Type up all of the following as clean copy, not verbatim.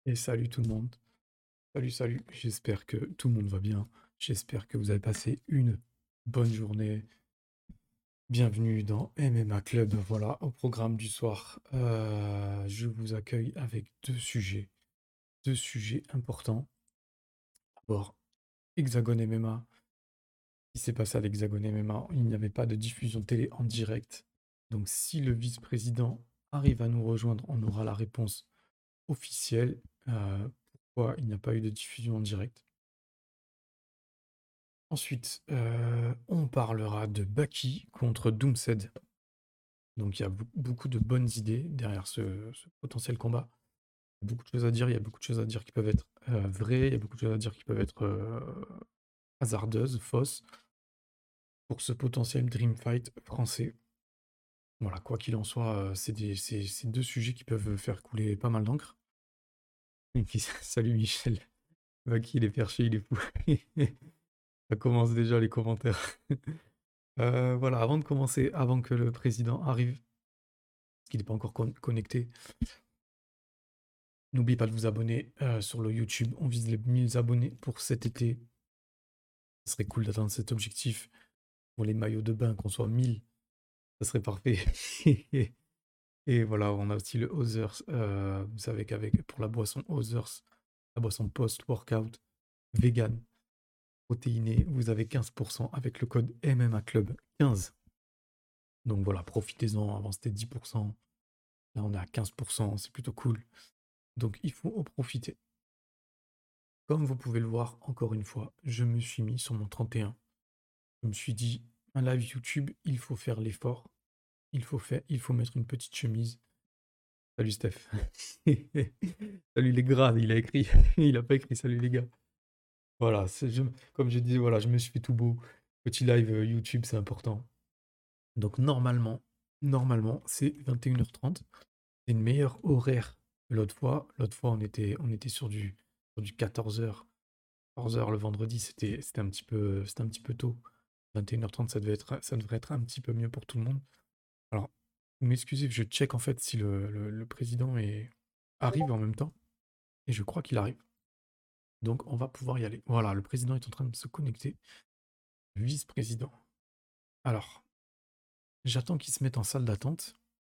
Et salut tout le monde. Salut, salut. J'espère que tout le monde va bien. J'espère que vous avez passé une bonne journée. Bienvenue dans MMA Club. Voilà, au programme du soir. Je vous accueille avec deux sujets importants. D'abord, Hexagone MMA. Ce qui s'est passé à l'Hexagone MMA, il n'y avait pas de diffusion télé en direct. Donc, si le vice-président arrive à nous rejoindre, on aura la réponse officielle. Pourquoi il n'y a pas eu de diffusion en direct. Ensuite, on parlera de Baki contre Doomsed. Donc il y a beaucoup de bonnes idées derrière ce potentiel combat. Il y a beaucoup de choses à dire, il y a beaucoup de choses à dire qui peuvent être vraies, il y a beaucoup de choses à dire qui peuvent être hasardeuses, fausses, pour ce potentiel Dream Fight français. Voilà, quoi qu'il en soit, c'est deux sujets qui peuvent faire couler pas mal d'encre. Salut Michel, Baki il est perché, il est fou. Ça commence déjà les commentaires. Voilà, avant de commencer, avant que le président arrive, parce qu'il n'est pas encore connecté, n'oublie pas de vous abonner sur le YouTube. On vise les 1000 abonnés pour cet été. Ce serait cool d'atteindre cet objectif. Pour les maillots de bain, qu'on soit 1000, ça serait parfait. Et voilà, on a aussi le Others. Vous savez pour la boisson Others, la boisson post-workout, vegan, protéinée, vous avez 15% avec le code MMA Club 15. Donc voilà, profitez-en. Avant c'était 10%. Là on est à 15%, c'est plutôt cool. Donc il faut en profiter. Comme vous pouvez le voir, encore une fois, je me suis mis sur mon 31. Je me suis dit, un live YouTube, il faut faire l'effort. Il faut mettre une petite chemise. Salut Steph. Salut les gras, il a écrit. Il a pas écrit salut les gars. Voilà, comme je disais, voilà, je me suis fait tout beau. Petit live YouTube, c'est important. Donc normalement, c'est 21h30. C'est une meilleure horaire que l'autre fois. L'autre fois, on était sur du 14h. 14h le vendredi, c'était un petit peu tôt. 21h30, ça devrait être un petit peu mieux pour tout le monde. Alors, vous m'excusez, je check en fait si le président arrive en même temps. Et je crois qu'il arrive. Donc, on va pouvoir y aller. Voilà, le président est en train de se connecter. Le vice-président. Alors, j'attends qu'il se mette en salle d'attente.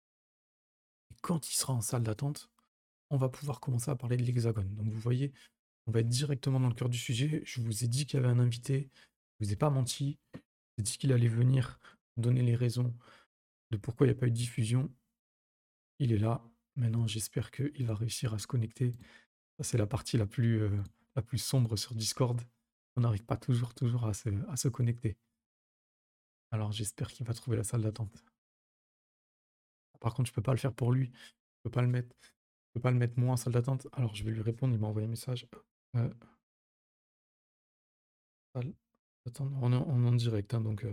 Et quand il sera en salle d'attente, on va pouvoir commencer à parler de l'Hexagone. Donc, vous voyez, on va être directement dans le cœur du sujet. Je vous ai dit qu'il y avait un invité. Je vous ai pas menti. Je vous ai dit qu'il allait venir donner les raisons de pourquoi il n'y a pas eu de diffusion. Il est là. Maintenant, j'espère qu'il va réussir à se connecter. Ça, c'est la partie la plus sombre sur Discord. On n'arrive pas toujours à se connecter. Alors, j'espère qu'il va trouver la salle d'attente. Par contre, je peux pas le faire pour lui. Je peux pas le mettre moi en salle d'attente. Alors, je vais lui répondre. Il m'a envoyé un message. Euh, salle d'attente. On est en direct, hein, donc.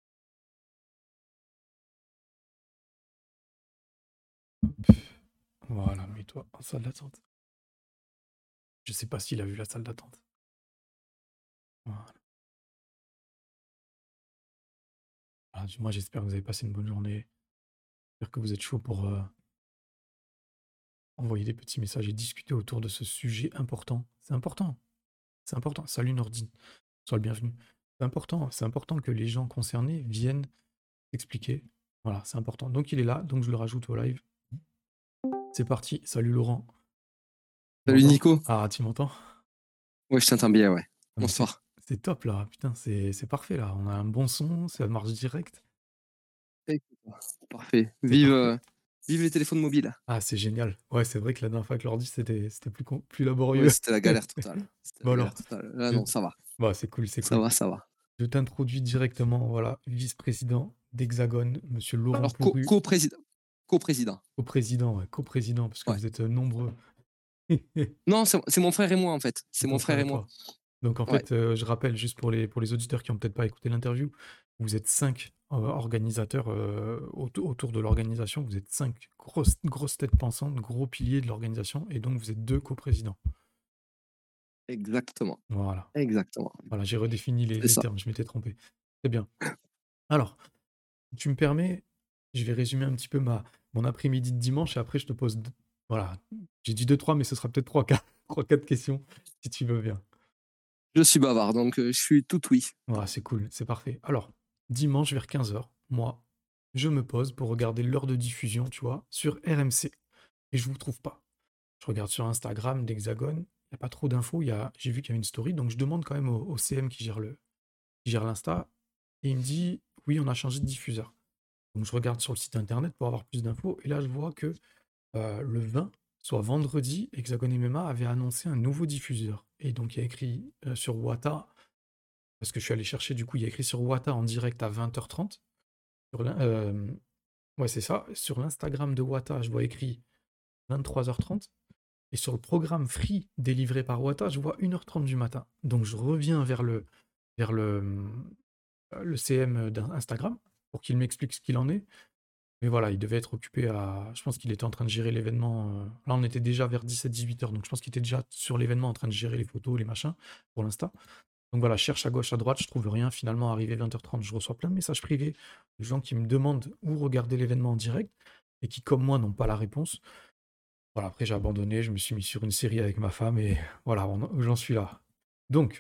Hop. Voilà, mets-toi en salle d'attente. Je sais pas s'il a vu la salle d'attente. Voilà. Voilà, moi, j'espère que vous avez passé une bonne journée. J'espère que vous êtes chaud pour envoyer des petits messages et discuter autour de ce sujet important. C'est important. C'est important. Salut Nordine. Sois le bienvenu. C'est important que les gens concernés viennent expliquer. Voilà, c'est important. Donc il est là, donc je le rajoute au live. C'est parti. Salut Laurent. Tu Salut m'entends? Nico. Ah, tu m'entends? Ouais, je t'entends bien, ouais. Ah, mais Bonsoir. c'est top là. Putain, c'est parfait là. On a un bon son, ça marche direct. Écoute, parfait. C'est parfait. Vive les téléphones mobiles. Ah, c'est génial. Ouais, c'est vrai que la dernière fois avec l'ordi, c'était plus Ouais, laborieux. c'était la galère totale. C'était Bon la alors, galère totale. Là, je- non, ça va. bon, c'est cool, c'est Ça cool. va, ça va. Je t'introduis directement, voilà, vice-président d'Hexagone, monsieur Laurent Alors, Pourru, co-président. Co-président. coprésident, ouais, coprésident, parce que Ouais. vous êtes nombreux. Non, c'est mon frère et moi, en fait. C'est C'est ton mon frère frère et et moi. toi. Donc en Ouais, fait, je rappelle juste pour les auditeurs qui ont peut-être pas écouté l'interview, vous êtes 5 organisateurs autour de l'organisation. Vous êtes 5 grosses têtes pensantes, gros piliers de l'organisation, et donc vous êtes 2 coprésidents. exactement. Voilà. Exactement. Voilà, j'ai redéfini C'est les ça. termes, je m'étais trompé. Très bien. Alors, si tu me permets, je vais résumer un petit peu mon après-midi de dimanche et après je te pose Voilà, j'ai dit deux trois, mais ce sera peut-être trois, 4 3-4 questions, si tu veux bien. Je suis bavard, donc je suis tout oui. Voilà, c'est cool, c'est parfait. Alors, dimanche vers 15 heures, moi, je me pose pour regarder l'heure de diffusion, tu vois, sur RMC et je vous trouve pas. Je regarde sur Instagram d'Hexagone, il y a pas trop d'infos, j'ai vu qu'il y a une story, donc je demande quand même au CM qui gère l'Insta et il me dit: «Oui, on a changé de diffuseur». Donc je regarde sur le site internet pour avoir plus d'infos et là je vois que, le 20, soit vendredi, Hexagone MMA avait annoncé un nouveau diffuseur et donc il y a écrit, sur Wata, parce que je suis allé chercher du coup, il y a écrit sur Wata en direct à 20h30. Sur ouais, c'est ça. Sur l'Instagram de Wata, je vois écrit 23h30 et sur le programme free délivré par Wata, je vois 1h30 du matin. Donc je reviens vers le CM d'Instagram pour qu'il m'explique ce qu'il en est. Mais voilà, il devait être occupé à je pense qu'il était en train de gérer l'événement, là, on était déjà vers 17-18 heures, donc je pense qu'il était déjà sur l'événement en train de gérer les photos, les machins, pour l'Insta. Donc voilà, je cherche à gauche, à droite, je trouve rien. Finalement, arrivé 20h30, je reçois plein de messages privés de gens qui me demandent où regarder l'événement en direct et qui, comme moi, n'ont pas la réponse. Voilà, après j'ai abandonné, je me suis mis sur une série avec ma femme et voilà, j'en suis là. Donc,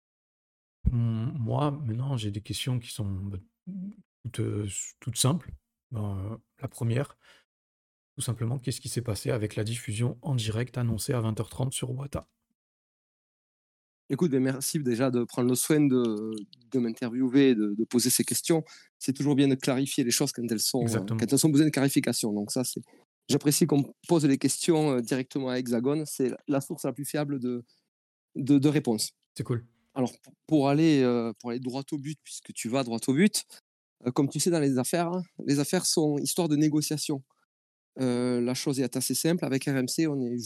moi, maintenant, j'ai des questions qui sont toutes, toutes simples. La première, tout simplement, qu'est-ce qui s'est passé avec la diffusion en direct annoncée à 20h30 sur Wata? Écoute, beh, merci déjà de prendre le soin de m'interviewer, de poser ces questions. C'est toujours bien de clarifier les choses Exactement. quand elles ont besoin de clarification. Donc ça, c'est j'apprécie qu'on pose les questions, directement à Hexagone. C'est la source la plus fiable de réponses. C'est cool. Alors pour aller droit au but, puisque tu vas droit au but, comme tu sais dans les affaires sont histoire de négociation. La chose est assez simple. Avec RMC,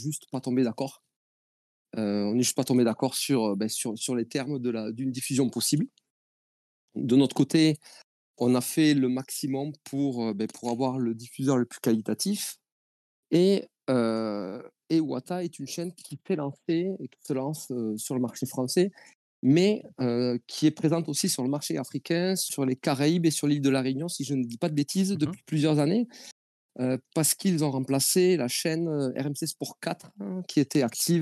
on n'est juste pas tombé d'accord sur les termes d'une diffusion possible. De notre côté, on a fait le maximum pour avoir le diffuseur le plus qualitatif. Et Wata est une chaîne qui s'est lancée et qui se lance sur le marché français, mais qui est présente aussi sur le marché africain, sur les Caraïbes et sur l'île de la Réunion, si je ne dis pas de bêtises, Mmh. depuis plusieurs années, parce qu'ils ont remplacé la chaîne RMC Sport 4, hein, qui était active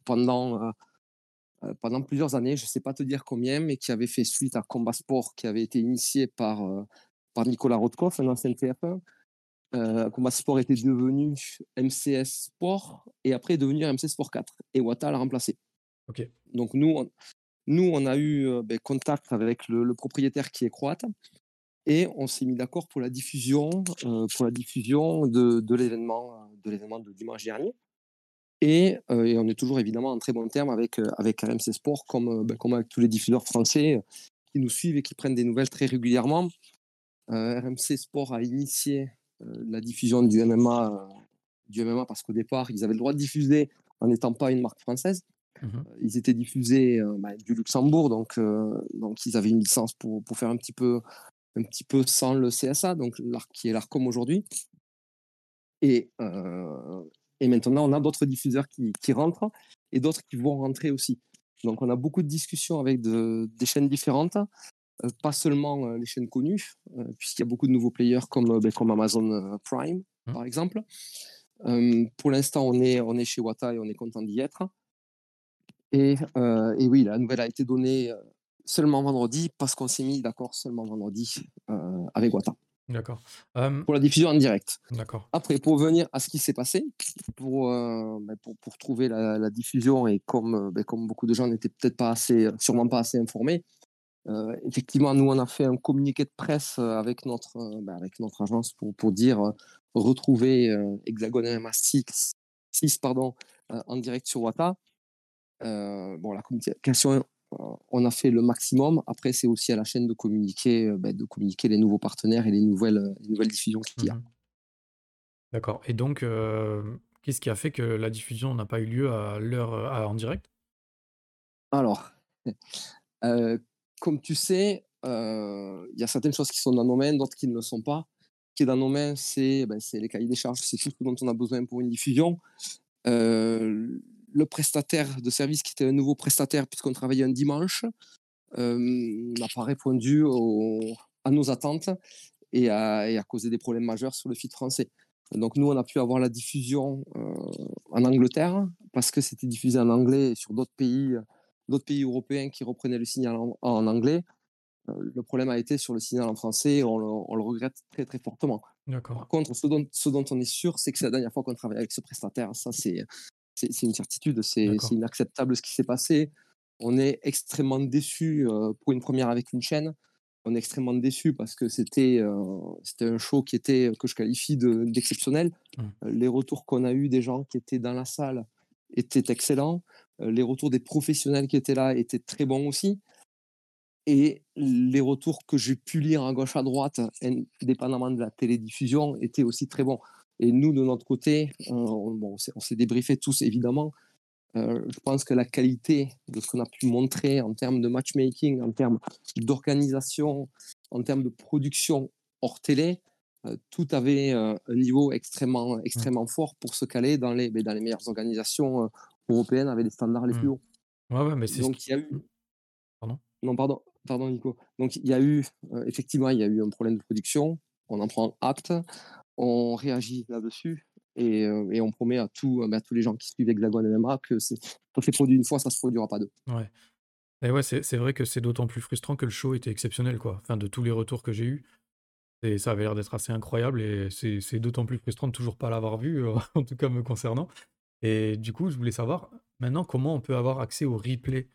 pendant plusieurs années, je ne sais pas te dire combien, mais qui avait fait suite à Combat Sport, qui avait été initié par Nicolas Rotkopf, un ancien TF1. Combat Sport était devenu MCS Sport et après est devenu RMC Sport 4. Et Wata l'a remplacé. OK. Donc nous, on a eu contact avec le propriétaire qui est croate et on s'est mis d'accord pour la diffusion de l'événement de dimanche dernier. Et on est toujours évidemment en très bon terme avec RMC Sport, comme avec tous les diffuseurs français qui nous suivent et qui prennent des nouvelles très régulièrement. RMC Sport a initié la diffusion du MMA parce qu'au départ, ils avaient le droit de diffuser en n'étant pas une marque française. Mmh. Ils étaient diffusés du Luxembourg, donc ils avaient une licence pour faire un petit peu sans le CSA, donc qui est l'ARCOM aujourd'hui. Et, et maintenant, on a d'autres diffuseurs qui rentrent et d'autres qui vont rentrer aussi. Donc, on a beaucoup de discussions avec des chaînes différentes, pas seulement les chaînes connues, puisqu'il y a beaucoup de nouveaux players comme Amazon Prime, Mmh. par exemple. Pour l'instant, on est chez Wata et on est content d'y être. Et oui, la nouvelle a été donnée seulement vendredi parce qu'on s'est mis d'accord seulement vendredi avec Wata D'accord. pour la diffusion en direct. D'accord. Après, pour venir à ce qui s'est passé, pour trouver la diffusion, et comme beaucoup de gens n'étaient peut-être pas assez, sûrement pas assez informés, effectivement, nous, on a fait un communiqué de presse avec notre agence pour dire retrouver Hexagone MMA 6 pardon, en direct sur Wata. Bon, la communication, on a fait le maximum. Après, c'est aussi à la chaîne de communiquer les nouveaux partenaires et les nouvelles diffusions qu'il y a. Mmh. D'accord et donc qu'est-ce qui a fait que la diffusion n'a pas eu lieu à l'heure, en direct? Alors, Heu, comme tu sais, il y a certaines choses qui sont dans nos mains, d'autres qui ne le sont pas. Ce qui est dans nos mains, c'est les cahiers des charges, c'est tout ce dont on a besoin pour une diffusion. Le prestataire de service qui était un nouveau prestataire puisqu'on travaillait un dimanche, n'a pas répondu à nos attentes et a causé des problèmes majeurs sur le feed français. Donc nous, on a pu avoir la diffusion en Angleterre parce que c'était diffusé en anglais et sur d'autres pays européens qui reprenaient le signal en anglais. Le problème a été sur le signal en français, on le regrette très très fortement. D'accord, Par contre, ce dont on est sûr, c'est que c'est la dernière fois qu'on travaille avec ce prestataire. Ça, c'est une certitude, c'est d'accord. inacceptable ce qui s'est passé. On est extrêmement déçus pour une première avec une chaîne. On est extrêmement déçus parce que c'était un show qui était, que je qualifie d'exceptionnel. Mmh. Les retours qu'on a eus des gens qui étaient dans la salle étaient excellents. Les retours des professionnels qui étaient là étaient très bons aussi. Et les retours que j'ai pu lire à gauche, à droite, indépendamment de la télédiffusion, étaient aussi très bons. Et nous, de notre côté, on s'est débriefé tous, évidemment. Je pense que la qualité de ce qu'on a pu montrer en termes de matchmaking, en termes d'organisation, en termes de production hors télé, tout avait un niveau extrêmement, Mmh. extrêmement fort pour se caler dans les meilleures organisations européennes avec les standards les Mmh. plus hauts. Ouais, ouais, mais c'est ce qui Donc il y a eu mmh, pardon? non, pardon Nico. Donc il y a eu, effectivement, il y a eu un problème de production. On en prend acte, on réagit là-dessus et on promet à tous les gens qui suivent Hexagone MMA que ça s'est produit une fois, ça se produira pas deux. Ouais. Et ouais, c'est vrai que c'est d'autant plus frustrant que le show était exceptionnel, quoi. Enfin, de tous les retours que j'ai eus, et ça avait l'air d'être assez incroyable et c'est d'autant plus frustrant de toujours pas l'avoir vu, en tout cas me concernant. Et du coup, je voulais savoir, maintenant, comment on peut avoir accès au replay,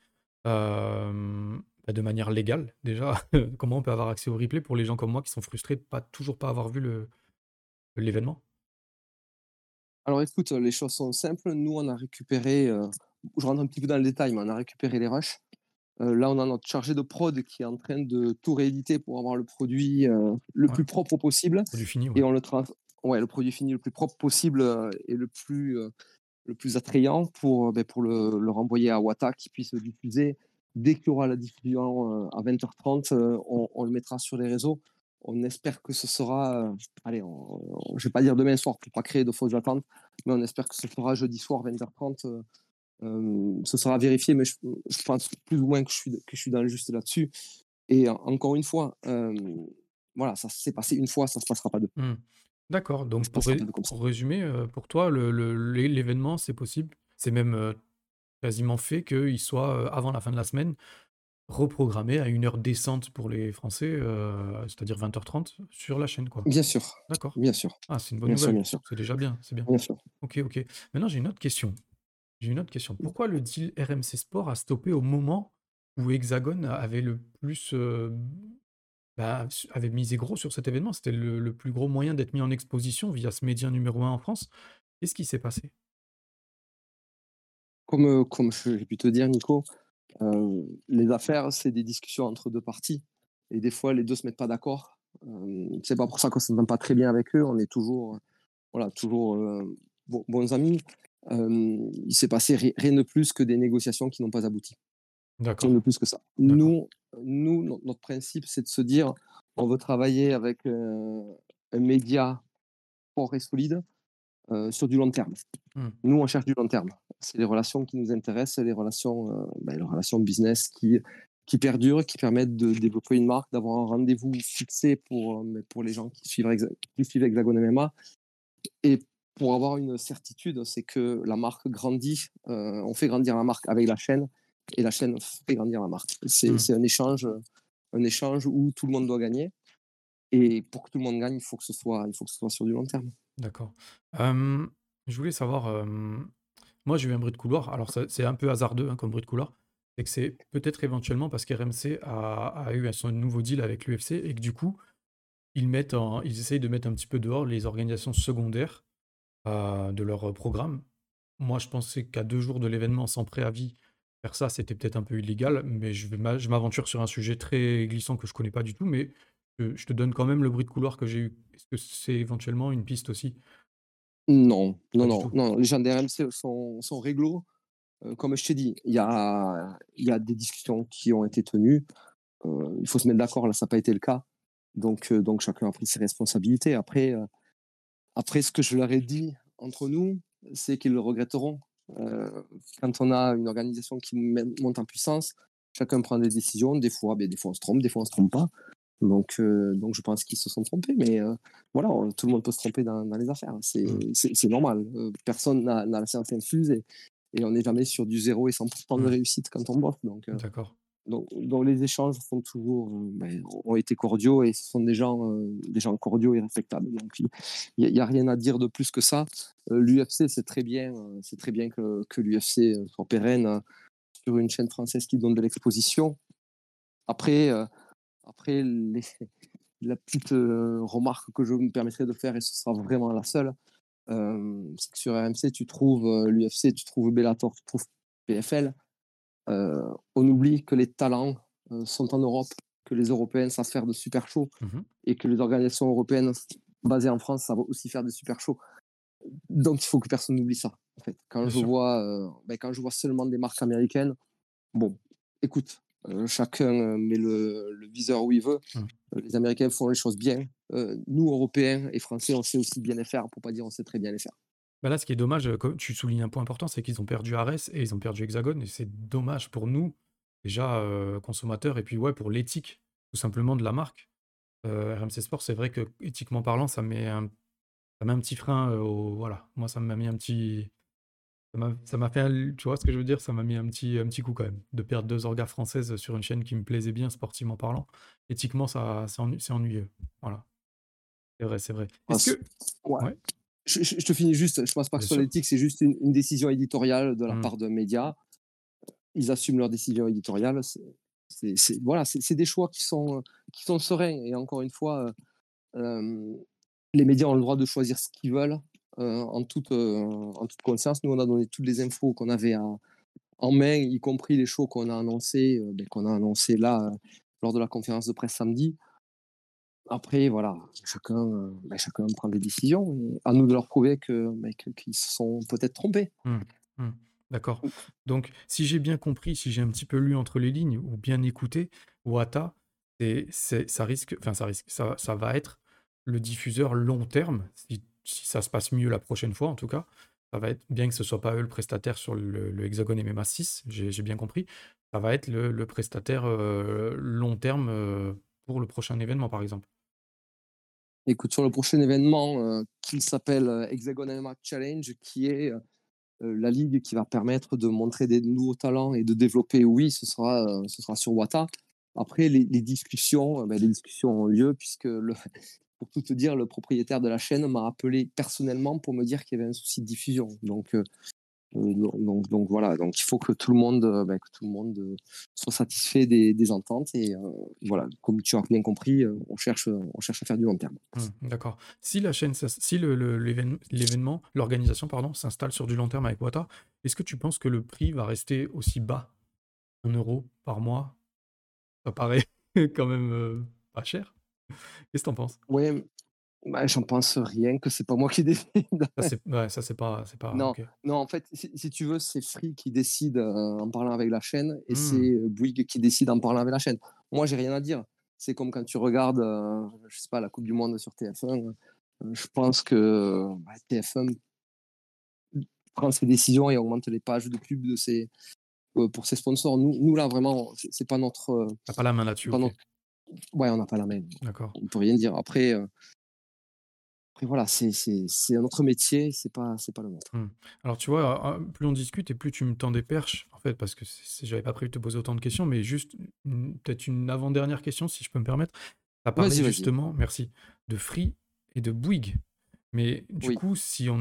de manière légale, déjà? Comment on peut avoir accès au replay pour les gens comme moi qui sont frustrés de pas toujours pas avoir vu l'événement? Alors écoute, les choses sont simples. Nous, on a récupéré, je rentre un petit peu dans le détail, mais on a récupéré les rushs. Là, on a notre chargé de prod qui est en train de tout rééditer pour avoir le produit, le Ouais, plus propre possible produit fini, et ouais. on le trans ouais, le produit fini le plus propre possible, et le plus attrayant pour le renvoyer à Wata qui puisse le diffuser. Dès qu'il y aura la diffusion, à 20h30, on le mettra sur les réseaux. On espère que ce sera, allez, je vais pas dire demain soir pour pas créer de fausses attentes, mais on espère que ce sera jeudi soir 20h30. Ce sera vérifié, mais je pense plus ou moins que je suis dans le juste là-dessus. Et encore une fois, voilà, ça s'est passé une fois, ça se passera pas deux. Mmh. D'accord, Ça donc se passera pas deux comme ça. pour résumer, pour toi, l'événement, c'est possible, c'est même, quasiment fait qu'il soit, avant la fin de la semaine, reprogrammé à une heure décente pour les Français, c'est-à-dire 20h30 sur la chaîne, quoi? Bien sûr, D'accord. bien sûr, Ah, c'est une bonne bien sûr, nouvelle, bien sûr, c'est déjà bien, c'est bien. bien sûr. OK, OK. Maintenant, j'ai une autre question. J'ai une autre question. Pourquoi le deal RMC Sport a stoppé au moment où Hexagone avait le plus, avait misé gros sur cet événement? C'était le plus gros moyen d'être mis en exposition via ce média numéro 1 en France. Qu'est-ce qui s'est passé? Comme j'ai pu te dire, Nico, les affaires, c'est des discussions entre deux parties. Et des fois, les deux se mettent pas d'accord. C'est pas pour ça qu'on s'entend pas très bien avec eux. On est toujours, voilà, toujours bons amis. Il s'est passé rien de plus que des négociations qui n'ont pas abouti. Rien D'accord, de plus que ça. d'accord. Notre principe, c'est de se dire, on veut travailler avec un média fort et solide sur du long terme. Mmh, Nous, on cherche du long terme. C'est les relations qui nous intéressent, les relations business qui perdurent, qui permettent de développer une marque, d'avoir un rendez-vous fixé pour les gens qui suivent Hexagone MMA. Et pour avoir une certitude, c'est que la marque grandit, on fait grandir la marque avec la chaîne et la chaîne fait grandir la marque. mmh, C'est un échange où tout le monde doit gagner. Et pour que tout le monde gagne, il faut que ce soit sur du long terme. d'accord. Je voulais savoir, moi, j'ai eu un bruit de couloir. Alors ça c'est un peu hasardeux, hein, comme bruit de couloir. C'est que c'est peut-être éventuellement parce qu'RMC a eu son nouveau deal avec l'UFC et que du coup, ils essayent de mettre un petit peu dehors les organisations secondaires, de leur programme. Moi, je pensais qu'à 2 jours de l'événement, sans préavis, faire ça, c'était peut-être un peu illégal, mais je m'aventure sur un sujet très glissant que je connais pas du tout, mais je te donne quand même le bruit de couloir que j'ai eu. Est-ce que c'est éventuellement une piste aussi? Non, non, Pas du non, tout? non, les gens d'RMC sont réglo. Comme je t'ai dit, il y a des discussions qui ont été tenues. Il faut se mettre d'accord, là, ça n'a pas été le cas. Donc chacun a pris ses responsabilités. Après, ce que je leur ai dit entre nous, c'est qu'ils le regretteront. Quand on a une organisation qui monte en puissance, chacun prend des décisions. Des fois, des fois on se trompe, des fois on se trompe pas. Donc je pense qu'ils se sont trompés, mais voilà, tout le monde peut se tromper dans les affaires. Mmh. C'est normal. Personne n'a la science infuse et on n'est jamais sur du 0 et 100% de Mmh. réussite quand on bosse. D'accord. Donc les échanges sont toujours, ont été cordiaux et ce sont des gens cordiaux et respectables. Donc il y a rien à dire de plus que ça. L'UFC, c'est très bien que l'UFC soit pérenne sur une chaîne française qui donne de l'exposition. Après, après la petite remarque que je me permettrai de faire, et ce sera vraiment la seule, c'est que sur RMC, tu trouves l'UFC, tu trouves Bellator, tu trouves PFL. On oublie que les talents sont en Europe, que les Européens savent faire de super shows Mmh. et que les organisations européennes basées en France savent aussi faire de super shows. Donc il faut que personne n'oublie ça. En fait, Bien sûr. quand je vois seulement des marques américaines, bon, écoute, chacun met le viseur où il veut. Mmh. Les Américains font les choses bien. Nous, Européens et Français, on sait aussi bien les faire, pour pas dire on sait très bien les faire. Bah, là, ce qui est dommage, comme tu soulignes un point important, c'est qu'ils ont perdu Ares et ils ont perdu Hexagone et c'est dommage pour nous, déjà, consommateurs et puis, ouais, pour l'éthique, tout simplement, de la marque. RMC Sport, c'est vrai que éthiquement parlant, ça met un petit frein, au voilà, moi, ça m'a mis un petit ça m'a fait un tu vois ce que je veux dire? Ça m'a mis un petit coup quand même, de perdre 2 orgas françaises sur une chaîne qui me plaisait bien sportivement parlant. Éthiquement, ça c'est ennuyeux. Voilà, c'est vrai, c'est vrai. Est-ce Enfin, que ouais. ouais, Je te finis juste, je pense pas que bien ce soit sûr. l'éthique, c'est juste une décision éditoriale de la Mmh. part d'un média. Ils assument leur décision éditoriale. Voilà, c'est des choix qui sont sereins. Et encore une fois, euh, les médias ont le droit de choisir ce qu'ils veulent en toute conscience. Nous, on a donné toutes les infos qu'on avait en main, y compris les shows qu'on a annoncé là lors de la conférence de presse samedi. Après, voilà, chacun prend des décisions. Et à nous de leur prouver qu'ils se sont peut-être trompés. Mmh. Mmh. D'accord. Donc, si j'ai bien compris, si j'ai un petit peu lu entre les lignes ou bien écouté, Wata, ça risque, enfin ça va être le diffuseur long terme, si ça se passe mieux la prochaine fois en tout cas. Ça va être, bien que ce soit pas eux le prestataire sur le Hexagone MMA 6, j'ai bien compris, ça va être le prestataire long terme pour le prochain événement par exemple. Écoute, sur le prochain événement qui s'appelle Hexagon MMA Challenge, qui est la ligue qui va permettre de montrer des nouveaux talents et de développer, oui, ce sera sur Wata. Après, les discussions ont lieu puisque, pour tout te dire, le propriétaire de la chaîne m'a appelé personnellement pour me dire qu'il y avait un souci de diffusion. Donc voilà, donc il faut que tout le monde soit satisfait des ententes. Et voilà, comme tu as bien compris, on cherche à faire du long terme. D'accord. Si la chaîne, si l'événement, l'organisation, pardon, s'installe sur du long terme avec Wata, est-ce que tu penses que le prix va rester aussi bas, 1 € par mois? Ça paraît quand même pas cher. Qu'est-ce que t'en penses? Ouais, bah, j'en pense rien, que c'est pas moi qui décide. Ça c'est ouais, ça c'est pas Non, ok. non, en fait, si tu veux, c'est Free qui décide en parlant avec la chaîne et c'est Hmm, Bouygues qui décide en parlant avec la chaîne. Moi, j'ai rien à dire. C'est comme quand tu regardes, je sais pas, la Coupe du Monde sur TF1. Je pense que TF1 prend ses décisions et augmente les pages de pub pour ses sponsors. Nous là, vraiment, c'est pas t'as pas la main là-dessus, ok. ouais, on n'a pas la main. D'accord. On peut rien dire. Après voilà, c'est un autre métier, c'est pas le nôtre. Hmm. Alors tu vois, plus on discute et plus tu me tends des perches, en fait, parce que j'avais pas prévu de te poser autant de questions, mais juste peut-être une avant-dernière question, si je peux me permettre. Tu as parlé Vas-y, vas-y. justement, merci, de Free et de Bouygues. Mais du Oui, coup,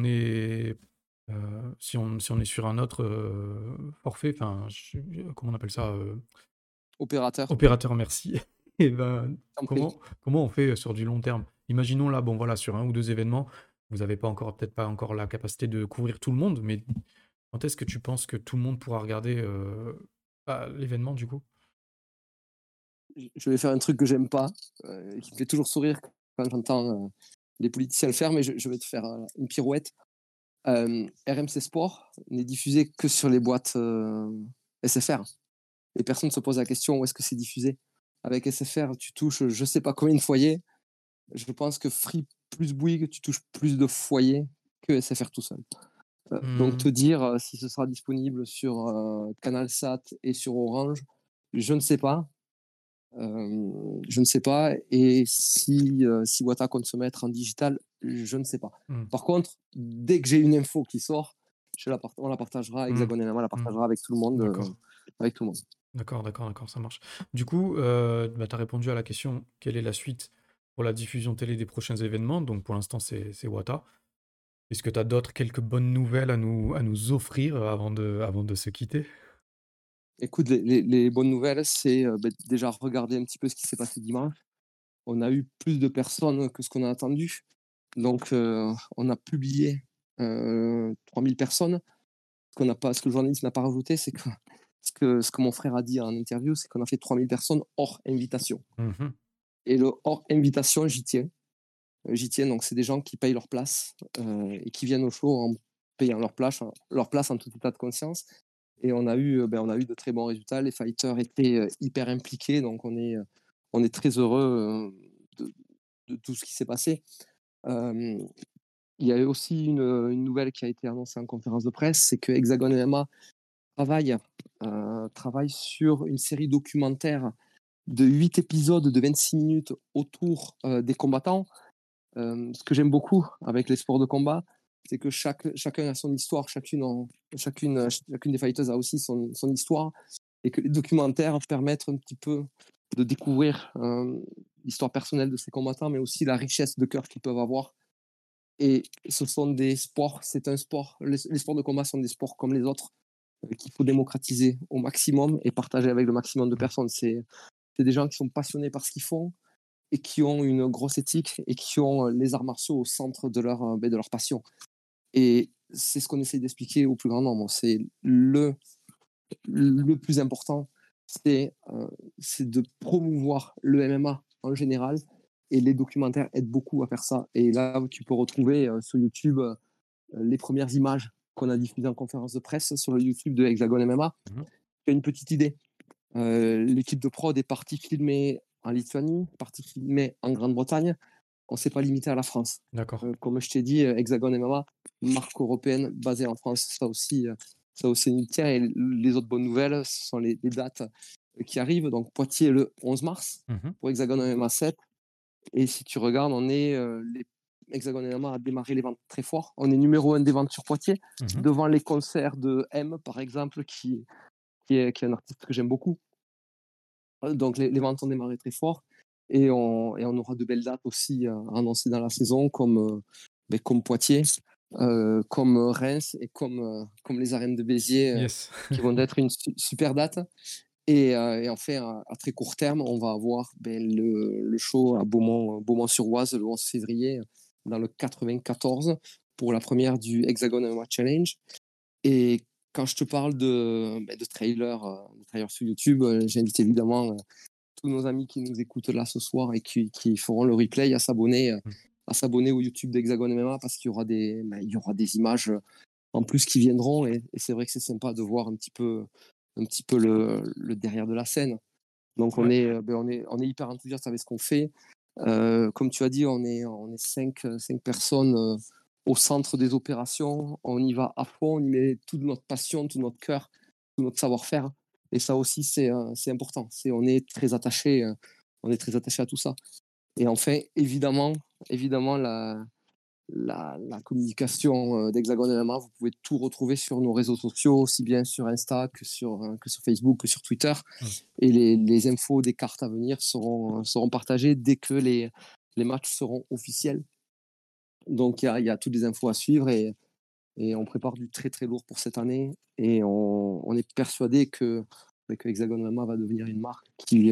si on est sur un autre forfait, enfin, comment on appelle ça, opérateur. opérateur, merci. Et ben, T'en prie. comment on fait sur du long terme? Imaginons là, bon voilà, sur un ou deux événements, vous n'avez pas encore, peut-être pas encore la capacité de couvrir tout le monde, mais quand est-ce que tu penses que tout le monde pourra regarder l'événement du coup? Je vais faire un truc que j'aime pas, qui me fait toujours sourire quand j'entends les politiciens le faire, mais je vais te faire une pirouette. RMC Sport n'est diffusé que sur les boîtes SFR. Et personne ne se pose la question où est-ce que c'est diffusé. Avec SFR, tu touches je sais pas combien de foyers. Je pense que Free plus Bouygues, tu touches plus de foyers que SFR tout seul. Donc te Hmm, dire si ce sera disponible sur CanalSat et sur Orange, je ne sais pas. Je ne sais pas. Et si Wata compte se mettre en digital, je ne sais pas. Mmh. Par contre, dès que j'ai une info qui sort, on la partagera, Mmh. Hexagon MMA la Mmh. partagera avec tout le monde. D'accord. Avec tout le monde. D'accord, d'accord, d'accord, ça marche. Du coup, bah, tu as répondu à la question, quelle est la suite pour la diffusion télé des prochains événements? Donc pour l'instant, c'est Wata. Est-ce que tu as d'autres quelques bonnes nouvelles à nous offrir avant de se quitter? Écoute, les bonnes nouvelles, c'est déjà regarder un petit peu ce qui s'est passé dimanche. On a eu plus de personnes que ce qu'on a attendu. Donc, on a publié 3000 personnes. Ce que le journaliste n'a pas rajouté, c'est que ce que mon frère a dit en interview, c'est qu'on a fait 3000 personnes hors invitation. Mmh. Et le hors invitation, j'y tiens. J'y tiens, donc c'est des gens qui payent leur place et qui viennent au show en payant leur place en tout état de conscience. Et on a eu de très bons résultats. Les fighters étaient hyper impliqués, donc on est très heureux de tout ce qui s'est passé. Euh, il y a eu aussi une nouvelle qui a été annoncée en conférence de presse, c'est que Hexagon MMA travaille sur une série documentaire de 8 épisodes de 26 minutes autour des combattants. Ce que j'aime beaucoup avec les sports de combat, c'est que chacun a son histoire, chacune des fighters a aussi son histoire, et que les documentaires permettent un petit peu de découvrir l'histoire personnelle de ces combattants, mais aussi la richesse de cœur qu'ils peuvent avoir. Et ce sont des sports, c'est un sport, les sports de combat sont des sports comme les autres, qu'il faut démocratiser au maximum et partager avec le maximum de personnes. C'est des gens qui sont passionnés par ce qu'ils font et qui ont une grosse éthique et qui ont les arts martiaux au centre de leur passion. Et c'est ce qu'on essaie d'expliquer au plus grand nombre. C'est le plus important, c'est de promouvoir le MMA en général. Et les documentaires aident beaucoup à faire ça. Et là, tu peux retrouver sur YouTube les premières images qu'on a diffusées en conférence de presse sur le YouTube de Hexagon MMA. Mmh. Tu as une petite idée. L'équipe de prod est partie filmer en Lituanie, partie filmer en Grande-Bretagne. On ne s'est pas limité à la France. D'accord. Comme je t'ai dit, Hexagon MMA, marque européenne basée en France. Ça aussi nous tient. Et les autres bonnes nouvelles, ce sont les dates qui arrivent. Donc Poitiers le 11 mars Mmh. pour Hexagon MMA 7. Et si tu regardes, Hexagon MMA a démarré les ventes très fort. On est numéro 1 des ventes sur Poitiers, Mmh. devant les concerts de M, par exemple, qui est un artiste que j'aime beaucoup. Donc les ventes ont démarré très fort, et on aura de belles dates aussi annoncées dans la saison, comme Poitiers, comme Reims et comme les arènes de Béziers, Yes. qui vont être une super date. Et enfin, à très court terme, on va avoir le show à Beaumont-sur-Oise le 11 février dans le 94 pour la première du Hexagon MMA Challenge. Et quand je te parle de trailers sur YouTube, j'invite évidemment tous nos amis qui nous écoutent là ce soir et qui feront le replay Mmh. à s'abonner au YouTube d'Hexagon MMA, parce qu'il y aura des images en plus qui viendront, et c'est vrai que c'est sympa de voir un petit peu le derrière de la scène. Donc Ouais. on est hyper enthousiaste avec ce qu'on fait. Comme tu as dit, on est cinq personnes au centre des opérations. On y va à fond, on y met toute notre passion, tout notre cœur, tout notre savoir-faire. Et ça aussi, c'est important. On est très attaché à tout ça. Et enfin, évidemment la communication d'Hexagon MMA, vous pouvez tout retrouver sur nos réseaux sociaux, aussi bien sur Insta que sur Facebook, que sur Twitter. Mmh. Et les infos des cartes à venir seront partagées dès que les matchs seront officiels. Donc il y a toutes les infos à suivre, et on prépare du très très lourd pour cette année. Et on est persuadé que Hexagon MMA va devenir une marque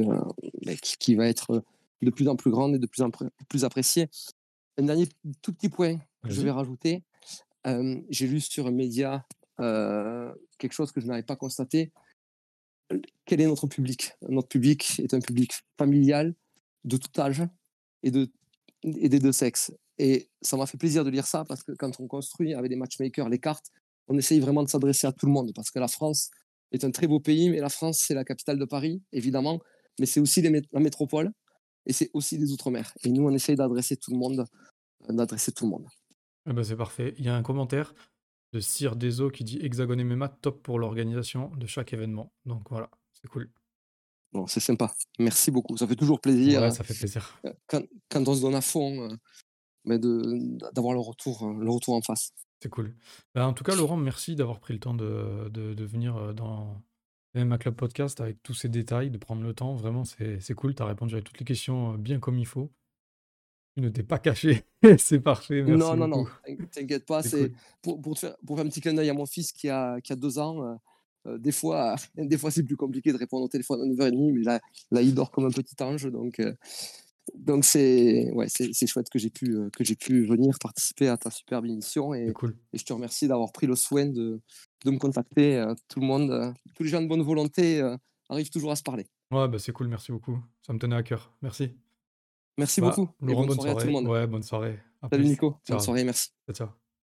qui va être de plus en plus grande et de plus en plus appréciée. Un dernier tout petit point que je vais Vas-y. rajouter. J'ai lu sur un média quelque chose que je n'avais pas constaté. Quel est notre public? Notre public est un public familial, de tout âge et, et des deux sexes. Et ça m'a fait plaisir de lire ça, parce que quand on construit avec des matchmakers les cartes, on essaye vraiment de s'adresser à tout le monde, parce que la France est un très beau pays, mais la France, c'est la capitale de Paris, évidemment, mais c'est aussi la métropole, et c'est aussi les Outre-mer. Et nous, on essaye d'adresser tout le monde, d'adresser tout le monde. Ah bah, c'est parfait. Il y a un commentaire de Cyr Deso qui dit Hexagon MMA top pour l'organisation de chaque événement. Donc voilà, c'est cool. Non, c'est sympa. Merci beaucoup. Ça fait toujours plaisir, Ouais, ça fait plaisir. quand on se donne à fond, mais d'avoir le retour en face. C'est cool. Bah, en tout cas, Laurent, merci d'avoir pris le temps de venir dans MMA Club Podcast avec tous ces détails, de prendre le temps. Vraiment, c'est cool. Tu as répondu à toutes les questions bien comme il faut. Tu ne t'es pas caché. C'est parfait. Merci Non, non, beaucoup. non, t'inquiète pas, C'est c'est cool. pour faire un petit clin d'œil à mon fils qui a 2 ans, des fois des fois, c'est plus compliqué de répondre au téléphone à 9h30, mais là, il dort comme un petit ange, donc c'est ouais, c'est chouette que j'ai pu venir participer à ta superbe émission C'est et cool. je te remercie d'avoir pris le soin de me contacter, tout le monde, tous les gens de bonne volonté, arrivent toujours à se parler. Ouais, bah, c'est cool. Merci beaucoup. Ça me tenait à cœur. Merci. Merci Bah, beaucoup et Laurent, bonne bonne soirée à tout le soirée. monde. Ouais, bonne soirée. À Salut plus. Nico, bonne Ciao. soirée, merci. Ciao, ciao.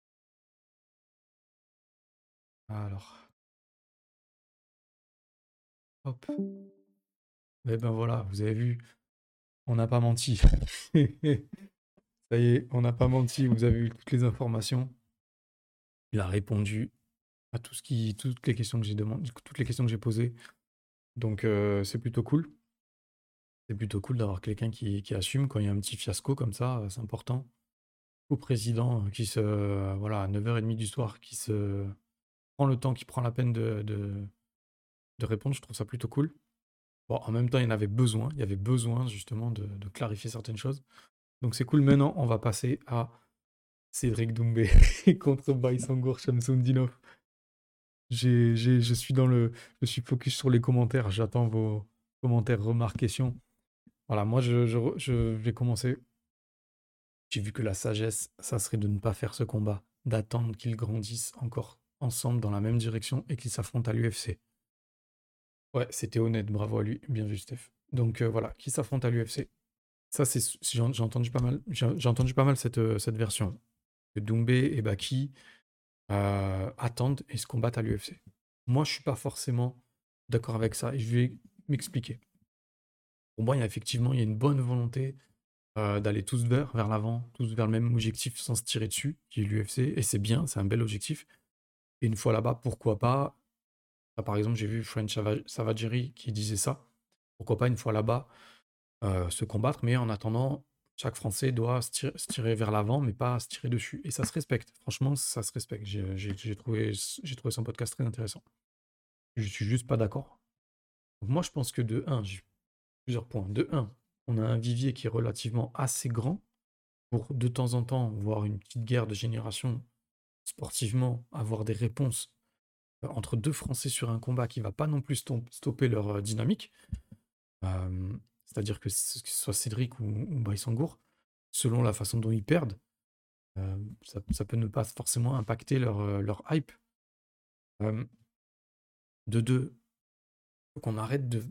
Alors, hop. Et ben voilà, vous avez vu, on n'a pas menti. Ça y est, on n'a pas menti. Vous avez eu toutes les informations. Il a répondu à toutes les questions que j'ai demandé, toutes les questions que j'ai posées. Donc, c'est plutôt cool. C'est plutôt cool d'avoir quelqu'un qui assume quand il y a un petit fiasco comme ça, c'est important. Au président qui voilà, à 9h30 du soir, qui se prend le temps, qui prend la peine de répondre, je trouve ça plutôt cool. Bon, en même temps, il y avait besoin justement de clarifier certaines choses. Donc c'est cool. Maintenant, on va passer à Cédric Doumbé contre Baïsangour Shamsundinov. Je suis je suis focus sur les commentaires. J'attends vos commentaires, remarques, questions. Voilà, moi, je vais commencer. J'ai vu que la sagesse, ça serait de ne pas faire ce combat, d'attendre qu'ils grandissent encore ensemble dans la même direction et qu'ils s'affrontent à l'UFC. Ouais, c'était honnête, bravo à lui, bien vu, Steph. Donc voilà, qu'ils s'affrontent à l'UFC. Ça, j'ai entendu pas mal, j'ai entendu pas mal cette version. Que Doumbé et Baki attendent et se combattent à l'UFC. Moi, je suis pas forcément d'accord avec ça et je vais m'expliquer. Pour moi, il y a une bonne volonté d'aller tous vers l'avant, tous vers le même objectif sans se tirer dessus, qui est l'UFC, et c'est bien, c'est un bel objectif. Et une fois là-bas, pourquoi pas, là, par exemple, j'ai vu French Savageri qui disait ça, pourquoi pas une fois là-bas se combattre, mais en attendant, chaque Français doit se tirer vers l'avant, mais pas se tirer dessus. Et ça se respecte, franchement, ça se respecte. J'ai trouvé son podcast très intéressant. Je suis juste pas d'accord. Donc moi, je pense que de un, j'ai plusieurs points. De un, on a un vivier qui est relativement assez grand pour de temps en temps voir une petite guerre de génération sportivement, avoir des réponses entre deux Français sur un combat qui va pas non plus stopper leur dynamique. C'est-à-dire que ce soit Cédric ou Baïsangour, selon la façon dont ils perdent, ça peut ne pas forcément impacter leur hype. Euh, de deux, faut qu'on arrête de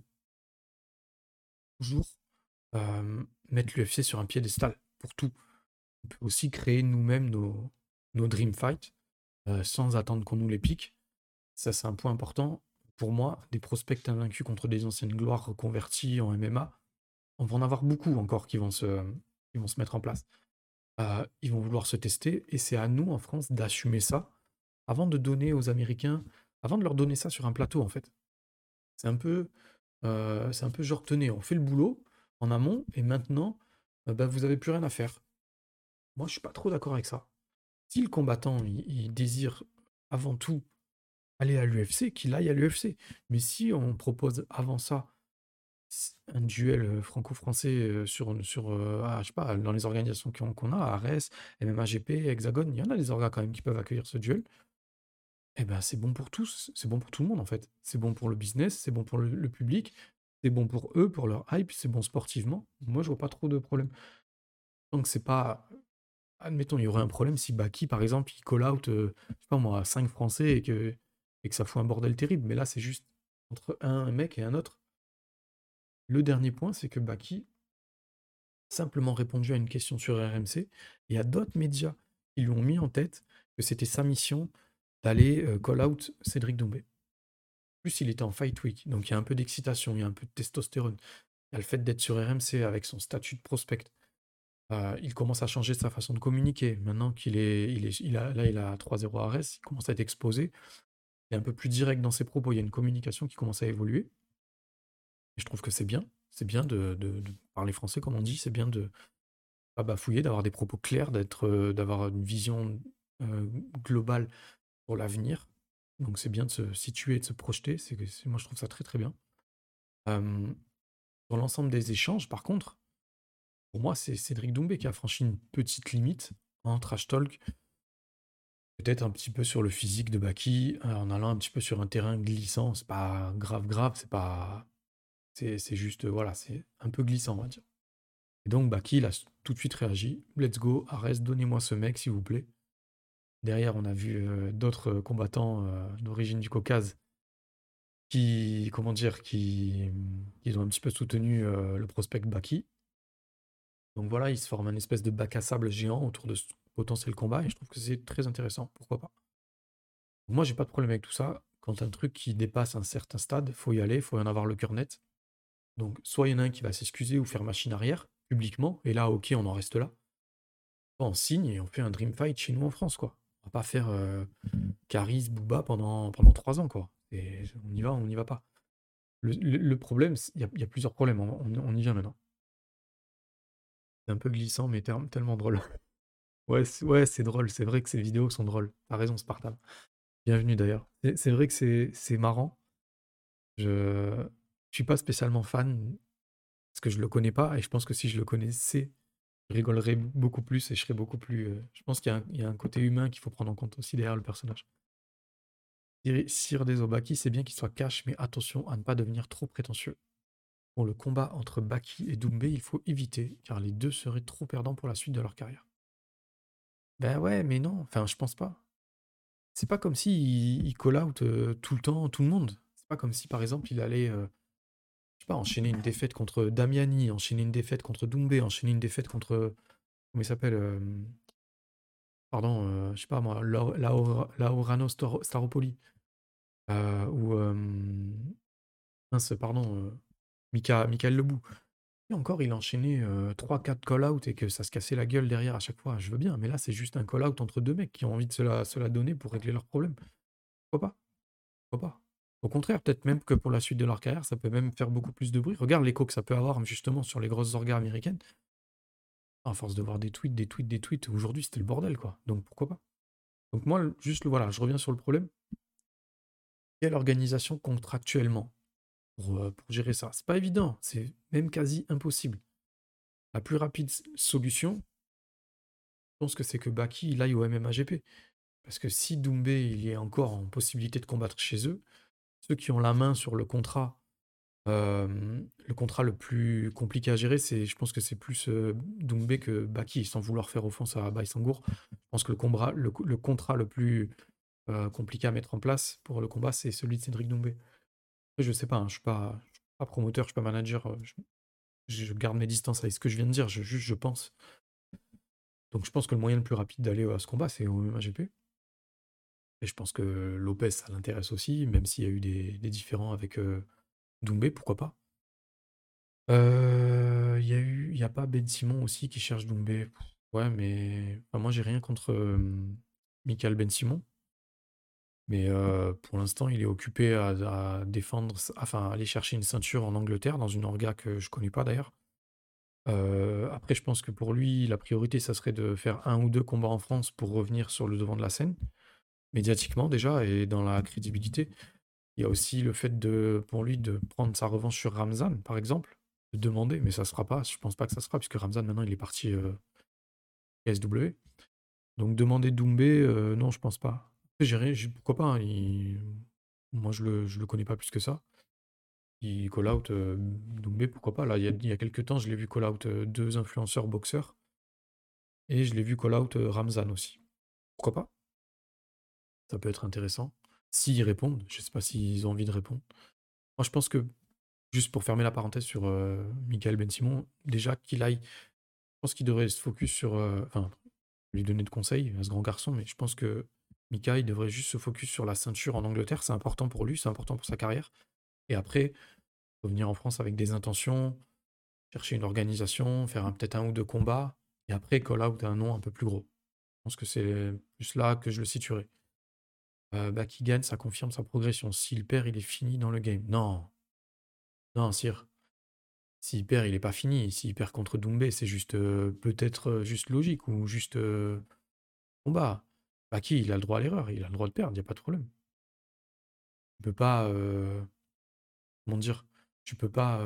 toujours mettre l'UFC sur un piédestal pour tout. On peut aussi créer nous-mêmes nos dream fights sans attendre qu'on nous les pique. Ça, c'est un point important. Pour moi, des prospects invaincus contre des anciennes gloires reconverties en MMA, on va en avoir beaucoup encore qui vont se mettre en place. Ils vont vouloir se tester et c'est à nous, en France, d'assumer ça avant de donner aux Américains, avant de leur donner ça sur un plateau, en fait. C'est un peu, c'est un peu genre, tenez, on fait le boulot en amont et maintenant, bah, vous avez plus rien à faire. Moi, je suis pas trop d'accord avec ça. Si le combattant, il désire avant tout aller à l'UFC, qu'il aille à l'UFC. Mais si on propose avant ça un duel franco-français je sais pas, dans les organisations qu'on a, Ares, MMAGP, Hexagone, il y en a des orgas quand même qui peuvent accueillir ce duel. Eh ben, c'est bon pour tous, c'est bon pour tout le monde en fait. C'est bon pour le business, c'est bon pour le public, c'est bon pour eux, pour leur hype, c'est bon sportivement. Moi, je vois pas trop de problème. Donc, c'est pas. Admettons, il y aurait un problème si Baki, par exemple, il call out, je sais pas moi, 5 Français et que ça fout un bordel terrible. Mais là, c'est juste entre un mec et un autre. Le dernier point, c'est que Baki a simplement répondu à une question sur RMC. Et il y a d'autres médias qui lui ont mis en tête que c'était sa mission d'aller call out Cédric Doumbé. En plus, il était en fight week, donc il y a un peu d'excitation, il y a un peu de testostérone. Il y a le fait d'être sur RMC avec son statut de prospect. Il commence à changer sa façon de communiquer. Maintenant il a 3-0 à Arès, il commence à être exposé. Il est un peu plus direct dans ses propos. Il y a une communication qui commence à évoluer. Et trouve que c'est bien. C'est bien de parler français, comme on dit. C'est bien de pas bafouiller, d'avoir des propos clairs, d'avoir une vision globale pour l'avenir. Donc c'est bien de se situer et de se projeter. Moi, je trouve ça très très bien. Euh, Sur l'ensemble des échanges, par contre, pour moi, c'est Cédric Doumbé qui a franchi une petite limite en trash talk, peut-être un petit peu sur le physique de Baki, en allant un petit peu sur un terrain glissant. C'est pas grave, grave, c'est pas. C'est juste, voilà, c'est un peu glissant, on va dire. Et donc, Baki, il a tout de suite réagi. Let's go, Arès, donnez-moi ce mec, s'il vous plaît. Derrière, on a vu d'autres combattants d'origine du Caucase qui, comment dire, qui ont un petit peu soutenu le prospect Baki. Donc voilà, il se forme un espèce de bac à sable géant autour de ce potentiel combat et je trouve que c'est très intéressant, pourquoi pas. Moi, j'ai pas de problème avec tout ça. Quand un truc qui dépasse un certain stade, faut y aller, faut y en avoir le cœur net. Donc, soit il y en a un qui va s'excuser ou faire machine arrière, publiquement, et là, ok, on en reste là. Soit on signe et on fait un dream fight chez nous en France, quoi. On va pas faire Caris, Booba pendant 3 ans, quoi. Et on y va, on n'y va pas. Le problème, il y a plusieurs problèmes, on y vient maintenant. C'est un peu glissant, mais tellement drôle. Ouais, c'est drôle, c'est vrai que ces vidéos sont drôles. T'as raison, Spartan. Bienvenue d'ailleurs. C'est vrai que c'est marrant. Je suis pas spécialement fan parce que je le connais pas et je pense que si je le connaissais, je rigolerais beaucoup plus et je serais beaucoup plus. Je pense qu'il y a un côté humain qu'il faut prendre en compte aussi derrière le personnage. Sire des Obaki, c'est bien qu'il soit cash, mais attention à ne pas devenir trop prétentieux. Pour le combat entre Baki et Doumbé, il faut éviter, car les deux seraient trop perdants pour la suite de leur carrière. Ben ouais, mais non, enfin, je pense pas. C'est pas comme si il call out tout le temps tout le monde. C'est pas comme si, par exemple, il allait, je sais pas, enchaîner une défaite contre Damiani, enchaîner une défaite contre Doumbé, enchaîner une défaite contre, comment il s'appelle, pardon, je sais pas moi, Laurano Staropoli, ou, mince, pardon, Michael Lebou. Et encore, il enchaînait 3-4 call-out et que ça se cassait la gueule derrière à chaque fois. Je veux bien, mais là, c'est juste un call-out entre deux mecs qui ont envie de se la donner pour régler leurs problèmes. Pourquoi pas? Pourquoi pas? Au contraire, peut-être même que pour la suite de leur carrière, ça peut même faire beaucoup plus de bruit. Regarde l'écho que ça peut avoir justement sur les grosses orgas américaines. À force de voir des tweets, des tweets, des tweets, aujourd'hui c'était le bordel quoi. Donc pourquoi pas? Donc moi, juste voilà, je reviens sur le problème. Quelle organisation contractuellement pour gérer ça? C'est pas évident, c'est même quasi impossible. La plus rapide solution, je pense que c'est que Baki il aille au MMAGP. Parce que si Doumbé il est encore en possibilité de combattre chez eux, ceux qui ont la main sur le contrat le plus compliqué à gérer, je pense que c'est plus Doumbé que Baki, sans vouloir faire offense à Baïsangour. Je pense que le contrat le plus compliqué à mettre en place pour le combat, c'est celui de Cédric Doumbé. Après, je sais pas, hein, je suis pas promoteur, je suis pas manager, je garde mes distances avec ce que je viens de dire, je pense. Donc je pense que le moyen le plus rapide d'aller à ce combat, c'est au MMAGP. Et je pense que Lopez, ça l'intéresse aussi, même s'il y a eu des différends avec Doumbé, pourquoi pas. Il y a pas Ben Simon aussi qui cherche Doumbé. Ouais, mais enfin, moi j'ai rien contre Michael Ben Simon, mais pour l'instant il est occupé à défendre, enfin aller chercher une ceinture en Angleterre dans une orga que je connais pas d'ailleurs. Après, je pense que pour lui, la priorité, ça serait de faire un ou deux combats en France pour revenir sur le devant de la scène, médiatiquement déjà et dans la crédibilité. Il y a aussi le fait pour lui de prendre sa revanche sur Ramzan, par exemple, de demander, mais ça se fera pas. Je pense pas que ça se fera, puisque Ramzan, maintenant, il est parti KSW. Donc demander Doumbé, non, je pense pas. Après, pourquoi pas, hein, moi, je le connais pas plus que ça. Il call out Doumbé, pourquoi pas. Là, il y a quelques temps, je l'ai vu call out deux influenceurs boxeurs, et je l'ai vu call out Ramzan aussi. Pourquoi pas? Ça peut être intéressant. S'ils répondent, je sais pas s'ils ont envie de répondre. Moi, je pense que juste pour fermer la parenthèse sur Michael Ben Simon, déjà qu'il aille, je pense qu'il devrait se focus sur, enfin, lui donner de conseils à ce grand garçon, mais je pense que Mika, il devrait juste se focus sur la ceinture en Angleterre, c'est important pour lui, c'est important pour sa carrière. Et après, revenir en France avec des intentions, chercher une organisation, faire peut-être un ou deux combats, et après call out un nom un peu plus gros. Je pense que c'est juste là que je le situerai. Bah, qui gagne, ça confirme sa progression. S'il perd, il est fini dans le game. Non, non, sire. S'il perd, il est pas fini. S'il perd contre Doumbé, c'est juste peut-être juste logique ou juste combat. Baki, il a le droit à l'erreur, il a le droit de perdre, il n'y a pas de problème. Tu peux pas, comment dire, tu peux pas,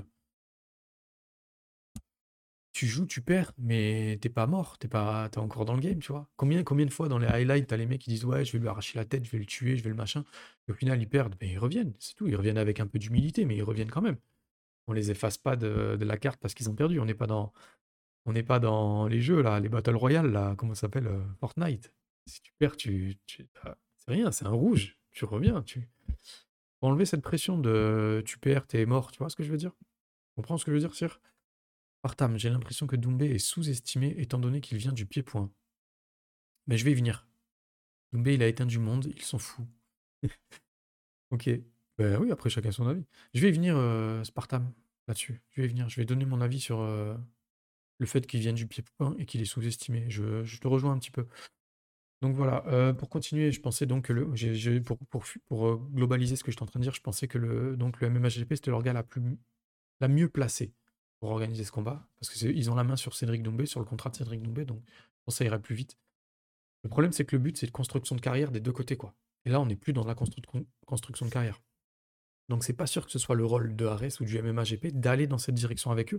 tu joues, tu perds, mais t'es pas mort, t'es encore dans le game, tu vois. Combien de fois dans les highlights, t'as les mecs qui disent ouais, je vais lui arracher la tête, je vais le tuer, je vais le machin. Et au final, ils perdent, mais ils reviennent, c'est tout. Ils reviennent avec un peu d'humilité, mais ils reviennent quand même. On les efface pas de la carte parce qu'ils ont perdu. On n'est pas dans les jeux là, les Battle Royale là, comment ça s'appelle Fortnite. Si tu perds, c'est rien, c'est un rouge. Tu reviens, faut enlever cette pression de tu perds, t'es mort. Tu vois ce que je veux dire? Tu comprends ce que je veux dire, Sir? Partam, j'ai l'impression que Doumbé est sous-estimé étant donné qu'il vient du pied-point. Mais je vais y venir. Doumbé, il a éteint du monde, il s'en fout. Ok. Ben oui, après chacun son avis. Je vais y venir, Spartam, là-dessus. Je vais y venir. Je vais donner mon avis sur le fait qu'il vienne du pied-point et qu'il est sous-estimé. Je te rejoins un petit peu. Donc voilà, pour continuer, je pensais donc que pour globaliser ce que j'étais en train de dire, je pensais que le MMHGP, c'était l'organe la mieux placée pour organiser ce combat, parce qu'ils ont la main sur Cédric Doumbé, sur le contrat de Cédric Doumbé, donc je pense que ça irait plus vite. Le problème, c'est que le but, c'est de construction de carrière des deux côtés, quoi. Et là, on n'est plus dans la construction de carrière. Donc c'est pas sûr que ce soit le rôle de Ares ou du MMAGP d'aller dans cette direction avec eux.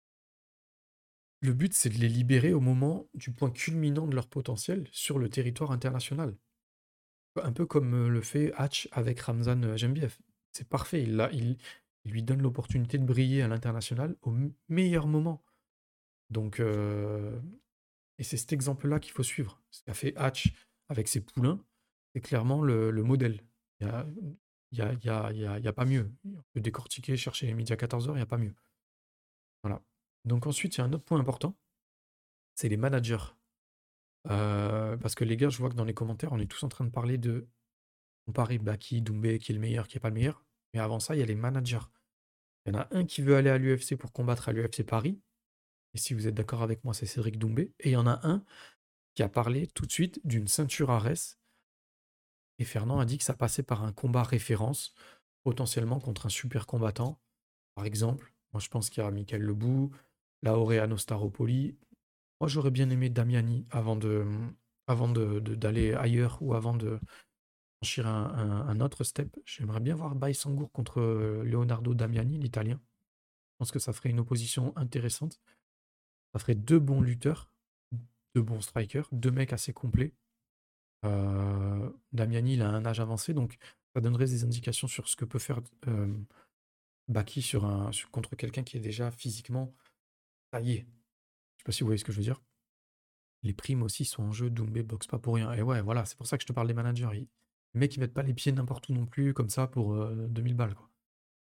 Le but, c'est de les libérer au moment du point culminant de leur potentiel sur le territoire international. Un peu comme le fait Hatch avec Ramzan Jembiev. C'est parfait, il lui donne l'opportunité de briller à l'international au meilleur moment. Donc, et c'est cet exemple-là qu'il faut suivre. Ce qu'a fait Hatch avec ses poulains, c'est clairement le modèle. Il y a pas mieux. On peut décortiquer, chercher les médias 14h, il n'y a pas mieux. Voilà. Donc ensuite, il y a un autre point important, c'est les managers. Parce que les gars, je vois que dans les commentaires, on est tous en train de parler de comparer Baki, Doumbé, qui est le meilleur, qui est pas le meilleur. Mais avant ça, il y a les managers. Il y en a un qui veut aller à l'UFC pour combattre à l'UFC Paris. Et si vous êtes d'accord avec moi, c'est Cédric Doumbé. Et il y en a un qui a parlé tout de suite d'une ceinture Ares. Et Fernand a dit que ça passait par un combat référence, potentiellement contre un super combattant. Par exemple, moi je pense qu'il y a Michael Lebou, Laureano Staropoli. Moi j'aurais bien aimé Damiani d'aller ailleurs ou avant de franchir un autre step. J'aimerais bien voir Baïsangour contre Leonardo Damiani, l'Italien. Je pense que ça ferait une opposition intéressante. Ça ferait deux bons lutteurs, deux bons strikers, deux mecs assez complets. Damiani, il a un âge avancé, donc ça donnerait des indications sur ce que peut faire Baki contre quelqu'un qui est déjà physiquement taillé. Je sais pas si vous voyez ce que je veux dire. Les primes aussi sont en jeu, Doumbé boxe pas pour rien. Et ouais, voilà, c'est pour ça que je te parle des managers. Les mecs, ils mettent pas les pieds n'importe où non plus, comme ça, pour 2000 balles, quoi.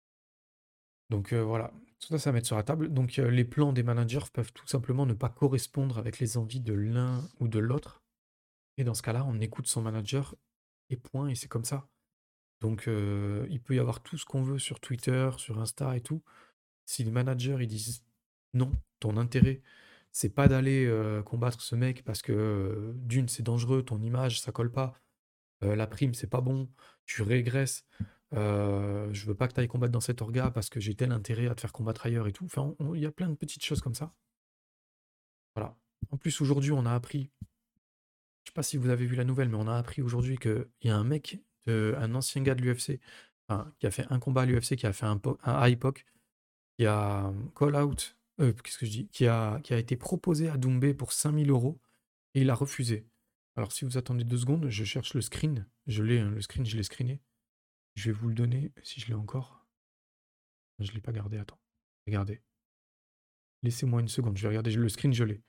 Donc voilà, tout ça, ça va mettre sur la table. Donc les plans des managers peuvent tout simplement ne pas correspondre avec les envies de l'un ou de l'autre. Et dans ce cas-là, on écoute son manager et point, et c'est comme ça. Donc il peut y avoir tout ce qu'on veut sur Twitter, sur Insta et tout. Si les managers ils disent non, ton intérêt, c'est pas d'aller combattre ce mec parce que d'une, c'est dangereux, ton image, ça colle pas, la prime, c'est pas bon, tu régresses, je veux pas que tu ailles combattre dans cet orga parce que j'ai tel intérêt à te faire combattre ailleurs et tout. Enfin, il y a plein de petites choses comme ça. Voilà. En plus, aujourd'hui, on a appris, je sais pas si vous avez vu la nouvelle, mais on a appris aujourd'hui qu'il y a un mec, un ancien gars de l'UFC, enfin, qui a fait un combat à l'UFC, qui a fait un IPOC, qui a call out, qu'est-ce que je dis, qui a été proposé à Doumbé pour 5000 € et il a refusé. Alors, si vous attendez 2 secondes, je cherche le screen. Je l'ai, hein, le screen, je l'ai screené. Je vais vous le donner si je l'ai encore. Je ne l'ai pas gardé, attends. Regardez. Laissez-moi une seconde, je vais regarder le screen, je l'ai.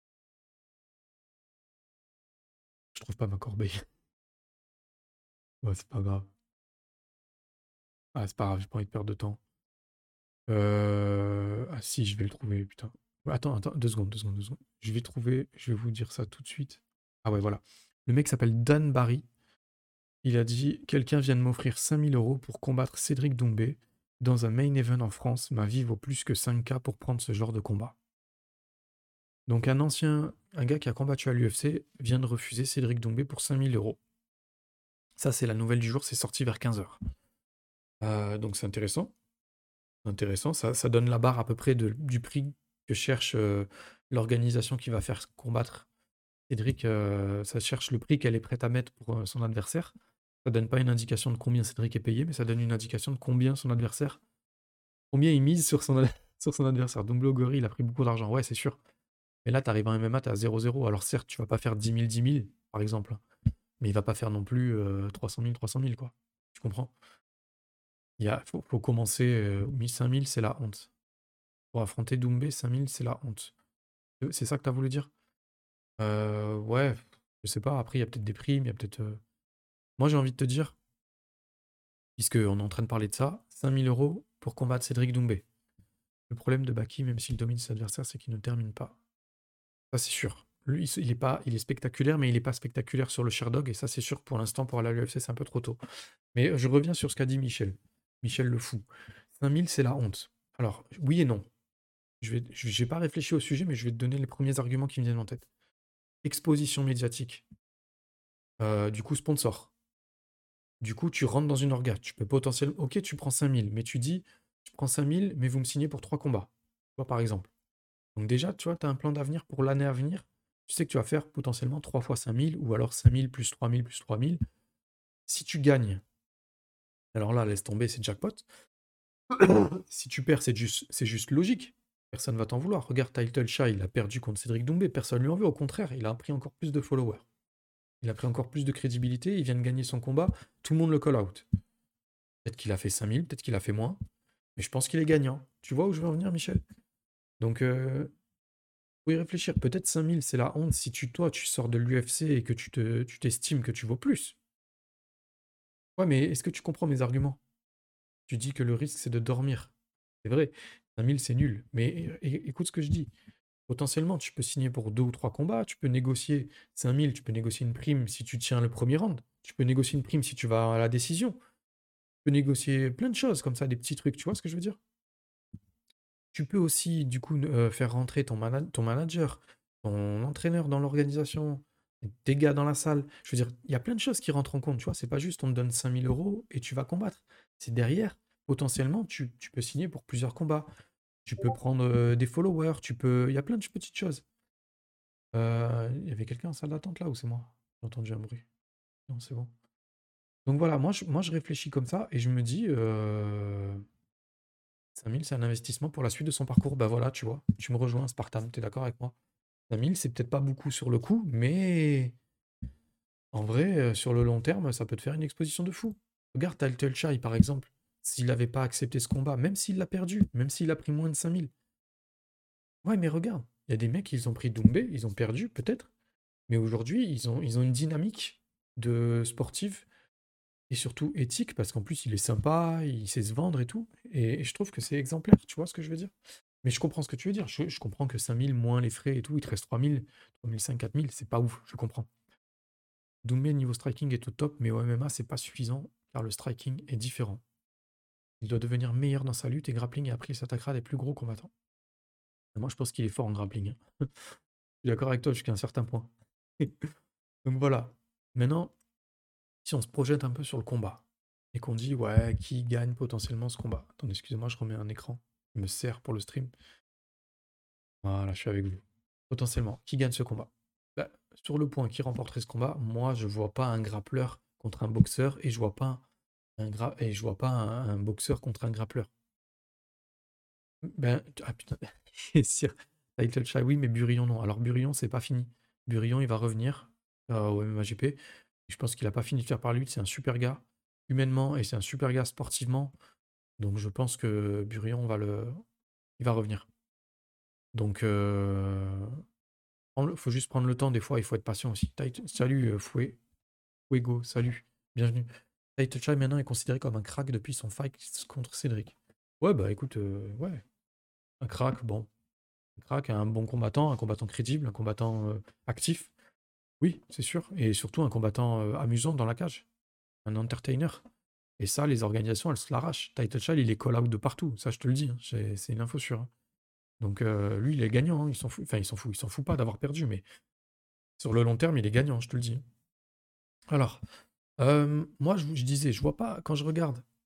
Je trouve pas ma corbeille. Ouais, c'est pas grave. Ah, c'est pas grave, j'ai pas envie de perdre de temps. Ah si, je vais le trouver, putain. Attends, 2 secondes, 2 secondes, 2 secondes. Je vais trouver, je vais vous dire ça tout de suite. Ah ouais, voilà. Le mec s'appelle Dan Barry. Il a dit: quelqu'un vient de m'offrir 5000 € pour combattre Cédric Doumbé. Dans un main event en France, ma vie vaut plus que 5K pour prendre ce genre de combat. Donc un gars qui a combattu à l'UFC vient de refuser Cédric Doumbé pour 5000 €. Ça, c'est la nouvelle du jour, c'est sorti vers 15h. Donc c'est intéressant. Intéressant, ça donne la barre à peu près du prix que cherche l'organisation qui va faire combattre Cédric. Ça cherche le prix qu'elle est prête à mettre pour son adversaire. Ça donne pas une indication de combien Cédric est payé, mais ça donne une indication de combien son adversaire, combien il mise sur sur son adversaire. Dumblo Gori, il a pris beaucoup d'argent, ouais, c'est sûr. Mais là, tu arrives en MMA, tu es à 0-0. Alors certes, tu vas pas faire 10 000, par exemple, hein, mais il va pas faire non plus 300 000, quoi. Tu comprends? Faut commencer, 5 000, c'est la honte. Pour affronter Doumbé, 5 000, c'est la honte. C'est ça que tu as voulu dire? Ouais, je sais pas, après il y a peut-être des primes, il y a peut-être, moi j'ai envie de te dire, puisqu'on est en train de parler de ça, 5 000 € pour combattre Cédric Doumbé. Le problème de Baki, même s'il domine ses adversaires, c'est qu'il ne termine pas. Ça c'est sûr. Lui, il est spectaculaire, mais il est pas spectaculaire sur le Sherdog, et ça c'est sûr que pour l'instant, pour aller à l'UFC, c'est un peu trop tôt. Mais je reviens sur ce qu'a dit Michel. Michel le fou. 5 000, c'est la honte. Alors, oui et non. J'ai pas réfléchi au sujet, mais je vais te donner les premiers arguments qui me viennent en tête. Exposition médiatique. Du coup, sponsor. Du coup, tu rentres dans une orga. Tu peux potentiellement. Ok, tu prends 5 000, mais tu dis, tu prends 5 000, mais vous me signez pour 3 combats. Tu vois, par exemple. Donc, déjà, tu vois, tu as un plan d'avenir pour l'année à venir. Tu sais que tu vas faire potentiellement 3 fois 5 000, ou alors 5 000 plus 3 000 plus 3 000. Si tu gagnes, alors là, laisse tomber, c'est jackpot. Si tu perds, c'est juste logique. Personne va t'en vouloir. Regarde, Title Shy, il a perdu contre Cédric Doumbé. Personne lui en veut. Au contraire, il a pris encore plus de followers. Il a pris encore plus de crédibilité. Il vient de gagner son combat. Tout le monde le call out. Peut-être qu'il a fait 5 000, peut-être qu'il a fait moins. Mais je pense qu'il est gagnant. Tu vois où je veux en venir, Michel? Donc, faut y réfléchir. Peut-être 5 000, c'est la honte si toi, tu sors de l'UFC et que tu t'estimes que tu vaux plus. Ouais, mais est-ce que tu comprends mes arguments? Tu dis que le risque, c'est de dormir. C'est vrai. 5 000, c'est nul. Mais écoute ce que je dis. Potentiellement, tu peux signer pour 2 ou 3 combats, tu peux négocier 5 000, tu peux négocier une prime si tu tiens le premier round, tu peux négocier une prime si tu vas à la décision, tu peux négocier plein de choses comme ça, des petits trucs, tu vois ce que je veux dire? Tu peux aussi, du coup, faire rentrer ton manager, ton entraîneur dans l'organisation, des gars dans la salle. Je veux dire, il y a plein de choses qui rentrent en compte, tu vois, c'est pas juste on te donne 5 000 € et tu vas combattre. C'est derrière, potentiellement, tu peux signer pour plusieurs combats. Tu peux prendre des followers, il y a plein de petites choses. Il y avait quelqu'un en salle d'attente là ou c'est moi? J'ai entendu un bruit. Non, c'est bon. Donc voilà, moi je réfléchis comme ça et je me dis 5 000, c'est un investissement pour la suite de son parcours. Bah voilà, tu vois, tu me rejoins, Spartan, t'es d'accord avec moi? 5 000, c'est peut-être pas beaucoup sur le coup, mais en vrai, sur le long terme, ça peut te faire une exposition de fou. Regarde Title Shy, par exemple, s'il n'avait pas accepté ce combat, même s'il l'a perdu, même s'il a pris moins de 5 000. Ouais, mais regarde, il y a des mecs, ils ont pris Doumbé, ils ont perdu, peut-être. Mais aujourd'hui, ils ont une dynamique de sportive et surtout éthique parce qu'en plus, il est sympa, il sait se vendre et tout. Et je trouve que c'est exemplaire, tu vois ce que je veux dire? Mais je comprends ce que tu veux dire. Je comprends que 5 000 moins les frais et tout, il te reste 3 000, 3 500, 4 000, c'est pas ouf, je comprends. Doumbé, niveau striking est au top, mais au MMA, c'est pas suffisant car le striking est différent. Il doit devenir meilleur dans sa lutte et grappling et après il s'attaquera à des plus gros combattants. Et moi, je pense qu'il est fort en grappling, hein. Je suis d'accord avec toi jusqu'à un certain point. Donc voilà. Maintenant, si on se projette un peu sur le combat et qu'on dit ouais, qui gagne potentiellement ce combat? Attendez, excusez-moi, je remets un écran. Il me sert pour le stream. Voilà, je suis avec vous. Potentiellement, qui gagne ce combat? Bah, sur le point qui remporterait ce combat, moi je vois pas un grappleur contre un boxeur et je vois pas un boxeur contre un grappleur. Ben, ah putain, Sir Title Shy, oui, mais Burillon non. Alors Burillon, c'est pas fini. Burillon, il va revenir au MMAGP. Je pense qu'il a pas fini de faire par lui. C'est un super gars humainement et c'est un super gars sportivement. Donc je pense que Burillon il va revenir. Donc faut juste prendre le temps. Des fois, il faut être patient aussi. Salut Fuego, salut, bienvenue. Title Shy maintenant est considéré comme un crack depuis son fight contre Cédric. Ouais, bah écoute, ouais, un crack, bon. Crack, un bon combattant, un combattant crédible, un combattant actif. Oui, c'est sûr. Et surtout un combattant amusant dans la cage. Un entertainer. Et ça, les organisations, elles se l'arrachent. Title Child, il est call-out de partout. Ça, je te le dis, hein. C'est une info sûre, hein. Donc lui, il est gagnant, hein. Il s'en fout. Enfin, il s'en fout pas d'avoir perdu, mais sur le long terme, il est gagnant, je te le dis. Alors, moi, je disais, je vois pas, quand je regarde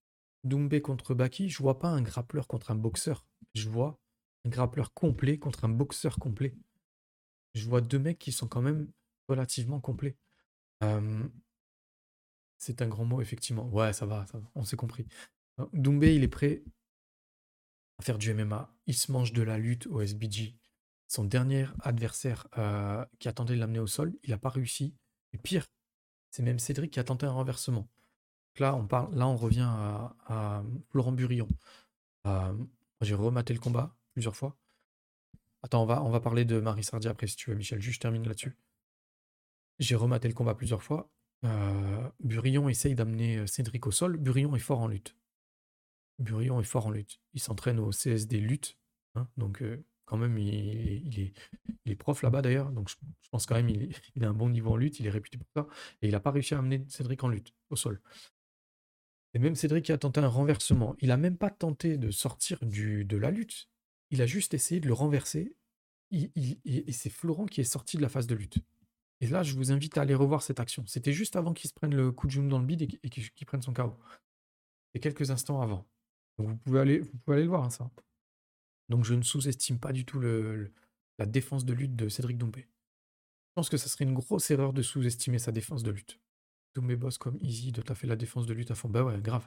Doumbé contre Baki, je vois pas un grappleur contre un boxeur. Je vois un grappleur complet contre un boxeur complet. Je vois deux mecs qui sont quand même relativement complets. Euh, c'est un grand mot, effectivement. Ouais, ça va, on s'est compris. Doumbé, il est prêt à faire du MMA. Il se mange de la lutte au SBG. Son dernier adversaire qui a tenté de l'amener au sol, il n'a pas réussi. Et pire, c'est même Cédric qui a tenté un renversement. Donc là, on revient à Florent Burillon. J'ai rematé le combat plusieurs fois. Attends, on va parler de Marie Sardi après si tu veux, Michel. Juste je termine là-dessus. J'ai rematé le combat plusieurs fois. Burillon essaye d'amener Cédric au sol. Burillon est fort en lutte. Burillon est fort en lutte. Il s'entraîne au CSD lutte. Hein, donc quand même, il est prof là-bas d'ailleurs. Donc je pense quand même il a un bon niveau en lutte. Il est réputé pour ça. Et il n'a pas réussi à amener Cédric en lutte au sol. Et même Cédric a tenté un renversement. Il n'a même pas tenté de sortir de la lutte. Il a juste essayé de le renverser. Et c'est Florent qui est sorti de la phase de lutte. Et là, je vous invite à aller revoir cette action. C'était juste avant qu'il se prenne le coup de genou dans le bide et qu'il prenne son KO. C'est quelques instants avant. Donc vous pouvez aller le voir, hein, ça. Donc je ne sous-estime pas du tout la défense de lutte de Cédric Doumbé. Je pense que ça serait une grosse erreur de sous-estimer sa défense de lutte. Doumbé boss comme Easy, de t'as fait la défense de lutte à fond. Bah ouais, grave.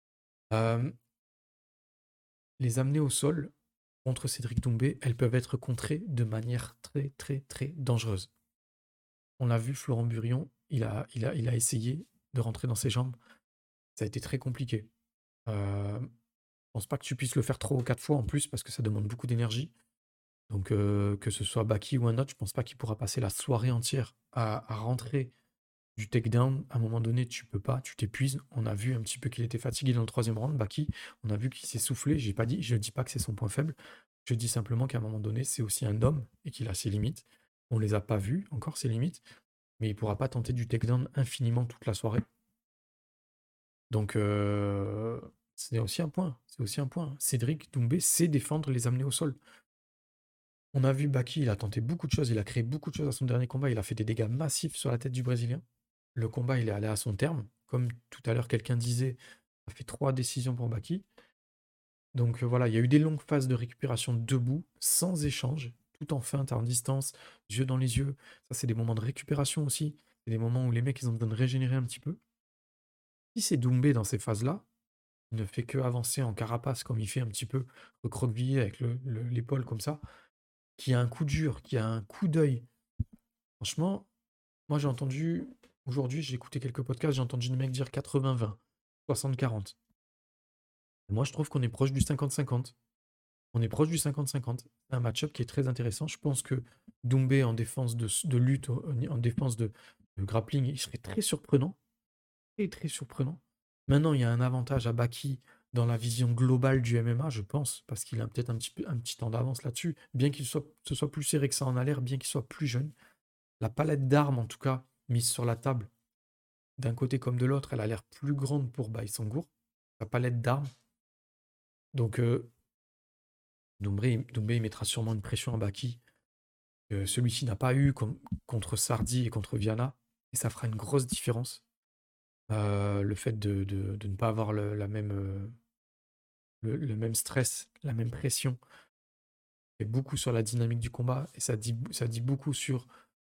Les amener au sol contre Cédric Doumbé, elles peuvent être contrées de manière très très très dangereuse. On l'a vu, Florent Burillon, il a essayé de rentrer dans ses jambes. Ça a été très compliqué. Je pense pas que tu puisses le faire 3 ou 4 fois en plus parce que ça demande beaucoup d'énergie. Donc que ce soit Baki ou un autre, je pense pas qu'il pourra passer la soirée entière à rentrer du takedown. À un moment donné, tu peux pas, tu t'épuises. On a vu un petit peu qu'il était fatigué dans le troisième round, Baki. On a vu qu'il s'est soufflé. Je ne dis pas que c'est son point faible. Je dis simplement qu'à un moment donné, c'est aussi un homme et qu'il a ses limites. On les a pas vues encore, ses limites. Mais il pourra pas tenter du takedown infiniment toute la soirée. Donc c'est aussi un point. C'est aussi un point. Cédric Doumbé sait défendre les amener au sol. On a vu Baki, il a tenté beaucoup de choses, il a créé beaucoup de choses à son dernier combat, il a fait des dégâts massifs sur la tête du Brésilien. Le combat, il est allé à son terme. Comme tout à l'heure, quelqu'un disait, a fait 3 décisions pour Baki. Donc voilà, il y a eu des longues phases de récupération debout, sans échange, tout en feinte, en distance, yeux dans les yeux. Ça, c'est des moments de récupération aussi. C'est des moments où les mecs, ils ont besoin de régénérer un petit peu. Si c'est Doumbé dans ces phases-là, il ne fait que avancer en carapace, comme il fait un petit peu recroquevillé avec l'épaule comme ça, qui a un coup dur, qui a un coup d'œil. Franchement, moi j'ai entendu, aujourd'hui j'ai écouté quelques podcasts, j'ai entendu des mecs dire 80-20, 60-40. Moi je trouve qu'on est proche du 50-50. On est proche du 50-50. C'est un match-up qui est très intéressant. Je pense que Doumbé en défense de lutte, en défense de grappling, il serait très surprenant. Très très surprenant. Maintenant, il y a un avantage à Baki dans la vision globale du MMA, je pense, parce qu'il a peut-être un petit temps d'avance là-dessus, bien ce soit plus serré que ça en a l'air, bien qu'il soit plus jeune. La palette d'armes, en tout cas, mise sur la table, d'un côté comme de l'autre, elle a l'air plus grande pour Baïsangour. La palette d'armes. Donc, Doumbé, il mettra sûrement une pression à Baki que celui-ci n'a pas eu contre Sardi et contre Viana. Et ça fera une grosse différence. Le fait de ne pas avoir la même, le même stress, la même pression, fait beaucoup sur la dynamique du combat. Et ça dit beaucoup sur.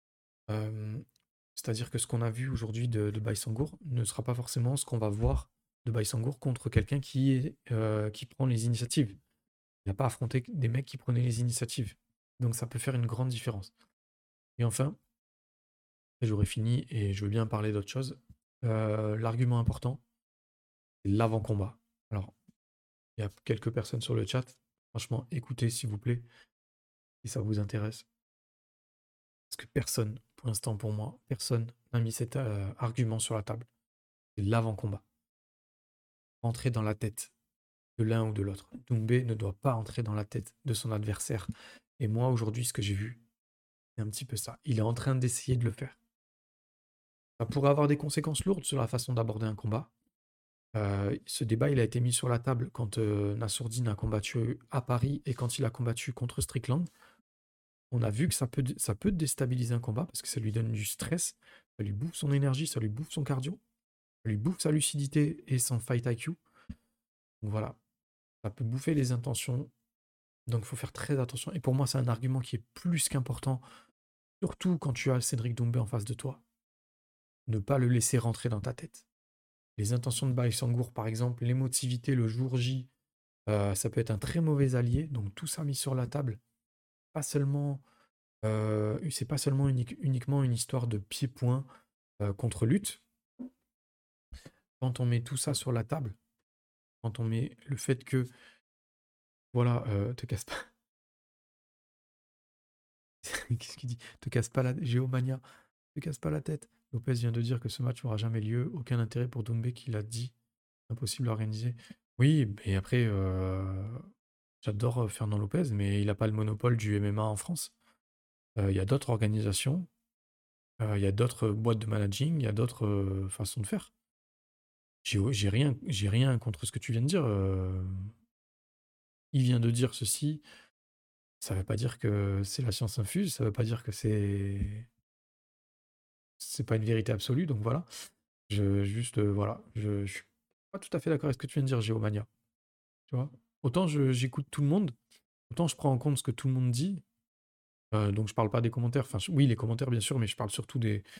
C'est-à-dire que ce qu'on a vu aujourd'hui de Baïsangour ne sera pas forcément ce qu'on va voir de Baïsangour contre quelqu'un qui prend les initiatives. Il n'a pas affronté des mecs qui prenaient les initiatives. Donc ça peut faire une grande différence. Et enfin, j'aurais fini et je veux bien parler d'autre chose. L'argument important, c'est l'avant-combat. Alors, il y a quelques personnes sur le chat. Franchement, écoutez s'il vous plaît, si ça vous intéresse. Parce que personne, pour l'instant pour moi, personne n'a mis cet argument sur la table. C'est l'avant-combat. Rentrer dans la tête de l'un ou de l'autre. Doumbé ne doit pas entrer dans la tête de son adversaire. Et moi, aujourd'hui, ce que j'ai vu, c'est un petit peu ça. Il est en train d'essayer de le faire. Ça pourrait avoir des conséquences lourdes sur la façon d'aborder un combat. Ce débat, il a été mis sur la table quand Nassourdine a combattu à Paris et quand il a combattu contre Strickland. On a vu que ça peut déstabiliser un combat parce que ça lui donne du stress, ça lui bouffe son énergie, ça lui bouffe son cardio, ça lui bouffe sa lucidité et son fight IQ. Donc voilà, ça peut bouffer les intentions, donc il faut faire très attention. Et pour moi, c'est un argument qui est plus qu'important, surtout quand tu as Cédric Doumbé en face de toi. Ne pas le laisser rentrer dans ta tête. Les intentions de Baïsangour, par exemple, l'émotivité le jour J, ça peut être un très mauvais allié. Donc tout ça mis sur la table, pas seulement, c'est pas seulement uniquement une histoire de pied-point contre lutte. Quand on met tout ça sur la table, quand on met le fait que, voilà, te casse pas. Qu'est-ce qu'il dit? Te casse pas la Géomania, te casse pas la tête. Lopez vient de dire que ce match n'aura jamais lieu. Aucun intérêt pour Doumbé qui l'a dit. Impossible à organiser. Oui, mais après, j'adore Fernand Lopez, mais il n'a pas le monopole du MMA en France. Il y a d'autres organisations, il y a d'autres boîtes de managing, il y a d'autres façons de faire. J'ai rien contre ce que tu viens de dire. Il vient de dire ceci. Ça ne veut pas dire que c'est la science infuse, ça ne veut pas dire que c'est pas une vérité absolue, donc voilà. Voilà, je suis pas tout à fait d'accord avec ce que tu viens de dire, Géomania. Tu vois? Autant j'écoute tout le monde, autant je prends en compte ce que tout le monde dit. Donc je parle pas des commentaires, enfin oui les commentaires bien sûr, mais je parle surtout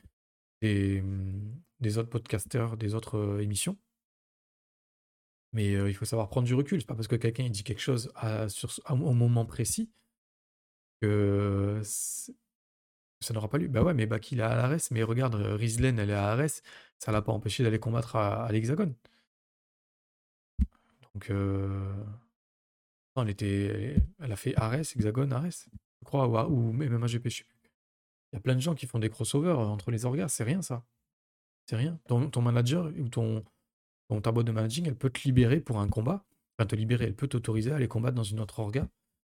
des autres podcasters, des autres émissions. Mais il faut savoir prendre du recul. C'est pas parce que quelqu'un il dit quelque chose au moment précis que ça n'aura pas lieu. Bah ouais, mais Baki il est à Arès, mais regarde, Rizlen elle est à Arès, ça l'a pas empêché d'aller combattre à l'Hexagone. Donc non, elle a fait Arès, Hexagone, Arès, je crois, ou même MMAGP, je sais plus. Il y a plein de gens qui font des crossovers entre les orgas, c'est rien ça. C'est rien. Ton manager ou ta boîte de managing, elle peut te libérer pour un combat. Enfin, te libérer, elle peut t'autoriser à aller combattre dans une autre orga.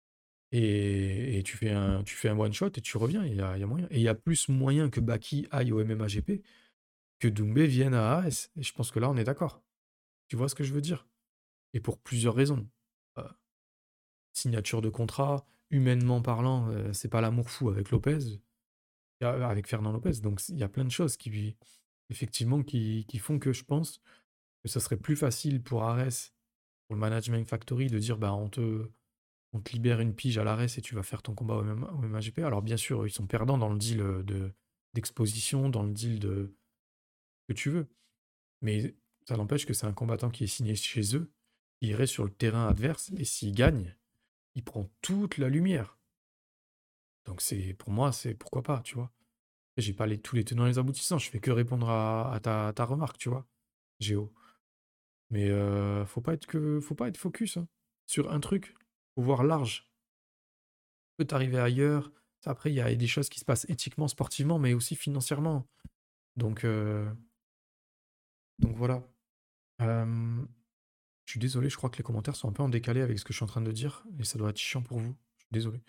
Et tu fais un one-shot et tu reviens. Il y a moyen. Et il y a plus moyen que Baki aille au MMAGP que Doumbé vienne à AS. Et je pense que là, on est d'accord. Tu vois ce que je veux dire? Et pour plusieurs raisons. Euh, Signature de contrat, humainement parlant, c'est pas l'amour fou avec Lopez, avec Fernand Lopez. Donc il y a plein de choses effectivement, qui font que je pense que ça serait plus facile pour Ares, pour le Management Factory, de dire bah on te libère une pige à l'Ares et tu vas faire ton combat au MAGP. Alors bien sûr, ils sont perdants dans le deal d'exposition, dans le deal de que tu veux. Mais ça n'empêche que c'est un combattant qui est signé chez eux, il irait sur le terrain adverse, et s'il gagne, il prend toute la lumière. Donc pour moi, c'est pourquoi pas, tu vois. J'ai pas tous les tenants et les aboutissants, je fais que répondre à ta remarque, tu vois, Géo. Mais faut pas être focus hein, sur un truc, faut voir large. Peut t'arriver ailleurs. Après, il y a des choses qui se passent éthiquement, sportivement, mais aussi financièrement. Donc, euh, donc voilà. Euh, je suis désolé, je crois que les commentaires sont un peu en décalé avec ce que je suis en train de dire, et ça doit être chiant pour vous. Je suis désolé.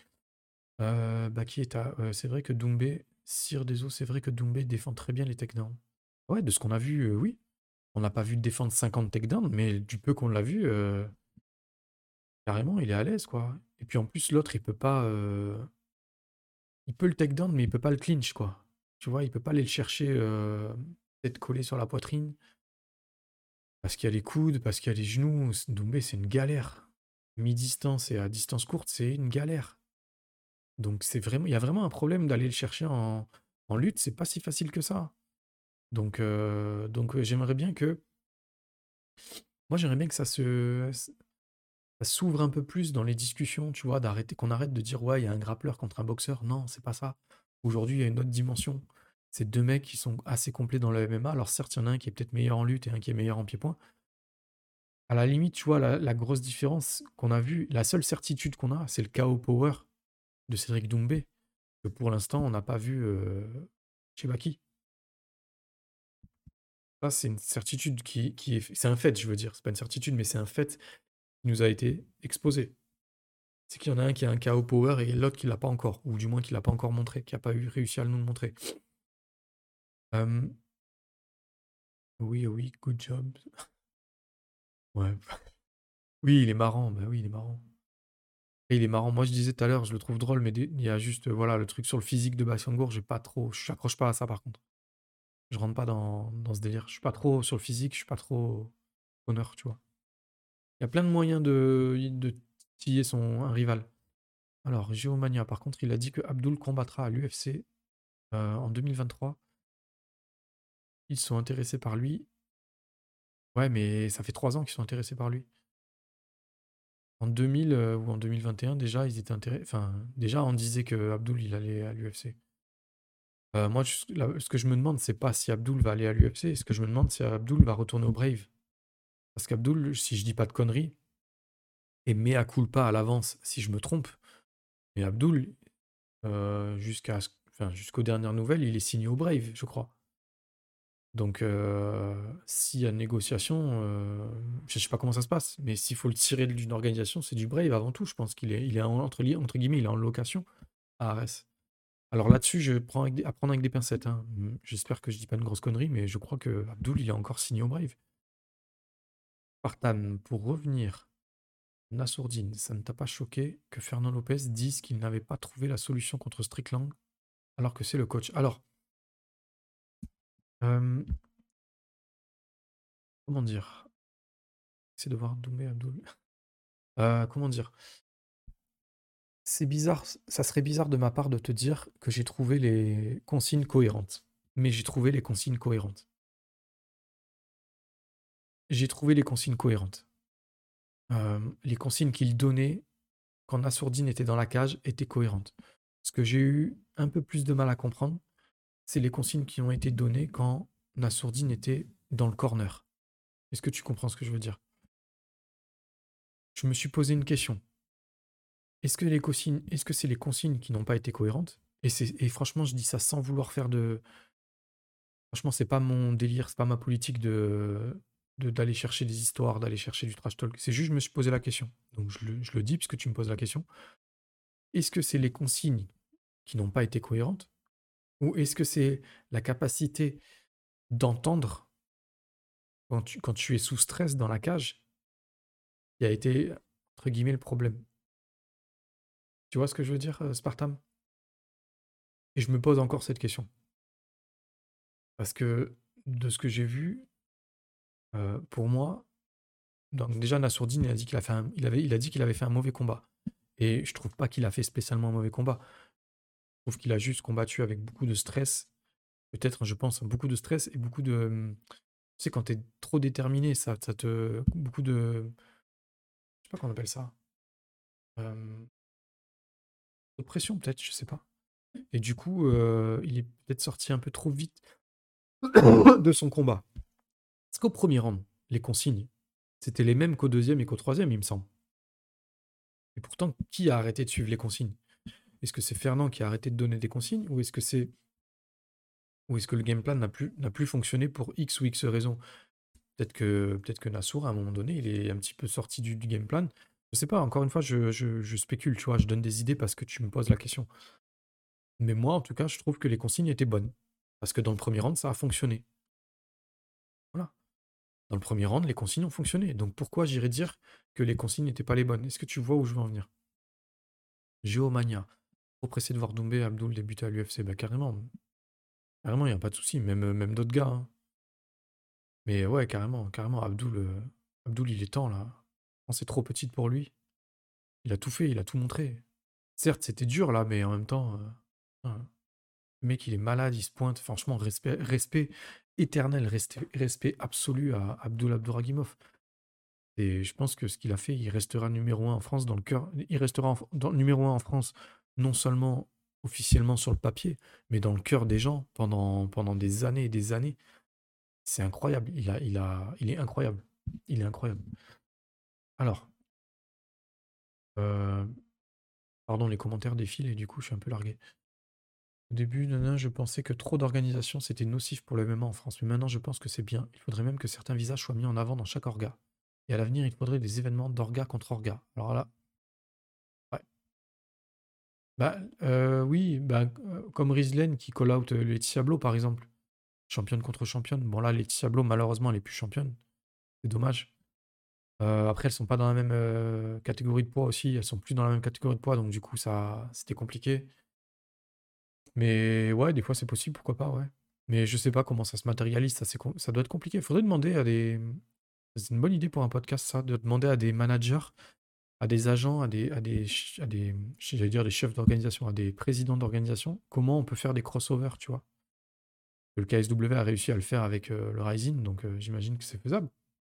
Baki c'est vrai que Doumbé, Sire des eaux, c'est vrai que Doumbé défend très bien les takedowns. Ouais, de ce qu'on a vu, oui. On n'a pas vu défendre 50 takedowns, mais du peu qu'on l'a vu, carrément, il est à l'aise, quoi. Et puis en plus, l'autre, il peut pas. Il peut le takedown, mais il peut pas le clinch, quoi. Tu vois, il peut pas aller le chercher tête collée sur la poitrine. Parce qu'il y a les coudes, parce qu'il y a les genoux. Doumbé, c'est une galère. Mi-distance et à distance courte, c'est une galère. Donc il y a vraiment un problème d'aller le chercher en lutte, c'est pas si facile que ça. Donc j'aimerais bien que. Moi, j'aimerais bien que ça s'ouvre un peu plus dans les discussions, tu vois, qu'on arrête de dire ouais, il y a un grappleur contre un boxeur. Non, c'est pas ça. Aujourd'hui, il y a une autre dimension. C'est deux mecs qui sont assez complets dans le MMA. Alors certes, il y en a un qui est peut-être meilleur en lutte et un qui est meilleur en pied-point. À la limite, tu vois, la grosse différence qu'on a vue, la seule certitude qu'on a, c'est le KO power de Cédric Doumbé, que pour l'instant, on n'a pas vu chez Baki. Ça, c'est une certitude qui est. C'est un fait, je veux dire. C'est pas une certitude, mais c'est un fait qui nous a été exposé. C'est qu'il y en a un qui a un KO power et l'autre qui l'a pas encore, ou du moins qui l'a pas encore montré, qui a pas réussi à nous le montrer. Euh, oui, oui, good job. Ouais. Oui, il est marrant, bah oui, il est marrant. Et il est marrant. Moi, je disais tout à l'heure, je le trouve drôle, mais il y a juste, voilà, le truc sur le physique de Bassiangour, j'ai pas trop, je n'accroche pas à ça par contre. Je rentre pas dans ce délire. Je suis pas trop sur le physique, je suis pas trop honneur, tu vois. Il y a plein de moyens de titiller un rival. Alors, Géomania, par contre, il a dit que Abdul combattra à l'UFC en 2023. Ils sont intéressés par lui. Ouais, mais ça fait 3 ans qu'ils sont intéressés par lui. En 2000 ou en 2021, déjà, ils étaient intéressés. Enfin, déjà, on disait que Abdul, il allait à l'UFC. Moi, ce que je me demande, c'est pas si Abdul va aller à l'UFC. Ce que je me demande, c'est si Abdul va retourner au Brave. Parce qu'Abdul, si je dis pas de conneries, et mea culpa à l'avance si je me trompe, mais Abdul, jusqu'aux dernières nouvelles, il est signé au Brave, je crois. Donc, s'il y a négociation, je sais pas comment ça se passe, mais s'il faut le tirer d'une organisation, c'est du Brave avant tout. Je pense qu'il est entre guillemets, il est en location à Arès. Alors là-dessus, je prends à prendre avec des pincettes, hein. J'espère que je dis pas une grosse connerie, mais je crois que Abdul, il est encore signé au Brave. Spartan, pour revenir, Nassourdine, ça ne t'a pas choqué que Fernand Lopez dise qu'il n'avait pas trouvé la solution contre Strickland alors que c'est le coach. Alors, euh, comment dire? C'est de voir Doumbé Abdul. Comment dire? C'est bizarre, ça serait bizarre de ma part de te dire que j'ai trouvé les consignes cohérentes. Mais j'ai trouvé les consignes cohérentes. J'ai trouvé les consignes cohérentes. Les consignes qu'il donnait quand Nassourdine était dans la cage étaient cohérentes. Ce que j'ai eu un peu plus de mal à comprendre, c'est les consignes qui ont été données quand Nassourdine était dans le corner. Est-ce que tu comprends ce que je veux dire? Je me suis posé une question. Est-ce que c'est les consignes qui n'ont pas été cohérentes? Et franchement, je dis ça sans vouloir faire de. Franchement, c'est pas mon délire, c'est pas ma politique d'aller chercher des histoires, d'aller chercher du trash talk. C'est juste, je me suis posé la question. Donc je le dis puisque tu me poses la question. Est-ce que c'est les consignes qui n'ont pas été cohérentes? Ou est-ce que c'est la capacité d'entendre quand tu es sous stress dans la cage qui a été, entre guillemets, le problème? Tu vois ce que je veux dire, Spartam? Et je me pose encore cette question. Parce que de ce que j'ai vu, pour moi, donc déjà Nassourdine, il a dit il a dit qu'il avait fait un mauvais combat. Et je trouve pas qu'il a fait spécialement un mauvais combat. Je trouve qu'il a juste combattu avec beaucoup de stress. Peut-être, je pense, beaucoup de stress et beaucoup de. Tu sais, quand t'es trop déterminé, ça te. Beaucoup de. Je sais pas comment on appelle ça. Euh, de pression, peut-être, je sais pas. Et du coup, il est peut-être sorti un peu trop vite de son combat. Parce qu'au premier round, les consignes, c'était les mêmes qu'au deuxième et qu'au troisième, il me semble. Et pourtant, qui a arrêté de suivre les consignes? Est-ce que c'est Fernand qui a arrêté de donner des consignes ou est-ce que le game plan n'a plus fonctionné pour X ou X raisons? Peut-être que Nassour, à un moment donné, il est un petit peu sorti du game plan. Je sais pas, encore une fois, je spécule, tu vois, je donne des idées parce que tu me poses la question. Mais moi, en tout cas, je trouve que les consignes étaient bonnes. Parce que dans le premier round, ça a fonctionné. Voilà. Dans le premier round, les consignes ont fonctionné. Donc pourquoi j'irais dire que les consignes n'étaient pas les bonnes? Est-ce que tu vois où je veux en venir? Géomania. Trop pressé de voir Doumbé Abdul débuter à l'UFC. Bah carrément. Carrément, il n'y a pas de souci. Même d'autres gars, hein. Mais ouais, carrément, carrément, Abdul, il est temps là. Quand c'est trop petite pour lui. Il a tout fait, il a tout montré. Certes, c'était dur là, mais en même temps, hein, le mec, il est malade, il se pointe. Franchement, respect éternel, respect absolu à Abdul Abdouragimov. Et je pense que ce qu'il a fait, il restera numéro un en France dans le cœur. Il restera numéro un en France, non seulement officiellement sur le papier, mais dans le cœur des gens pendant des années et des années. C'est incroyable. Il est incroyable. Il est incroyable. Alors, euh, pardon, les commentaires défilent et du coup, je suis un peu largué. Au début, je pensais que trop d'organisation, c'était nocif pour le MMA en France, mais maintenant je pense que c'est bien. Il faudrait même que certains visages soient mis en avant dans chaque orga. Et à l'avenir, il faudrait des événements d'orga contre orga. Alors là, ouais. Bah, oui, bah, comme Rizlen qui call out Laetitia Blo, par exemple. Championne contre championne. Bon, là, Laetitia Blo, malheureusement, elle est plus championne. C'est dommage. Après, elles sont pas dans la même catégorie de poids aussi. Elles sont plus dans la même catégorie de poids, donc du coup, c'était compliqué. Mais ouais, des fois, c'est possible, pourquoi pas, ouais. Mais je sais pas comment ça se matérialise, ça doit être compliqué. Faudrait demander C'est une bonne idée pour un podcast, ça, de demander à des managers, à des agents, j'allais dire des chefs d'organisation, à des présidents d'organisation, comment on peut faire des crossovers, tu vois. Le KSW a réussi à le faire avec le Rising, donc j'imagine que c'est faisable.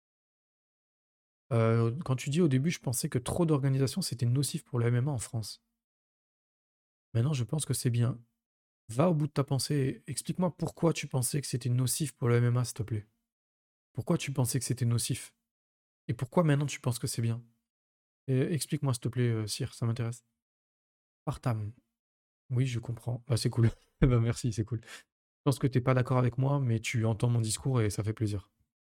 Quand tu dis au début, je pensais que trop d'organisations, c'était nocif pour le MMA en France. Maintenant, je pense que c'est bien. Va au bout de ta pensée et explique-moi pourquoi tu pensais que c'était nocif pour le MMA, s'il te plaît. Pourquoi tu pensais que c'était nocif? Et pourquoi maintenant tu penses que c'est bien? Et explique-moi, s'il te plaît, Sire, ça m'intéresse. Partam. Oui, je comprends. Ah, c'est cool. Bah, merci, c'est cool. Je pense que t'es pas d'accord avec moi, mais tu entends mon discours et ça fait plaisir.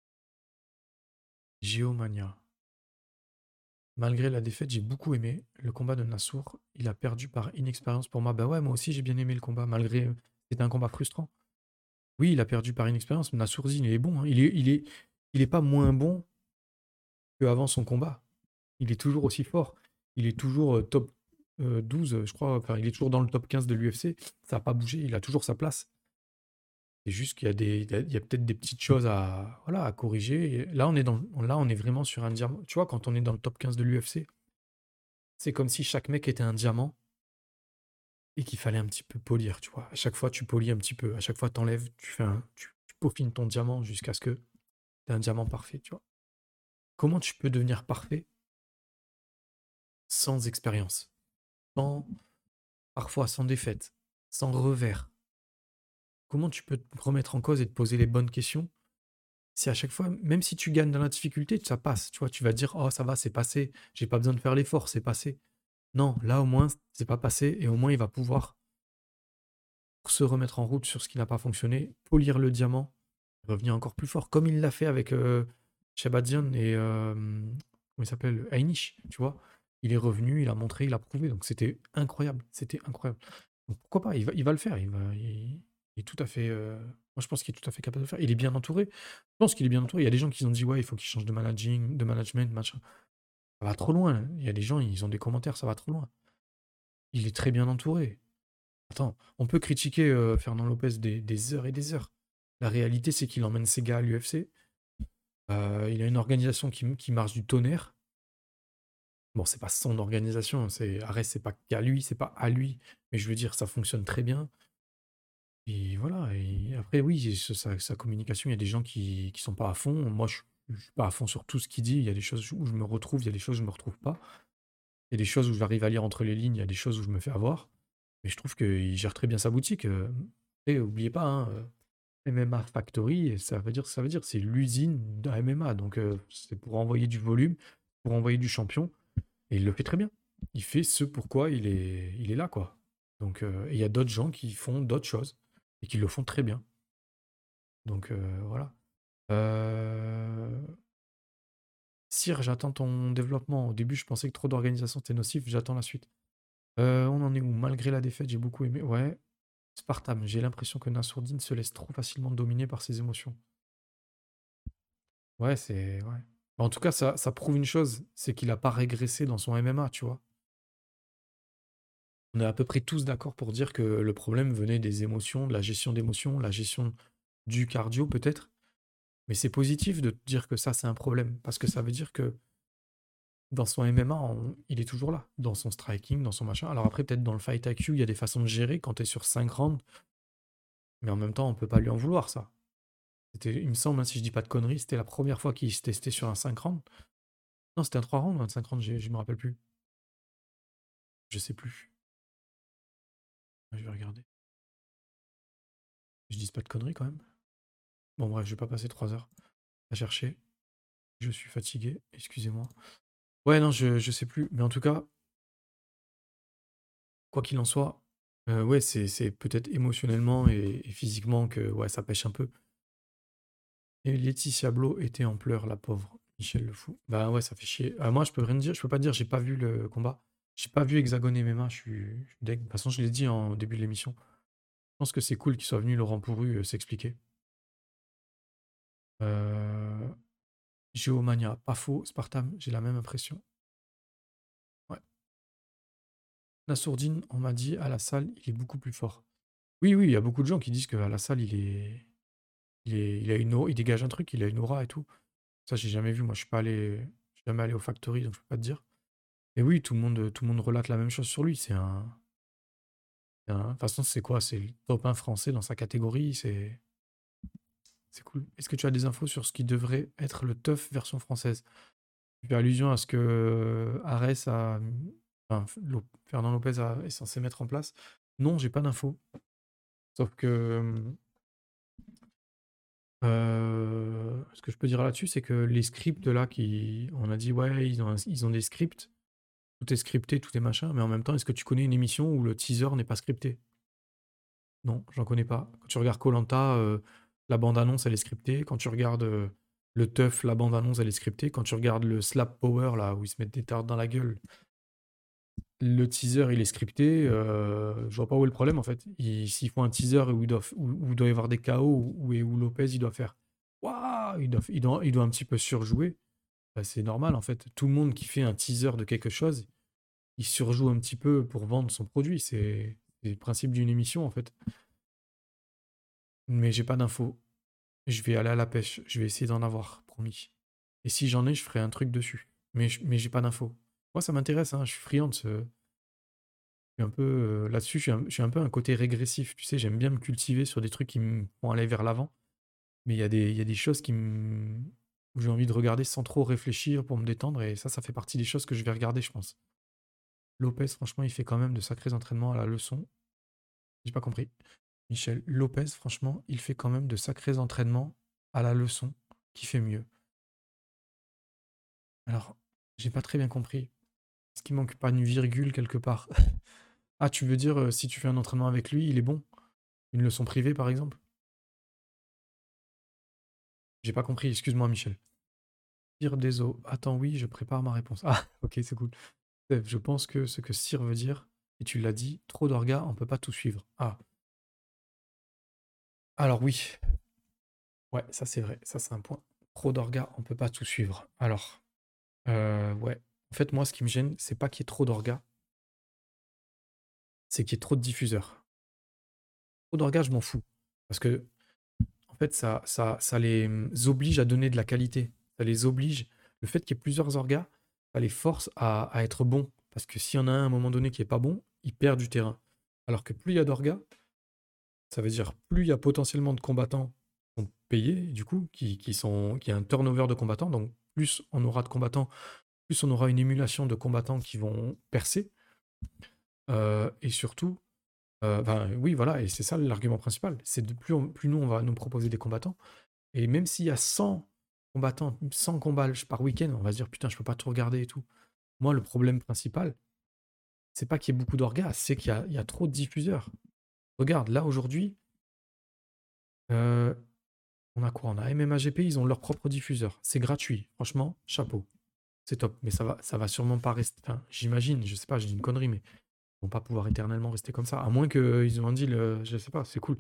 Geomania. Malgré la défaite, j'ai beaucoup aimé le combat de Nassour. Il a perdu par inexpérience pour moi. Bah ouais, moi aussi j'ai bien aimé le combat, malgré c'était un combat frustrant. Oui, il a perdu par inexpérience. Mais Nassourdine, il est bon, hein. Il est pas moins bon qu'avant son combat. Il est toujours aussi fort. Il est toujours top 12, je crois. Enfin, il est toujours dans le top 15 de l'UFC. Ça n'a pas bougé. Il a toujours sa place. C'est juste qu'il y a il y a peut-être des petites choses à, voilà, à corriger. Et là, on est vraiment sur un diamant. Tu vois, quand on est dans le top 15 de l'UFC, c'est comme si chaque mec était un diamant et qu'il fallait un petit peu polir, tu vois. À chaque fois, tu polis un petit peu. À chaque fois, t'enlèves, tu peaufines ton diamant jusqu'à ce que tu aies un diamant parfait, tu vois. Comment tu peux devenir parfait sans expérience, sans, parfois sans défaite, sans revers? Comment tu peux te remettre en cause et te poser les bonnes questions si à chaque fois, même si tu gagnes dans la difficulté, ça passe, tu vois, tu vas dire, oh ça va, c'est passé, j'ai pas besoin de faire l'effort, c'est passé. Non, là au moins, c'est pas passé et au moins il va pouvoir se remettre en route sur ce qui n'a pas fonctionné, polir le diamant, revenir encore plus fort, comme il l'a fait avec Shabazian et comment il s'appelle, Heinisch, tu vois. Il est revenu, il a montré, il a prouvé, donc c'était incroyable, c'était incroyable. Donc pourquoi pas, il va le faire, il est tout à fait, moi je pense qu'il est tout à fait capable de le faire. Il est bien entouré, je pense qu'il est bien entouré. Il y a des gens qui ont dit ouais, il faut qu'il change de management, machin. Ça va trop loin. Il y a des gens, ils ont des commentaires, ça va trop loin. Il est très bien entouré. Attends, on peut critiquer Fernand Lopez des heures et des heures. La réalité, c'est qu'il emmène ses gars à l'UFC. Il a une organisation qui marche du tonnerre. Bon, c'est pas son organisation, Arès, c'est pas qu'à lui, c'est pas à lui. Mais je veux dire, ça fonctionne très bien. Et voilà. Et après, oui, sa communication, il y a des gens qui sont pas à fond. Moi, je suis pas à fond sur tout ce qu'il dit. Il y a des choses où je me retrouve, il y a des choses où je me retrouve pas. Il y a des choses où j'arrive à lire entre les lignes, il y a des choses où je me fais avoir. Mais je trouve qu'il gère très bien sa boutique. Et oubliez pas, hein, MMA Factory, et ça veut dire, c'est l'usine d'un MMA. Donc c'est pour envoyer du volume, pour envoyer du champion. Et il le fait très bien. Il fait ce pourquoi il est là, quoi. Donc et il y a d'autres gens qui font d'autres choses et qui le font très bien. Donc voilà. Euh, Sire, j'attends ton développement. Au début, je pensais que trop d'organisations c'était nocif. J'attends la suite. On en est où? Malgré la défaite, j'ai beaucoup aimé. Ouais. Spartam, j'ai l'impression que Nassourdine se laisse trop facilement dominer par ses émotions. Ouais, c'est. Ouais. En tout cas, ça prouve une chose, c'est qu'il a pas régressé dans son MMA, tu vois. On est à peu près tous d'accord pour dire que le problème venait des émotions, de la gestion d'émotions, la gestion du cardio peut-être. Mais c'est positif de te dire que ça, c'est un problème. Parce que ça veut dire que dans son MMA, il est toujours là. Dans son striking, dans son machin. Alors après, peut-être dans le fight IQ, il y a des façons de gérer quand tu es sur 5 rounds. Mais en même temps, on peut pas lui en vouloir, ça. Il me semble, hein, si je dis pas de conneries, c'était la première fois qu'il se testait sur un 5 rounds. Non, c'était un 3 rounds ou un 5 rounds, je me rappelle plus. Je sais plus. Je vais regarder. Je dis pas de conneries quand même. Bon, bref, je vais pas passer 3 heures à chercher. Je suis fatigué, excusez-moi. Ouais, non, je sais plus. Mais en tout cas, quoi qu'il en soit, ouais, c'est peut-être émotionnellement et physiquement que ouais, ça pêche un peu. Et Laetitia Blo était en pleurs, la pauvre. Michel le fou. Bah ouais, ça fait chier. Moi, je peux rien dire, je peux pas dire, j'ai pas vu le combat. J'ai pas vu Hexagone MMA, je suis deg. De toute façon, je l'ai dit en début de l'émission. Je pense que c'est cool qu'il soit venu, Laurent Pourru, s'expliquer. Euh, Géomania, pas faux. Spartam, j'ai la même impression. Ouais. Nassourdine, on m'a dit, à la salle, il est beaucoup plus fort. Oui, oui, il y a beaucoup de gens qui disent qu'à la salle, il a une aura, il dégage un truc, il a une aura et tout. Ça, j'ai jamais vu. Moi, je suis jamais allé au Factory, donc je peux pas te dire. Et oui, tout le monde relate la même chose sur lui. De toute façon, c'est quoi? C'est le top 1 français dans sa catégorie. C'est cool. Est-ce que tu as des infos sur ce qui devrait être le TUF version française? Tu fais allusion à ce que Arès a, enfin, Fernand Lopez est censé mettre en place. Non, j'ai pas d'infos. Sauf que ce que je peux dire là-dessus, c'est que les scripts là on a dit ouais, ils ont des scripts, tout est scripté, tout est machin, mais en même temps, est-ce que tu connais une émission où le teaser n'est pas scripté? Non, j'en connais pas. Quand tu regardes koh la bande-annonce, elle est scriptée. Quand tu regardes le Teuf, la bande-annonce, elle est scriptée. Quand tu regardes le Slap Power, là, où ils se mettent des tartes dans la gueule, le teaser, il est scripté. Je vois pas où est le problème, en fait. S'ils font un teaser où il doit y avoir des KO, où Lopez, il doit faire waouh, il doit un petit peu surjouer, bah, c'est normal, en fait. Tout le monde qui fait un teaser de quelque chose, il surjoue un petit peu pour vendre son produit. C'est le principe d'une émission, en fait. Mais j'ai pas d'infos. Je vais aller à la pêche. Je vais essayer d'en avoir, promis. Et si j'en ai, je ferai un truc dessus. Mais j'ai pas d'infos. Moi, ça m'intéresse, hein. Je suis friand de ce. Je suis un peu là-dessus, je suis un peu un côté régressif. Tu sais, j'aime bien me cultiver sur des trucs qui me font aller vers l'avant. Mais il y a des choses où j'ai envie de regarder sans trop réfléchir pour me détendre. Et ça fait partie des choses que je vais regarder, je pense. Lopez, franchement, il fait quand même de sacrés entraînements à la leçon. J'ai pas compris. Michel Lopez, franchement, il fait quand même de sacrés entraînements à la leçon. Qui fait mieux? Alors, j'ai pas très bien compris. Est-ce qu'il manque pas une virgule quelque part? Ah, tu veux dire, si tu fais un entraînement avec lui, il est bon? Une leçon privée, par exemple? J'ai pas compris, excuse-moi, Michel. Sire des eaux. Attends, oui, je prépare ma réponse. Ah, ok, c'est cool. Steph, je pense que ce que Sire veut dire, et tu l'as dit, trop d'orgas, on peut pas tout suivre. Ah, alors oui. Ouais, ça c'est vrai, ça c'est un point. Trop d'orgas, on peut pas tout suivre. Alors, ouais. En fait, moi, ce qui me gêne, c'est pas qu'il y ait trop d'orgas, c'est qu'il y ait trop de diffuseurs. Trop d'orgas, je m'en fous. Parce que en fait, ça les oblige à donner de la qualité. Ça les oblige. Le fait qu'il y ait plusieurs orgas, ça les force à être bons. Parce que s'il y en a un à un moment donné qui est pas bon, il perd du terrain. Alors que plus il y a d'orgas, ça veut dire plus il y a potentiellement de combattants qui sont payés, du coup, qui a un turnover de combattants. Donc plus on aura de combattants, plus on aura une émulation de combattants qui vont percer. Et surtout, ben, oui, voilà, et c'est ça l'argument principal. C'est de plus nous, on va nous proposer des combattants. Et même s'il y a 100 combattants, 100 combats par week-end, on va se dire putain, je peux pas tout regarder et tout. Moi, le problème principal, c'est pas qu'il y ait beaucoup d'orgas, c'est qu'il y a trop de diffuseurs. Regarde, là aujourd'hui, euh, on a quoi? On a MMAGP, ils ont leur propre diffuseur. C'est gratuit. Franchement, chapeau. C'est top. Mais ça va sûrement pas rester. Enfin, j'imagine, je sais pas, j'ai une connerie, mais ils vont pas pouvoir éternellement rester comme ça. À moins qu'ils ont un deal, je sais pas, c'est cool.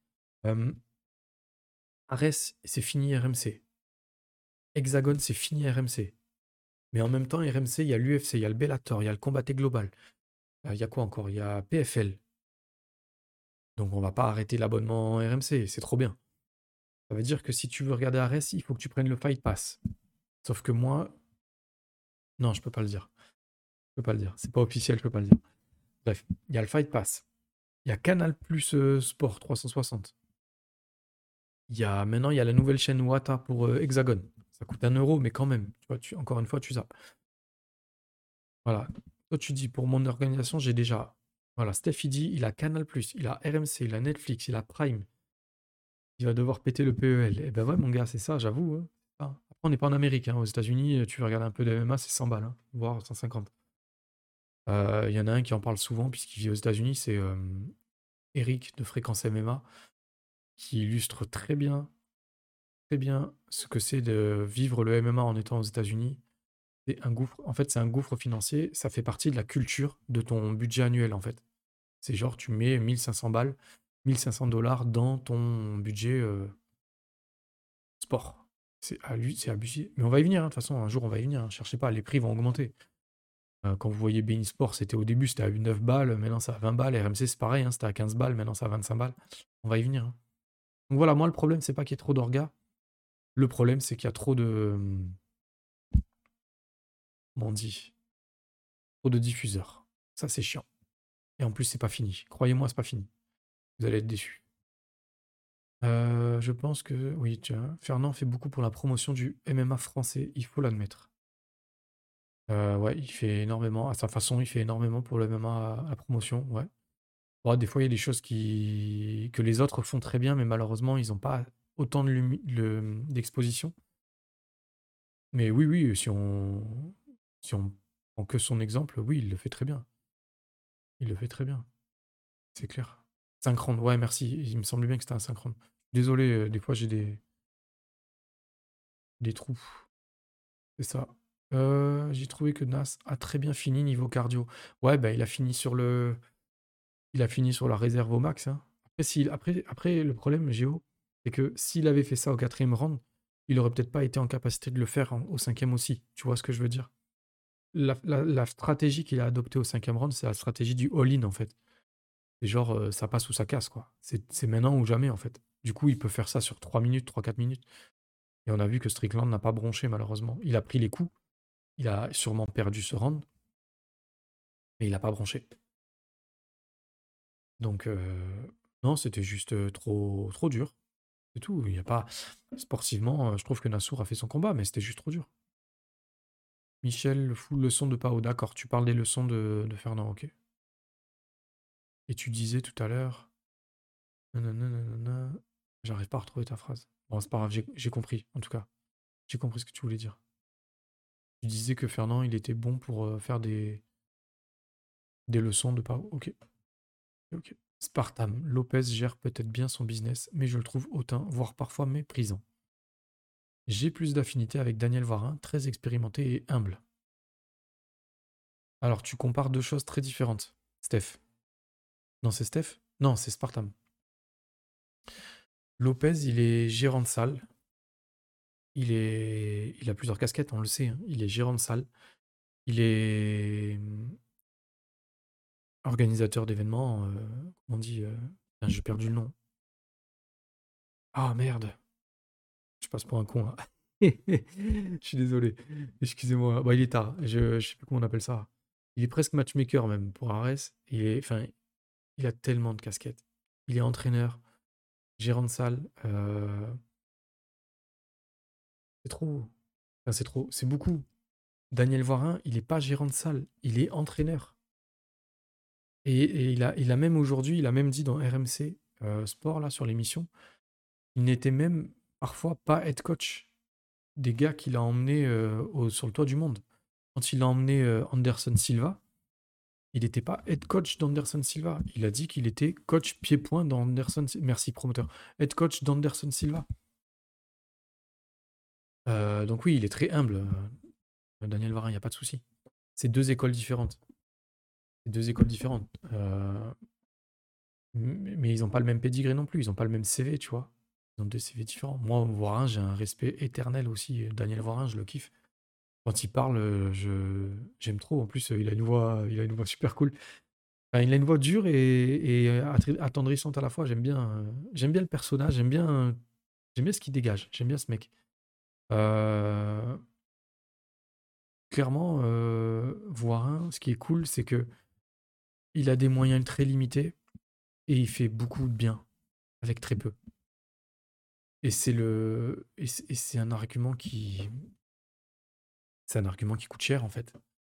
Ares, c'est fini RMC. Hexagone, c'est fini RMC. Mais en même temps, RMC, il y a l'UFC, il y a le Bellator, il y a le Combatté Global. Il y a quoi encore? Il y a PFL. Donc on va pas arrêter l'abonnement RMC, c'est trop bien. Ça veut dire que si tu veux regarder Ares, il faut que tu prennes le Fight Pass. Sauf que moi, non, je peux pas le dire. Je peux pas le dire. C'est pas officiel, je peux pas le dire. Bref, il y a le Fight Pass. Il y a Canal Plus Sport 360. Maintenant, il y a la nouvelle chaîne Wata pour Hexagone. Ça coûte 1 euro, mais quand même. Tu vois, encore une fois, tu zappes. Voilà. Toi, tu dis, pour mon organisation, j'ai déjà. Voilà, Steph, il dit, il a Canal Plus, il a RMC, il a Netflix, il a Prime. Il va devoir péter le PEL. Eh ben ouais, mon gars, c'est ça, j'avoue, hein. Après, on n'est pas en Amérique, hein. Aux États-Unis, tu veux regarder un peu de MMA, c'est 100 balles, hein, voire 150. Il y en a un qui en parle souvent, puisqu'il vit aux États-Unis, c'est Eric de Fréquence MMA, qui illustre très bien ce que c'est de vivre le MMA en étant aux États-Unis. C'est un gouffre, en fait, c'est un gouffre financier, ça fait partie de la culture de ton budget annuel, en fait. C'est genre, tu mets 1500 balles, 1500 dollars dans ton budget sport. C'est abusé. Mais on va y venir, hein, de toute façon, un jour on va y venir, hein. Cherchez pas, les prix vont augmenter. Quand vous voyez beIN Sport, au début c'était à 9 balles, maintenant c'est à 20 balles. RMC c'est pareil, hein, c'était à 15 balles, maintenant c'est à 25 balles. On va y venir, hein. Donc voilà, moi le problème c'est pas qu'il y ait trop d'orgas, Le problème, c'est qu'il y a trop de... Comment on dit? Trop de diffuseurs. Ça, c'est chiant. Et en plus, c'est pas fini. Croyez-moi, c'est pas fini. Vous allez être déçus. Je pense que... Oui, tiens, Fernand fait beaucoup pour la promotion du MMA français, il faut l'admettre. Ouais, il fait énormément. À sa façon, il fait énormément pour le MMA à la promotion, ouais. Bon, des fois, il y a des choses que les autres font très bien, mais malheureusement, ils n'ont pas autant d'exposition. Mais oui, oui, si on prend que son exemple, oui, il le fait très bien. Il le fait très bien, c'est clair. Synchrone, ouais, merci. Il me semblait bien que c'était un synchrone. Désolé, des fois, j'ai des trous. C'est ça. J'ai trouvé que Nas a très bien fini niveau cardio. Ouais, bah, il a fini sur la réserve au max, hein. Après, le problème, Géo, c'est que s'il avait fait ça au 4e round, il aurait peut-être pas été en capacité de le faire au 5e aussi. Tu vois ce que je veux dire? La stratégie qu'il a adoptée au 5e round, c'est la stratégie du all-in, en fait. C'est genre, ça passe ou ça casse, quoi. C'est maintenant ou jamais, en fait. Du coup, il peut faire ça sur 3 minutes, 3-4 minutes. Et on a vu que Strickland n'a pas bronché, malheureusement. Il a pris les coups. Il a sûrement perdu ce round, mais il n'a pas bronché. Donc, non, c'était juste trop, trop dur. C'est tout. Il y a pas... Sportivement, je trouve que Nassour a fait son combat, mais c'était juste trop dur. Michel, full leçon de Pao. D'accord, tu parles des leçons de Fernand, ok. Et tu disais tout à l'heure... nanana. J'arrive pas à retrouver ta phrase. Bon, c'est pas grave, j'ai compris, en tout cas. J'ai compris ce que tu voulais dire. Tu disais que Fernand, il était bon pour faire des leçons de Pao. Ok, ok. Spartam, Lopez gère peut-être bien son business, mais je le trouve hautain, voire parfois méprisant. J'ai plus d'affinité avec Daniel Varin, très expérimenté et humble. Alors, tu compares deux choses très différentes. Steph. Non, c'est Steph? Non, c'est Spartam. Lopez, il est gérant de salle. Il a plusieurs casquettes, on le sait, hein. Il est gérant de salle. Il est organisateur d'événements. Comment on dit putain, j'ai perdu le nom. Ah merde. Je passe pour un con là. Je suis désolé. Excusez-moi. Bah, il est tard. Je sais plus comment on appelle ça. Il est presque matchmaker même pour Ares. Enfin, il a tellement de casquettes. Il est entraîneur, gérant de salle. C'est trop. Enfin, c'est trop. C'est beaucoup. Daniel Voirin, il n'est pas gérant de salle. Il est entraîneur. Et il a même aujourd'hui, il a même dit dans RMC Sport, là, sur l'émission, il n'était même parfois pas head coach des gars qu'il a emmenés sur le toit du monde. Quand il a emmené Anderson Silva, il n'était pas head coach d'Anderson Silva. Il a dit qu'il était coach pied-point d'Anderson. Merci, promoteur. Head coach d'Anderson Silva. Donc oui, il est très humble, Daniel Varin, il n'y a pas de souci. C'est deux écoles différentes. C'est deux écoles différentes. Mais ils n'ont pas le même pédigré non plus. Ils n'ont pas le même CV, tu vois. Ils ont deux CV différents. Moi, Voirin, j'ai un respect éternel aussi. Daniel Voirin, je le kiffe. Quand il parle, j'aime trop. En plus, il a une voix super cool. Enfin, il a une voix dure et attendrissante à la fois. J'aime bien le personnage. J'aime bien ce qu'il dégage. J'aime bien ce mec. Clairement, Voirin, ce qui est cool, c'est que il a des moyens très limités et il fait beaucoup de bien avec très peu. Et c'est un argument qui coûte cher en fait.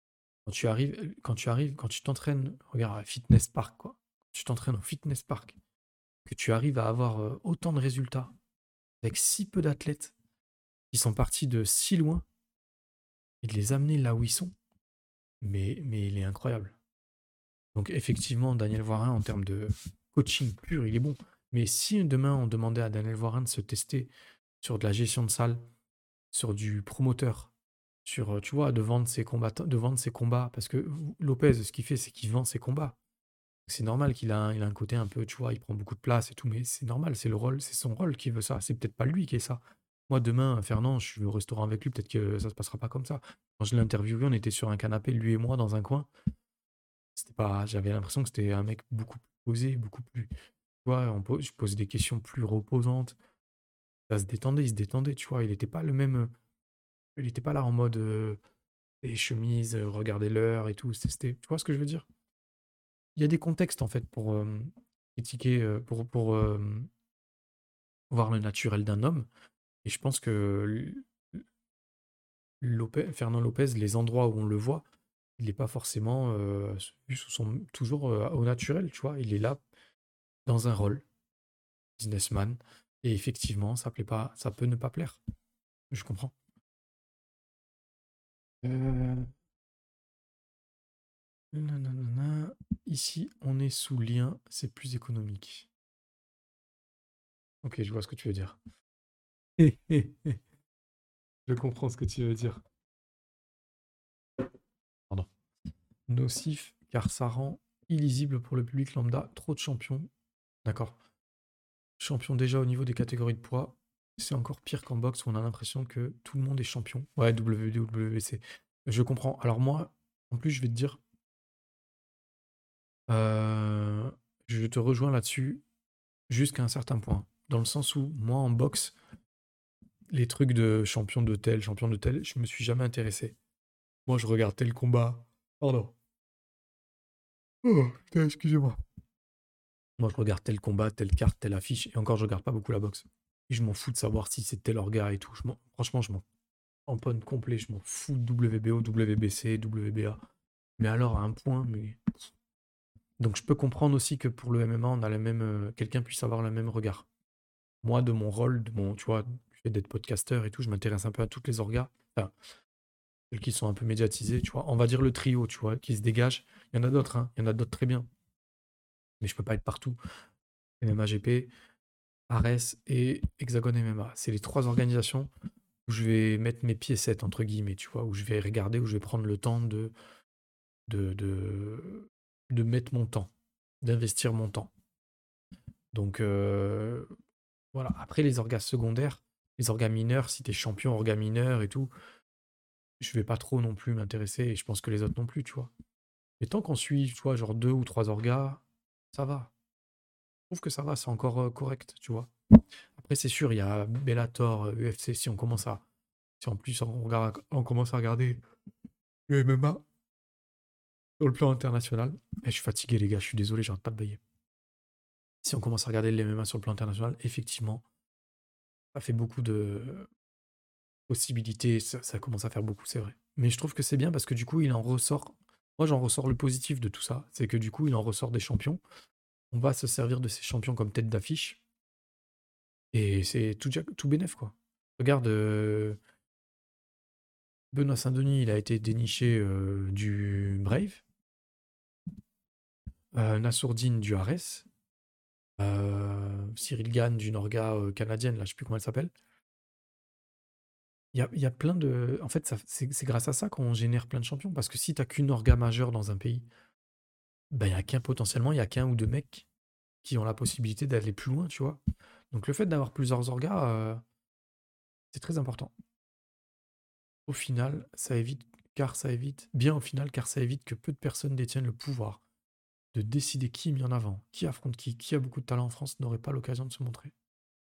Quand tu t'entraînes, regarde, à Fitness Park, quoi. Tu t'entraînes au Fitness Park, que tu arrives à avoir autant de résultats avec si peu d'athlètes qui sont partis de si loin et de les amener là où ils sont, mais il est incroyable. Donc effectivement, Daniel Voirin, en termes de coaching pur, il est bon. Mais si demain on demandait à Daniel Voirin de se tester sur de la gestion de salle, sur du promoteur, sur, tu vois, de vendre ses combattants, de vendre ses combats, parce que Lopez, ce qu'il fait, c'est qu'il vend ses combats. C'est normal il a un côté un peu, tu vois, il prend beaucoup de place et tout, mais c'est normal, c'est le rôle, c'est son rôle qui veut ça. C'est peut-être pas lui qui est ça. Moi, demain, Fernand, je suis au restaurant avec lui, peut-être que ça se passera pas comme ça. Quand je l'ai interviewé, on était sur un canapé, lui et moi, dans un coin. C'était pas, j'avais l'impression que c'était un mec beaucoup plus posé, beaucoup plus, tu vois, je posais des questions plus reposantes. Ça se détendait, tu vois. Il était pas le même. Il était pas là en mode les chemises, regardez l'heure et tout. Tu vois ce que je veux dire? Il y a des contextes en fait pour critiquer, voir le naturel d'un homme. Et je pense que Fernand Lopez, les endroits où on le voit, il n'est pas forcément vu toujours au naturel, tu vois. Il est là dans un rôle, businessman. Et effectivement, ça plaît pas, ça peut ne pas plaire. Je comprends. Euh, nanana. Ici, on est sous lien, c'est plus économique. Ok, je vois ce que tu veux dire. Je comprends ce que tu veux dire. Pardon. Nocif, car ça rend illisible pour le public lambda. Trop de champions. D'accord. Champion déjà au niveau des catégories de poids. C'est encore pire qu'en boxe où on a l'impression que tout le monde est champion. Ouais, WD ou WBC. Je comprends. Alors moi, en plus, je vais te dire, euh, je te rejoins là-dessus jusqu'à un certain point. Dans le sens où, moi, en boxe, les trucs de champion de tel, je me suis jamais intéressé. Moi, je regarde tel combat. Pardon. Oh, putain, excusez-moi. Moi, je regarde tel combat, telle carte, telle affiche, et encore, je regarde pas beaucoup la boxe. Et je m'en fous de savoir si c'est tel orga et tout. Franchement, je m'en tamponne complet, je m'en fous de WBO, WBC, WBA. Mais alors, à un point, mais. Donc, je peux comprendre aussi que pour le MMA, on a la même. Quelqu'un puisse avoir le même regard. Moi, de mon rôle, tu vois, du fait d'être podcasteur et tout, je m'intéresse un peu à toutes les orgas. Enfin, celles qui sont un peu médiatisées, tu vois. On va dire le trio, tu vois, qui se dégage. Il y en a d'autres, hein. Il y en a d'autres très bien. Mais je peux pas être partout. MMA GP, Ares et Hexagone MMA. C'est les trois organisations où je vais mettre mes piécettes, entre guillemets, tu vois, où je vais regarder, où je vais prendre le temps de, de, de mettre mon temps, d'investir mon temps. Donc, voilà. Après, les orgas secondaires, les orgas mineurs, si t'es champion orgas mineur et tout, je vais pas trop non plus m'intéresser et je pense que les autres non plus, tu vois. Mais tant qu'on suit, tu vois, genre 2 ou 3 orgas, ça va. Je trouve que ça va, c'est encore correct, tu vois. Après, c'est sûr, il y a Bellator, UFC, si en plus on commence à regarder le MMA sur le plan international. Et je suis fatigué, les gars, je suis désolé, j'arrête pas de bailler. Si on commence à regarder le MMA sur le plan international, effectivement, ça fait beaucoup de possibilités, ça commence à faire beaucoup, c'est vrai. Mais je trouve que c'est bien parce que du coup, il en ressort. Moi, j'en ressors le positif de tout ça. C'est que du coup, il en ressort des champions. On va se servir de ces champions comme tête d'affiche. Et c'est tout bénef, quoi. Regarde, Benoît Saint-Denis, il a été déniché du Brave. Nassourdine du Ares. Cyril Gann d'une orga canadienne, là, je sais plus comment elle s'appelle. Il y a plein de. En fait, c'est grâce à ça qu'on génère plein de champions. Parce que si t'as qu'une orga majeure dans un pays, ben, potentiellement, il y a qu'un ou deux mecs qui ont la possibilité d'aller plus loin, tu vois. Donc le fait d'avoir plusieurs orgas, c'est très important. Au final, bien au final, car ça évite que peu de personnes détiennent le pouvoir de décider qui est mis en avant, qui affronte qui a beaucoup de talent en France, n'aurait pas l'occasion de se montrer.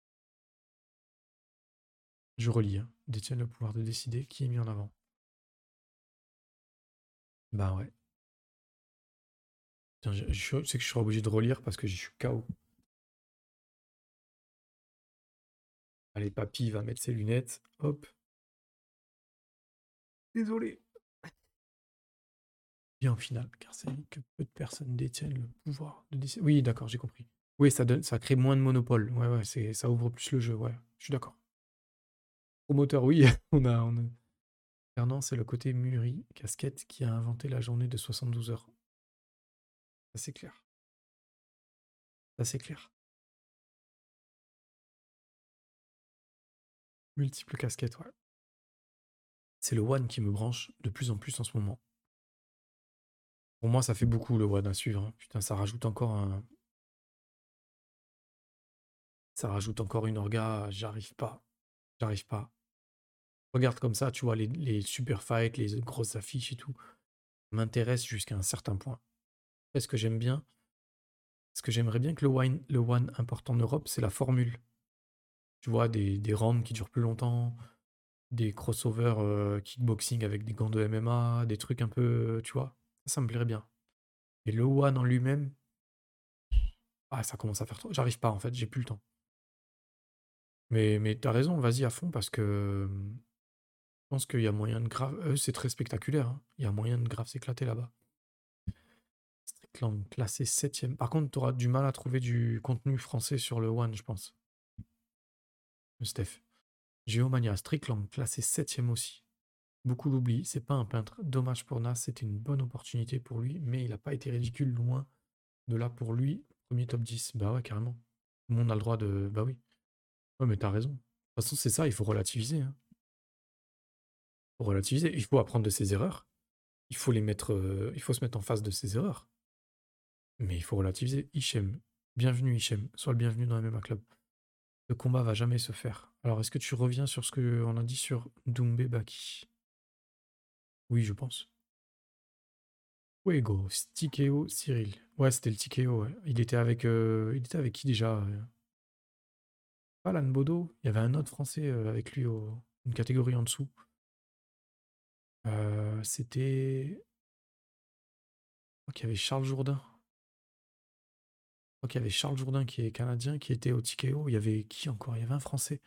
Je relis, hein. Détiennent le pouvoir de décider qui est mis en avant. Bah ouais. Putain, je sais que je serai obligé de relire parce que je suis KO. Allez, papy va mettre ses lunettes. Hop. Désolé. Bien au final, car ça évite que peu de personnes détiennent le pouvoir de décider. Oui, d'accord, j'ai compris. Oui, ça crée moins de monopole. Ouais, ouais, ça ouvre plus le jeu. Ouais, je suis d'accord. Promoteur, oui, on a. Fernand, c'est le côté mûri, casquette, qui a inventé la journée de 72 heures. Ça, c'est clair. Ça, c'est clair. Multiples casquettes, ouais. C'est le One qui me branche de plus en plus en ce moment. Pour moi, ça fait beaucoup le One à suivre, hein. Putain, ça rajoute encore une orga. J'arrive pas. J'arrive pas. Regarde comme ça, tu vois, les super fights, les grosses affiches et tout, m'intéressent jusqu'à un certain point. Après, ce que j'aimerais bien que le One importe en Europe, c'est la formule. Tu vois, des rounds qui durent plus longtemps, des crossovers kickboxing avec des gants de MMA, des trucs un peu, tu vois. Ça me plairait bien. Et le One en lui-même, ah, ça commence à faire trop. J'arrive pas en fait, j'ai plus le temps. Mais t'as raison, vas-y à fond parce que je pense qu'il y a moyen de grave. C'est très spectaculaire, hein. Il y a moyen de grave s'éclater là-bas. Strickland, classé 7ème. Par contre, t'auras du mal à trouver du contenu français sur le One, je pense. Steph. Geomania, Strickland, classé 7ème aussi. Beaucoup l'oublient, c'est pas un peintre. Dommage pour Nas, c'était une bonne opportunité pour lui, mais il n'a pas été ridicule, loin de là pour lui. Premier top 10. Bah ouais, carrément. Tout le monde a le droit de. Bah oui. Ouais, mais t'as raison. De toute façon, c'est ça, il faut relativiser, hein. Il faut relativiser. Il faut apprendre de ses erreurs. Il faut les mettre. Il faut se mettre en face de ses erreurs. Mais il faut relativiser. Hichem. Bienvenue, Hichem. Sois le bienvenu dans le MMA Club. Le combat va jamais se faire. Alors, est-ce que tu reviens sur ce qu'on a dit sur Doumbé Baki? Oui, je pense. Fuego, Stikeo, Cyril. Ouais, c'était le Tikeo, ouais. Il était avec qui déjà? Pas Lan Bodo. Il y avait un autre Français avec lui, une catégorie en dessous. C'était. Je crois qu'il y avait Charles Jourdain. Je crois qu'il y avait Charles Jourdain qui est canadien, qui était au Tikeo. Il y avait qui encore? Il y avait un Français.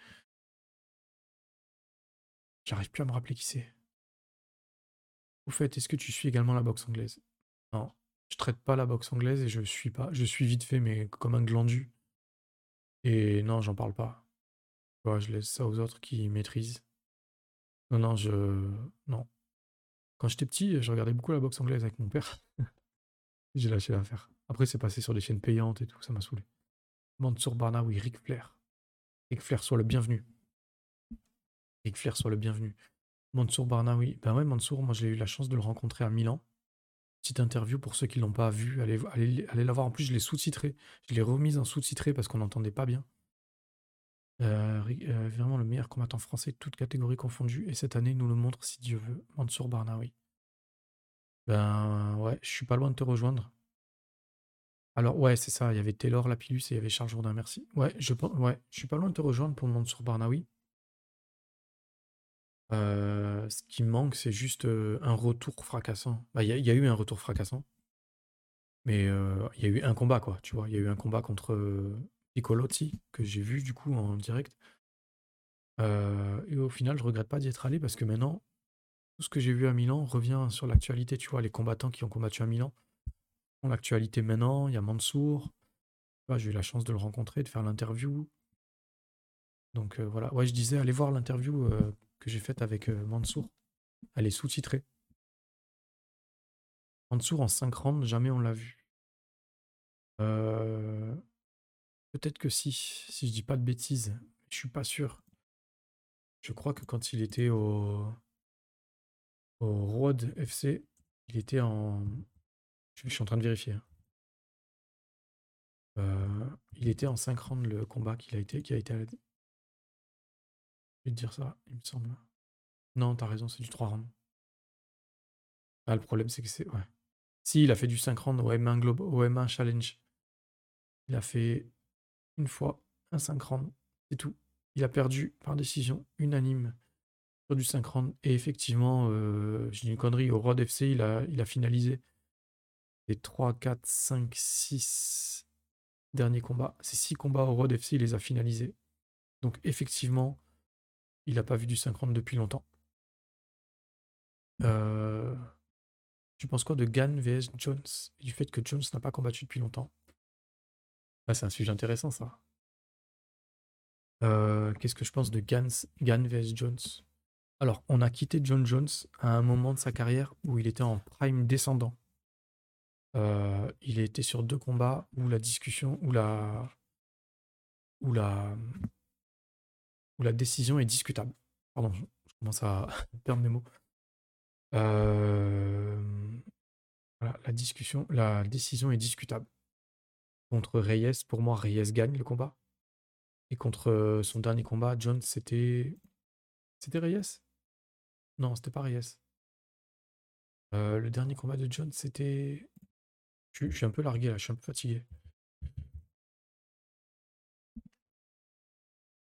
J'arrive plus à me rappeler qui c'est. Au fait, est-ce que tu suis également la boxe anglaise? Non, je traite pas la boxe anglaise et je suis pas. Je suis vite fait, mais comme un glandu. Et non, j'en parle pas. Ouais, je laisse ça aux autres qui maîtrisent. Non, non, Non. Quand j'étais petit, je regardais beaucoup la boxe anglaise avec mon père. J'ai lâché l'affaire. Après, c'est passé sur des chaînes payantes et tout, ça m'a saoulé. Mansour Barnaoui, Ric Flair. Ric Flair, soit le bienvenu. Ric Flair, soit le bienvenu. Mansour Barnaoui. Ben ouais, Mansour, moi j'ai eu la chance de le rencontrer à Milan. Petite interview pour ceux qui ne l'ont pas vu. Allez la voir. En plus, je l'ai sous-titré. Je l'ai remise en sous-titré parce qu'on n'entendait pas bien. Vraiment le meilleur combattant français, toutes catégories confondues. Et cette année, il nous le montre si Dieu veut. Mansour Barnaoui. Ben ouais, je suis pas loin de te rejoindre. Alors ouais, c'est ça, il y avait Taylor Lapillus et il y avait Charles Jourdain, merci. Ouais, je suis pas loin de te rejoindre pour le Mansour Barnaoui. Ce qui me manque, c'est juste un retour fracassant. Bah, il y a eu un retour fracassant, mais il y a eu un combat, quoi, tu vois. Il y a eu un combat contre Piccolotti, que j'ai vu du coup en direct. Et au final, je regrette pas d'y être allé parce que maintenant, tout ce que j'ai vu à Milan revient sur l'actualité, tu vois. Les combattants qui ont combattu à Milan ont l'actualité maintenant. Il y a Mansour. Ouais, j'ai eu la chance de le rencontrer, de faire l'interview. Donc voilà. Ouais, je disais, allez voir l'interview que j'ai faite avec Mansour. Elle est sous-titrée. Mansour en 5 rounds, jamais on l'a vu. Euh, Peut-être que si je dis pas de bêtises, je suis pas sûr. Je crois que quand il était au Road FC, il était en. Je suis en train de vérifier, hein. Il était en 5 rounds le combat qui a été. Je vais te dire ça, il me semble. Non, t'as raison, c'est du 3 rounds. Ah, le problème, c'est que c'est. Ouais. Si, il a fait du 5 rounds au M1 au M1 Challenge. Il a fait une fois un 5 rounds, c'est tout. Il a perdu par décision unanime sur du 5 rounds. Et effectivement, j'ai dit une connerie, au Road FC, il a finalisé les 3, 4, 5, 6 derniers combats. Ces 6 combats au Road FC, il les a finalisés. Donc effectivement, il n'a pas vu du 5 rounds depuis longtemps. Euh, Tu penses quoi de Gann vs Jones et du fait que Jones n'a pas combattu depuis longtemps? Ah, c'est un sujet intéressant, ça. Qu'est-ce que je pense de Gann vs Jones? Alors, on a quitté John Jones à un moment de sa carrière où il était en prime descendant. Il était sur 2 combats où la discussion, où la, où la décision est discutable. Pardon, je commence à perdre mes mots. Voilà, la décision est discutable. Contre Reyes, pour moi, Reyes gagne le combat. Et contre son dernier combat, Jones, c'était. C'était Reyes? Non, c'était pas Reyes. Le dernier combat de Jones, c'était. Je suis un peu largué là, je suis un peu fatigué.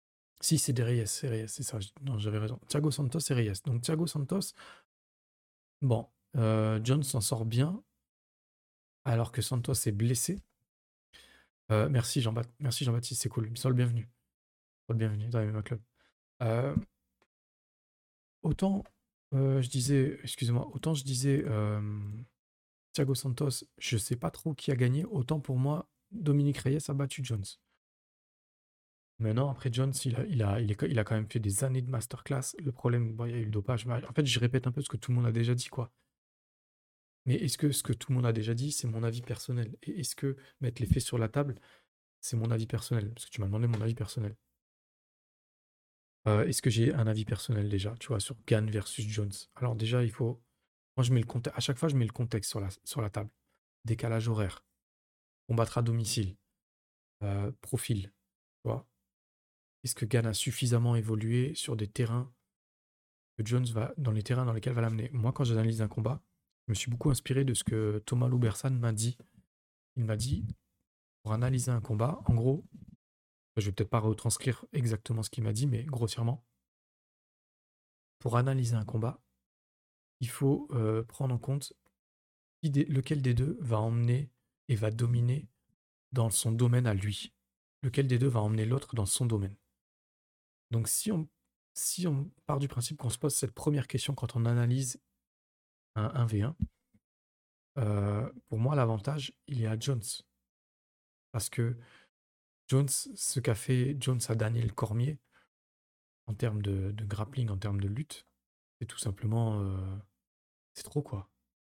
Si, c'est des Reyes, c'est ça. Non, j'avais raison. Thiago Santos et Reyes. Donc, Thiago Santos, bon, Jones s'en sort bien, alors que Santos est blessé. Merci Jean-Baptiste, c'est cool. Sois le bienvenu. Sois le bienvenu dans MMA Club. Euh, autant, je disais, excusez-moi, autant je disais Thiago Santos, je sais pas trop qui a gagné, autant pour moi, Dominique Reyes a battu Jones. Maintenant, après Jones, il a quand même fait des années de masterclass. Le problème, bon, il y a eu le dopage. En fait, je répète un peu ce que tout le monde a déjà dit, quoi. Mais est-ce que ce que tout le monde a déjà dit, c'est mon avis personnel? Et est-ce que mettre les faits sur la table, c'est mon avis personnel? Parce que tu m'as demandé mon avis personnel. Est-ce que j'ai un avis personnel déjà, tu vois, sur Gann versus Jones? Alors déjà, il faut. Moi, je mets le contexte. À chaque fois, je mets le contexte sur la table. Décalage horaire, combattre à domicile, profil, tu vois. Est-ce que Gann a suffisamment évolué sur des terrains que Jones va, dans les terrains dans lesquels va l'amener? Moi, quand j'analyse un combat, je me suis beaucoup inspiré de ce que Thomas Loubersan m'a dit. Il m'a dit, pour analyser un combat, en gros, je vais peut-être pas retranscrire exactement ce qu'il m'a dit, mais grossièrement, pour analyser un combat, il faut prendre en compte lequel des deux va emmener et va dominer dans son domaine à lui. Lequel des deux va emmener l'autre dans son domaine. Donc si on part du principe qu'on se pose cette première question quand on analyse un 1v1, pour moi l'avantage, il est à Jones. Parce que Jones, ce qu'a fait Jones à Daniel Cormier, en termes de grappling, en termes de lutte, c'est tout simplement... c'est trop, quoi.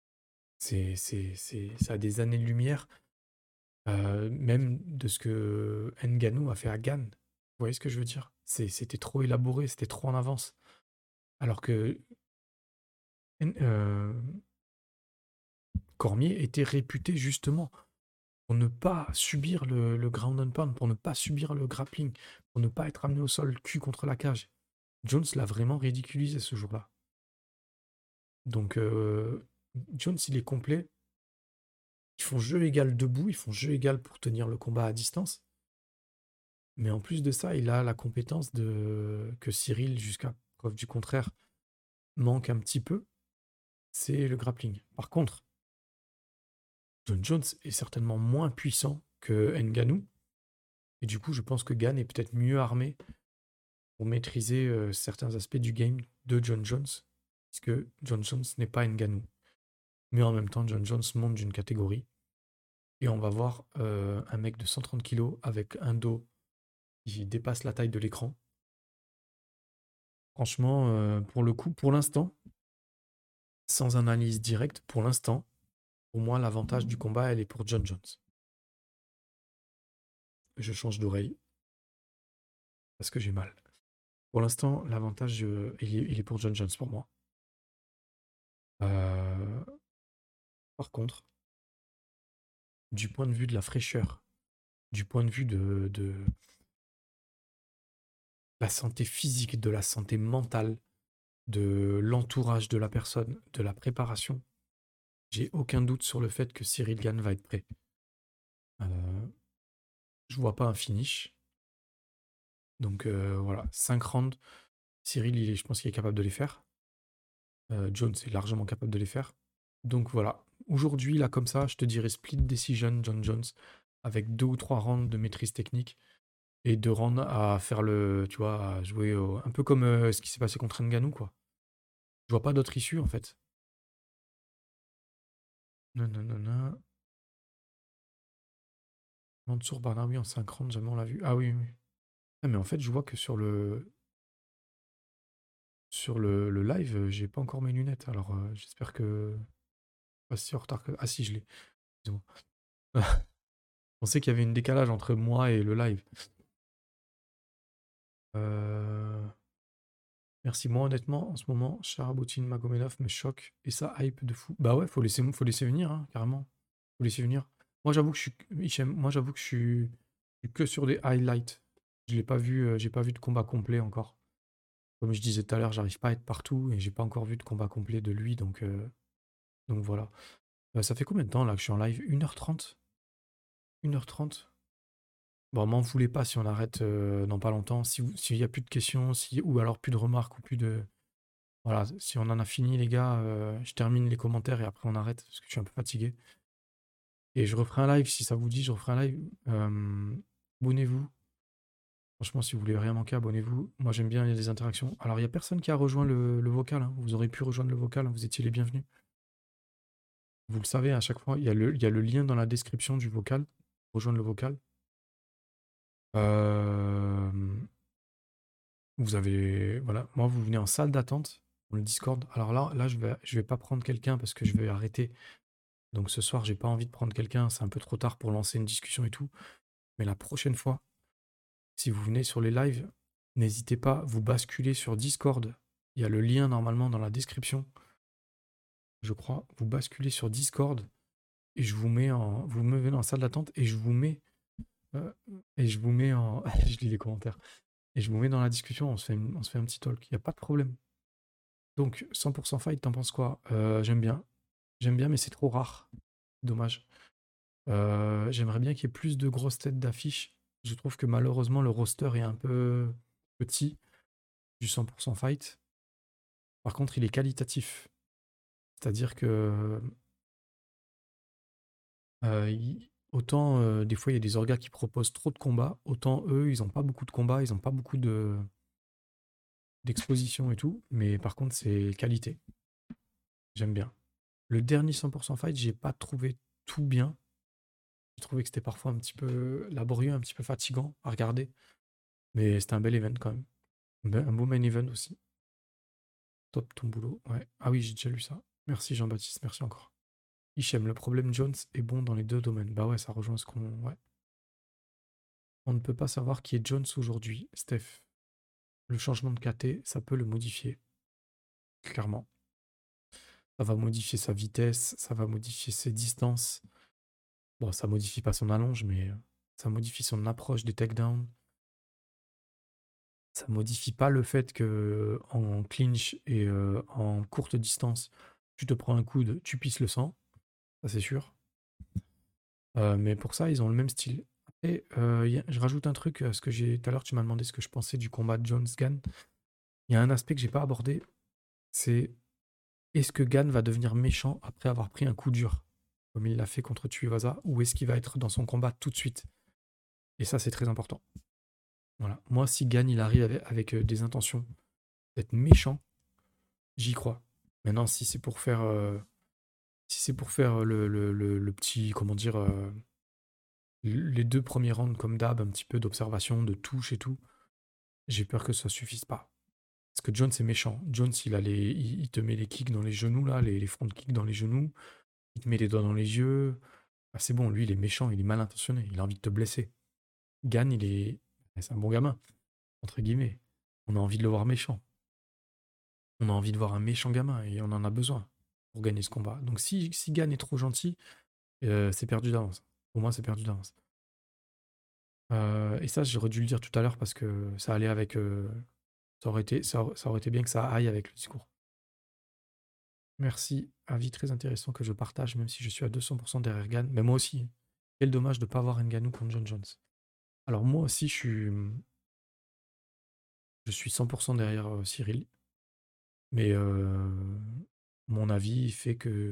Ça a des années-lumière, même de ce que Ngannou a fait à Gann. Vous voyez ce que je veux dire? C'était trop élaboré, c'était trop en avance. Alors que euh, Cormier était réputé justement pour ne pas subir le ground and pound, pour ne pas subir le grappling, pour ne pas être amené au sol, cul contre la cage. Jones l'a vraiment ridiculisé ce jour-là. Donc Jones, il est complet. Ils font jeu égal debout, ils font jeu égal pour tenir le combat à distance. Mais en plus de ça, il a la compétence que Cyril, jusqu'à preuve du contraire, manque un petit peu, c'est le grappling. Par contre, John Jones est certainement moins puissant que Ngannou. Et du coup, je pense que Gann est peut-être mieux armé pour maîtriser certains aspects du game de John Jones, puisque John Jones n'est pas Ngannou. Mais en même temps, John Jones monte d'une catégorie. Et on va voir un mec de 130 kilos avec un dos qui dépasse la taille de l'écran. Franchement, pour le coup, pour l'instant, sans analyse directe, pour l'instant, pour moi, l'avantage du combat, elle est pour John Jones. Je change d'oreille parce que j'ai mal. Pour l'instant, l'avantage, il est pour John Jones pour moi. Euh, Par contre, du point de vue de la fraîcheur, du point de vue de la santé physique, de la santé mentale, de l'entourage de la personne, de la préparation, j'ai aucun doute sur le fait que Cyril Gane va être prêt. Je vois pas un finish. Donc voilà, 5 rounds. Cyril, je pense qu'il est capable de les faire. Jones est largement capable de les faire. Donc voilà, aujourd'hui, là, comme ça, je te dirais split decision, John Jones, avec 2 ou 3 rounds de maîtrise technique et 2 rounds à faire tu vois, à jouer un peu comme ce qui s'est passé contre Ngannou, quoi. Je vois pas d'autre issue, en fait. Non, non, non, non. Mansour Barnaoui en 5 rounds, jamais on l'a vu. Ah oui, oui. Ah, mais en fait, je vois que sur le live, j'ai pas encore mes lunettes. Alors, j'espère que pas si en retard que. Ah si, je l'ai. Excusez-moi. On sait qu'il y avait une décalage entre moi et le live. Euh, Merci. Moi, honnêtement, en ce moment, Charaboutine Magomedov me choque et ça hype de fou. Bah ouais, faut laisser venir, hein, carrément. Faut laisser venir. Moi, j'avoue que je suis, Hichem, moi, j'avoue que je suis que sur des highlights. Je l'ai pas vu, j'ai pas vu de combat complet encore. Comme je disais tout à l'heure, j'arrive pas à être partout et j'ai pas encore vu de combat complet de lui, donc voilà. Ça fait combien de temps là que je suis en live? 1h30. 1h30. Bon, m'en voulez pas si on arrête dans pas longtemps. S'il y a plus de questions, ou alors plus de remarques, ou plus de. Voilà, si on en a fini, les gars, je termine les commentaires et après on arrête parce que je suis un peu fatigué. Et je referai un live si ça vous dit, je referai un live. Abonnez-vous. Franchement, si vous voulez rien manquer, abonnez-vous. Moi, j'aime bien, il y a des interactions. Alors, il n'y a personne qui a rejoint le vocal, hein. Vous aurez pu rejoindre le vocal, hein. Vous étiez les bienvenus. Vous le savez, à chaque fois, il y a le lien dans la description du vocal. Rejoindre le vocal. Euh, Vous avez. Voilà. Moi, vous venez en salle d'attente, dans le Discord. Alors là, je vais pas prendre quelqu'un parce que je vais arrêter. Donc ce soir, j'ai pas envie de prendre quelqu'un. C'est un peu trop tard pour lancer une discussion et tout. Mais la prochaine fois, si vous venez sur les lives, n'hésitez pas, vous basculez sur Discord. Il y a le lien normalement dans la description. Je crois. Vous basculez sur Discord et je vous mets en. Vous me venez en salle d'attente et je vous mets. euh, et je vous mets en. Je lis les commentaires. Et je vous mets dans la discussion. On se fait un petit talk. Il n'y a pas de problème. Donc, 100% fight, t'en penses quoi? J'aime bien. J'aime bien, mais c'est trop rare. Dommage. J'aimerais bien qu'il y ait plus de grosses têtes d'affiche. Je trouve que malheureusement, le roster est un peu petit du 100% fight. Par contre, il est qualitatif. C'est-à-dire que autant des fois, il y a des orgas qui proposent trop de combats, autant eux, ils n'ont pas beaucoup de combats, ils n'ont pas beaucoup d'exposition et tout. Mais par contre, c'est qualité. J'aime bien. Le dernier 100% fight, j'ai pas trouvé tout bien. J'ai trouvé que c'était parfois un petit peu laborieux, un petit peu fatigant à regarder. Mais c'était un bel event quand même. Un beau main event aussi. Top ton boulot. Ouais. Ah oui, j'ai déjà lu ça. Merci Jean-Baptiste, merci encore. Hichem, le problème Jones est bon dans les deux domaines. Bah ouais, ça rejoint ce qu'on. Ouais. On ne peut pas savoir qui est Jones aujourd'hui, Steph. Le changement de KT, ça peut le modifier. Clairement. Ça va modifier sa vitesse, ça va modifier ses distances. Bon, ça modifie pas son allonge, mais ça modifie son approche des takedowns. Ça modifie pas le fait que en clinch et en courte distance, tu te prends un coude, tu pisses le sang, ça c'est sûr. Mais pour ça, ils ont le même style. Et je rajoute un truc, ce que j'ai tout à l'heure, tu m'as demandé ce que je pensais du combat Jones-Gann. Il y a un aspect que j'ai pas abordé, c'est est-ce que Gann va devenir méchant après avoir pris un coup dur, comme il l'a fait contre Tuivasa, ou est-ce qu'il va être dans son combat tout de suite? Et ça, c'est très important. Voilà. Moi, si Gann il arrive avec des intentions d'être méchant, j'y crois. Maintenant, si c'est pour faire le petit, comment dire, les deux premiers rounds comme d'hab, un petit peu d'observation, de touche et tout, j'ai peur que ça suffise pas. Parce que Jones est méchant. Jones, il te met les kicks dans les genoux, là, les front kicks dans les genoux, il te met les doigts dans les yeux. Ah, c'est bon, lui, il est méchant, il est mal intentionné, il a envie de te blesser. Gann, c'est un bon gamin, entre guillemets. On a envie de le voir méchant. On a envie de voir un méchant gamin et on en a besoin pour gagner ce combat. Donc si Gann est trop gentil, c'est perdu d'avance. Pour moi, c'est perdu d'avance. Et ça, j'aurais dû le dire tout à l'heure parce que ça allait avec. Ça aurait été bien que ça aille avec le discours. Merci, avis très intéressant que je partage, même si je suis à 200% derrière Gann. Mais moi aussi, quel dommage de ne pas avoir Ngannou contre John Jones. Alors moi aussi, je suis 100% derrière Cyril, mais mon avis fait que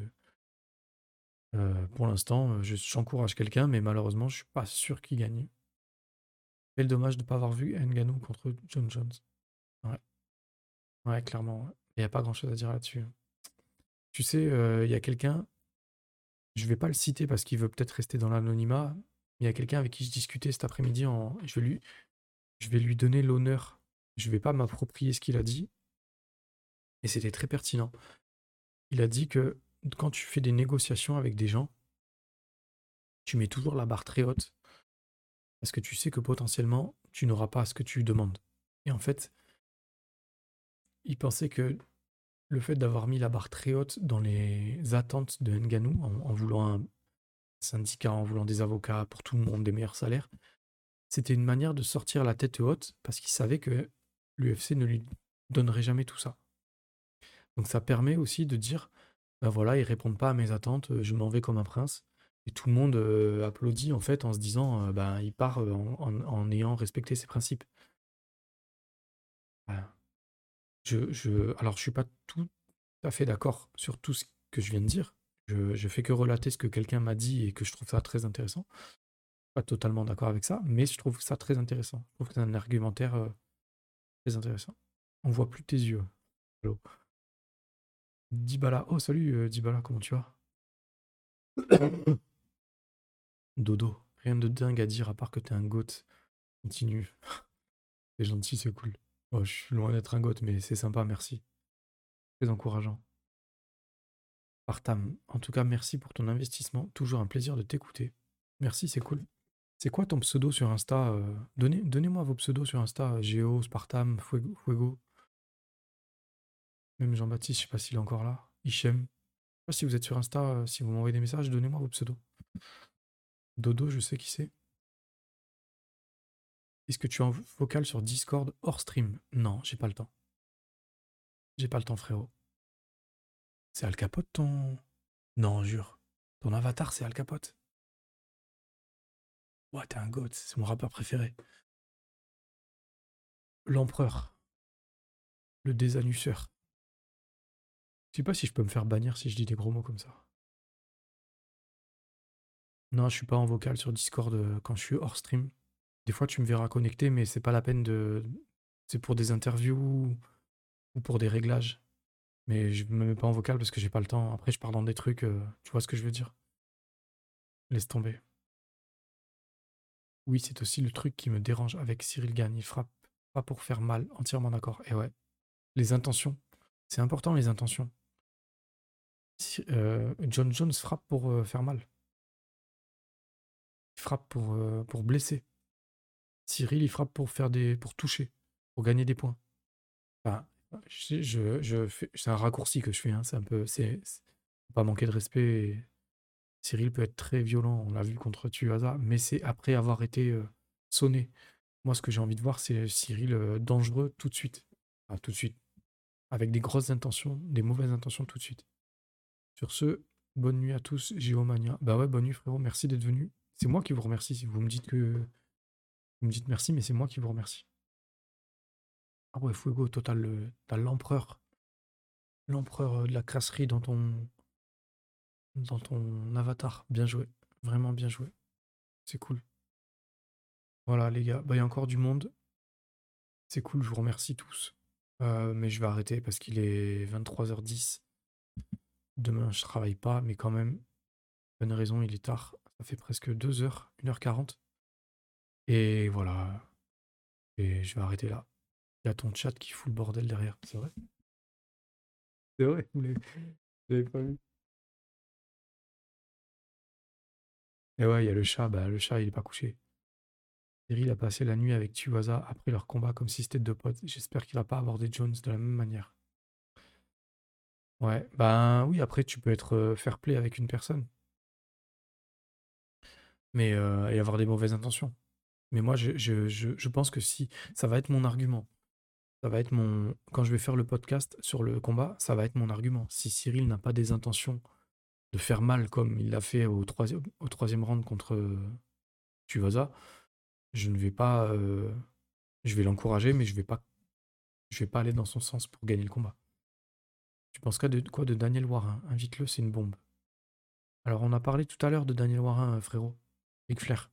pour l'instant, j'encourage quelqu'un, mais malheureusement, je suis pas sûr qu'il gagne. Quel dommage de ne pas avoir vu Ngannou contre John Jones. Ouais, ouais, clairement. Ouais. Il n'y a pas grand-chose à dire là-dessus. Tu sais, il y a quelqu'un, je vais pas le citer parce qu'il veut peut-être rester dans l'anonymat, mais il y a quelqu'un avec qui je discutais cet après-midi, je vais lui donner l'honneur. Je vais pas m'approprier ce qu'il a dit, et c'était très pertinent. Il a dit que quand tu fais des négociations avec des gens, tu mets toujours la barre très haute, parce que tu sais que potentiellement, tu n'auras pas ce que tu demandes. Et en fait, il pensait que le fait d'avoir mis la barre très haute dans les attentes de Ngannou, en voulant un syndicat, en voulant des avocats pour tout le monde, des meilleurs salaires, c'était une manière de sortir la tête haute, parce qu'il savait que l'UFC ne lui donnerait jamais tout ça. Donc ça permet aussi de dire, ben voilà, ils répondent pas à mes attentes, je m'en vais comme un prince. Et tout le monde applaudit en fait en se disant ben, il part en ayant respecté ses principes. Voilà. Alors, je suis pas tout à fait d'accord sur tout ce que je viens de dire. Je fais que relater ce que quelqu'un m'a dit et que je trouve ça très intéressant. Pas totalement d'accord avec ça, mais je trouve ça très intéressant. Je trouve que c'est un argumentaire très intéressant. On voit plus tes yeux. Allô. Dybala. Oh, salut Dybala, comment tu vas? Dodo. Rien de dingue à dire à part que t'es un goat. Continue. C'est gentil, c'est cool. Oh, je suis loin d'être un goat, mais c'est sympa, merci. Très encourageant. Partam. En tout cas, merci pour ton investissement. Toujours un plaisir de t'écouter. Merci, c'est cool. C'est quoi ton pseudo sur Insta Donnez-moi vos pseudos sur Insta. Géo, Spartam, Fuego. Même Jean-Baptiste, je sais pas s'il est encore là. Hichem. Je sais pas si vous êtes sur Insta, si vous m'envoyez des messages, donnez-moi vos pseudos. Dodo, je sais qui c'est. Est-ce que tu es en vocal sur Discord hors stream? Non, j'ai pas le temps. J'ai pas le temps, frérot. C'est Al Capote ton. Non, jure. Ton avatar, c'est Al Capote. Ouais, t'es un goth, c'est mon rappeur préféré. L'empereur. Le désannusseur. Je sais pas si je peux me faire bannir si je dis des gros mots comme ça. Non, je suis pas en vocal sur Discord quand je suis hors stream. Des fois, tu me verras connecté, mais c'est pas la peine de. C'est pour des interviews ou pour des réglages. Mais je me mets pas en vocal parce que j'ai pas le temps. Après, je pars dans des trucs, tu vois ce que je veux dire? Laisse tomber. Oui, c'est aussi le truc qui me dérange avec Cyril Gann. Il frappe pas pour faire mal, entièrement d'accord. Et ouais, les intentions. C'est important, les intentions. John Jones frappe pour faire mal. Il frappe pour blesser. Cyril, il frappe pour pour toucher, pour gagner des points. Enfin, c'est un raccourci que je fais. Hein, c'est un peu, faut pas manquer de respect. Cyril peut être très violent, on l'a vu contre Tuivasa, mais c'est après avoir été sonné. Moi, ce que j'ai envie de voir, c'est Cyril dangereux tout de suite. Enfin, tout de suite. Avec des grosses intentions, des mauvaises intentions tout de suite. Sur ce, bonne nuit à tous, Géomania. Bah ouais, bonne nuit frérot, merci d'être venu. C'est moi qui vous remercie si vous me dites vous me dites merci, mais c'est moi qui vous remercie. Ah ouais, Fuego, total, t'as l'empereur de la crasserie dans ton avatar. Bien joué, vraiment bien joué. C'est cool. Voilà les gars, bah il y a encore du monde. C'est cool, je vous remercie tous. Mais je vais arrêter parce qu'il est 23h10. Demain, je travaille pas, mais quand même, bonne raison, il est tard. Ça fait presque 2h, 1h40. Et voilà. Et je vais arrêter là. Il y a ton chat qui fout le bordel derrière. C'est vrai? C'est vrai, vous l'avez pas vu. Et ouais, il y a le chat. Bah, le chat, il est pas couché. Cyril a passé la nuit avec Tuivasa après leur combat comme si c'était deux potes. J'espère qu'il va pas aborder Jones de la même manière. Ouais, ben oui, après, tu peux être fair play avec une personne, mais et avoir des mauvaises intentions. Mais moi, je pense que si, ça va être mon argument. Ça va être quand je vais faire le podcast sur le combat, ça va être mon argument. Si Cyril n'a pas des intentions de faire mal comme il l'a fait au troisième round contre Tuivasa, je ne vais pas, je vais l'encourager, mais je vais pas aller dans son sens pour gagner le combat. Tu penses quoi de Daniel Warin? Invite-le, c'est une bombe. Alors, on a parlé tout à l'heure de Daniel Warin, frérot. Ric Flair.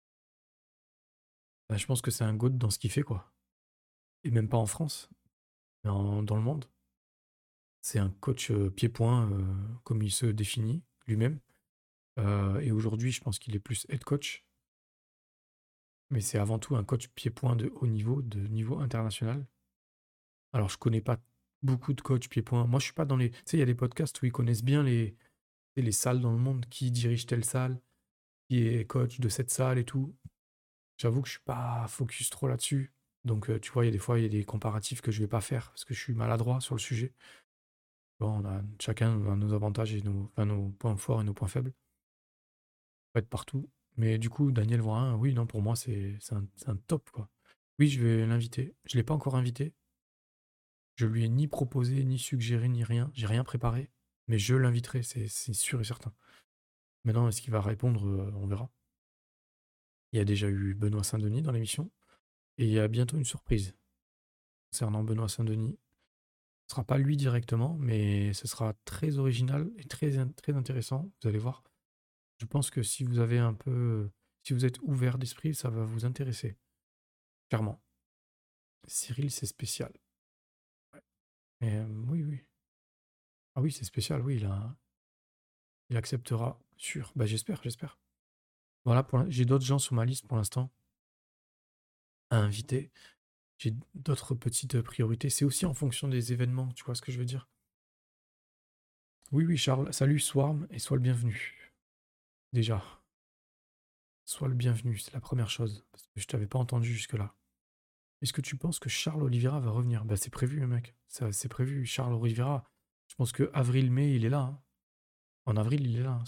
Bah, je pense que c'est un GOAT dans ce qu'il fait, quoi. Et même pas en France, mais dans le monde. C'est un coach pied-point, comme il se définit lui-même. Et aujourd'hui, je pense qu'il est plus head coach. Mais c'est avant tout un coach pied-point de haut niveau, de niveau international. Alors, je connais pas beaucoup de coachs pied-point. Moi, je suis pas dans les. Tu sais, il y a des podcasts où ils connaissent bien les salles dans le monde, qui dirige telle salle, qui est coach de cette salle et tout. J'avoue que je suis pas focus trop là-dessus. Donc, tu vois, il y a des fois, il y a des comparatifs que je vais pas faire parce que je suis maladroit sur le sujet. Bon, chacun a nos avantages et nos points forts et nos points faibles. Pas être partout. Mais du coup, Daniel Vorin, oui, non, pour moi, c'est un top, quoi. Oui, je vais l'inviter. Je l'ai pas encore invité. Je lui ai ni proposé, ni suggéré, ni rien. J'ai rien préparé. Mais je l'inviterai, c'est sûr et certain. Maintenant, est-ce qu'il va répondre? On verra. Il y a déjà eu Benoît Saint-Denis dans l'émission. Et il y a bientôt une surprise concernant Benoît Saint-Denis. Ce sera pas lui directement, mais ce sera très original et très intéressant. Vous allez voir. Je pense que si vous avez un peu, si vous êtes ouvert d'esprit, ça va vous intéresser. Clairement. Cyril, c'est spécial. Ouais. Mais oui, oui. Ah oui, c'est spécial, oui, il acceptera. Sûr. Bah j'espère. Voilà, j'ai d'autres gens sur ma liste pour l'instant à inviter. J'ai d'autres petites priorités. C'est aussi en fonction des événements, tu vois ce que je veux dire? Oui, oui, Charles. Salut, Swarm, et sois le bienvenu. Déjà, sois le bienvenu, c'est la première chose, parce que je t'avais pas entendu jusque-là. Est-ce que tu penses que Charles Oliveira va revenir? Bah c'est prévu, mec. Ça, c'est prévu. Charles Oliveira, je pense que avril-mai, il est là, hein. En avril, il est là, hein.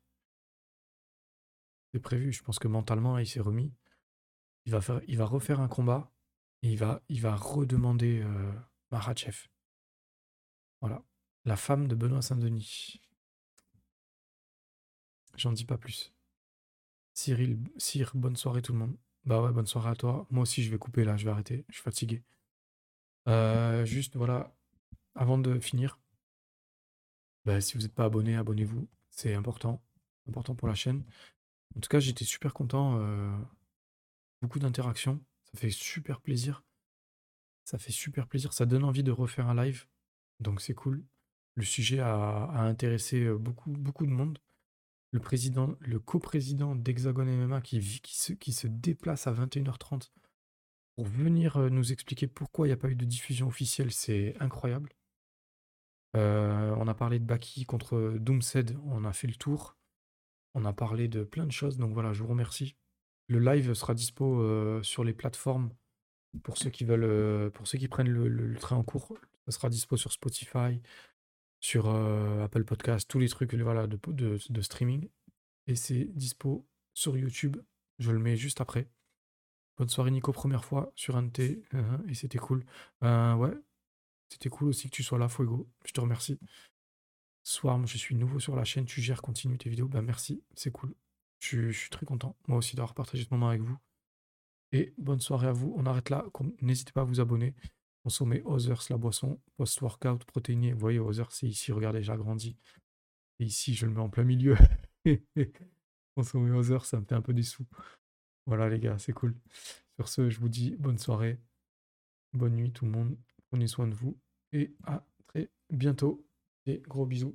C'est prévu. Je pense que mentalement, il s'est remis. Il va refaire un combat et il va redemander Makhachev. Voilà. La femme de Benoît Saint-Denis. J'en dis pas plus. Cyr, bonne soirée tout le monde. Bah ouais, bonne soirée à toi. Moi aussi, je vais couper là, je vais arrêter. Je suis fatigué. Juste, voilà, avant de finir, bah, si vous n'êtes pas abonné, abonnez-vous. C'est important. Important pour la chaîne. En tout cas, j'étais super content. Beaucoup d'interactions. Ça fait super plaisir. Ça fait super plaisir. Ça donne envie de refaire un live. Donc c'est cool. Le sujet a intéressé beaucoup de monde. Le coprésident d'Hexagon MMA qui se déplace à 21h30 pour venir nous expliquer pourquoi il n'y a pas eu de diffusion officielle, c'est incroyable. On a parlé de Baki contre Doomsed, on a fait le tour. On a parlé de plein de choses, donc voilà, je vous remercie. Le live sera dispo sur les plateformes pour ceux qui veulent, pour ceux qui prennent le train en cours. Ça sera dispo sur Spotify, sur Apple Podcast, tous les trucs voilà, de streaming. Et c'est dispo sur YouTube. Je le mets juste après. Bonne soirée Nico, première fois sur un de tes, et c'était cool. Ouais, c'était cool aussi que tu sois là, Fuego. Je te remercie. Swarm, je suis nouveau sur la chaîne, tu gères, continue tes vidéos. Bah merci, c'est cool. Je suis très content, moi aussi, d'avoir partagé ce moment avec vous. Et bonne soirée à vous. On arrête là. N'hésitez pas à vous abonner. Consommez Others, la boisson post-workout protéinée. Vous voyez, Others, c'est ici. Regardez, j'ai agrandi. Et ici, je le mets en plein milieu. Consommer Others, ça me fait un peu des sous. Voilà, les gars, c'est cool. Sur ce, je vous dis bonne soirée. Bonne nuit, tout le monde. Prenez soin de vous. Et à très bientôt. Et gros bisous.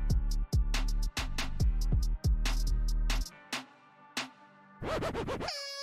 UFC.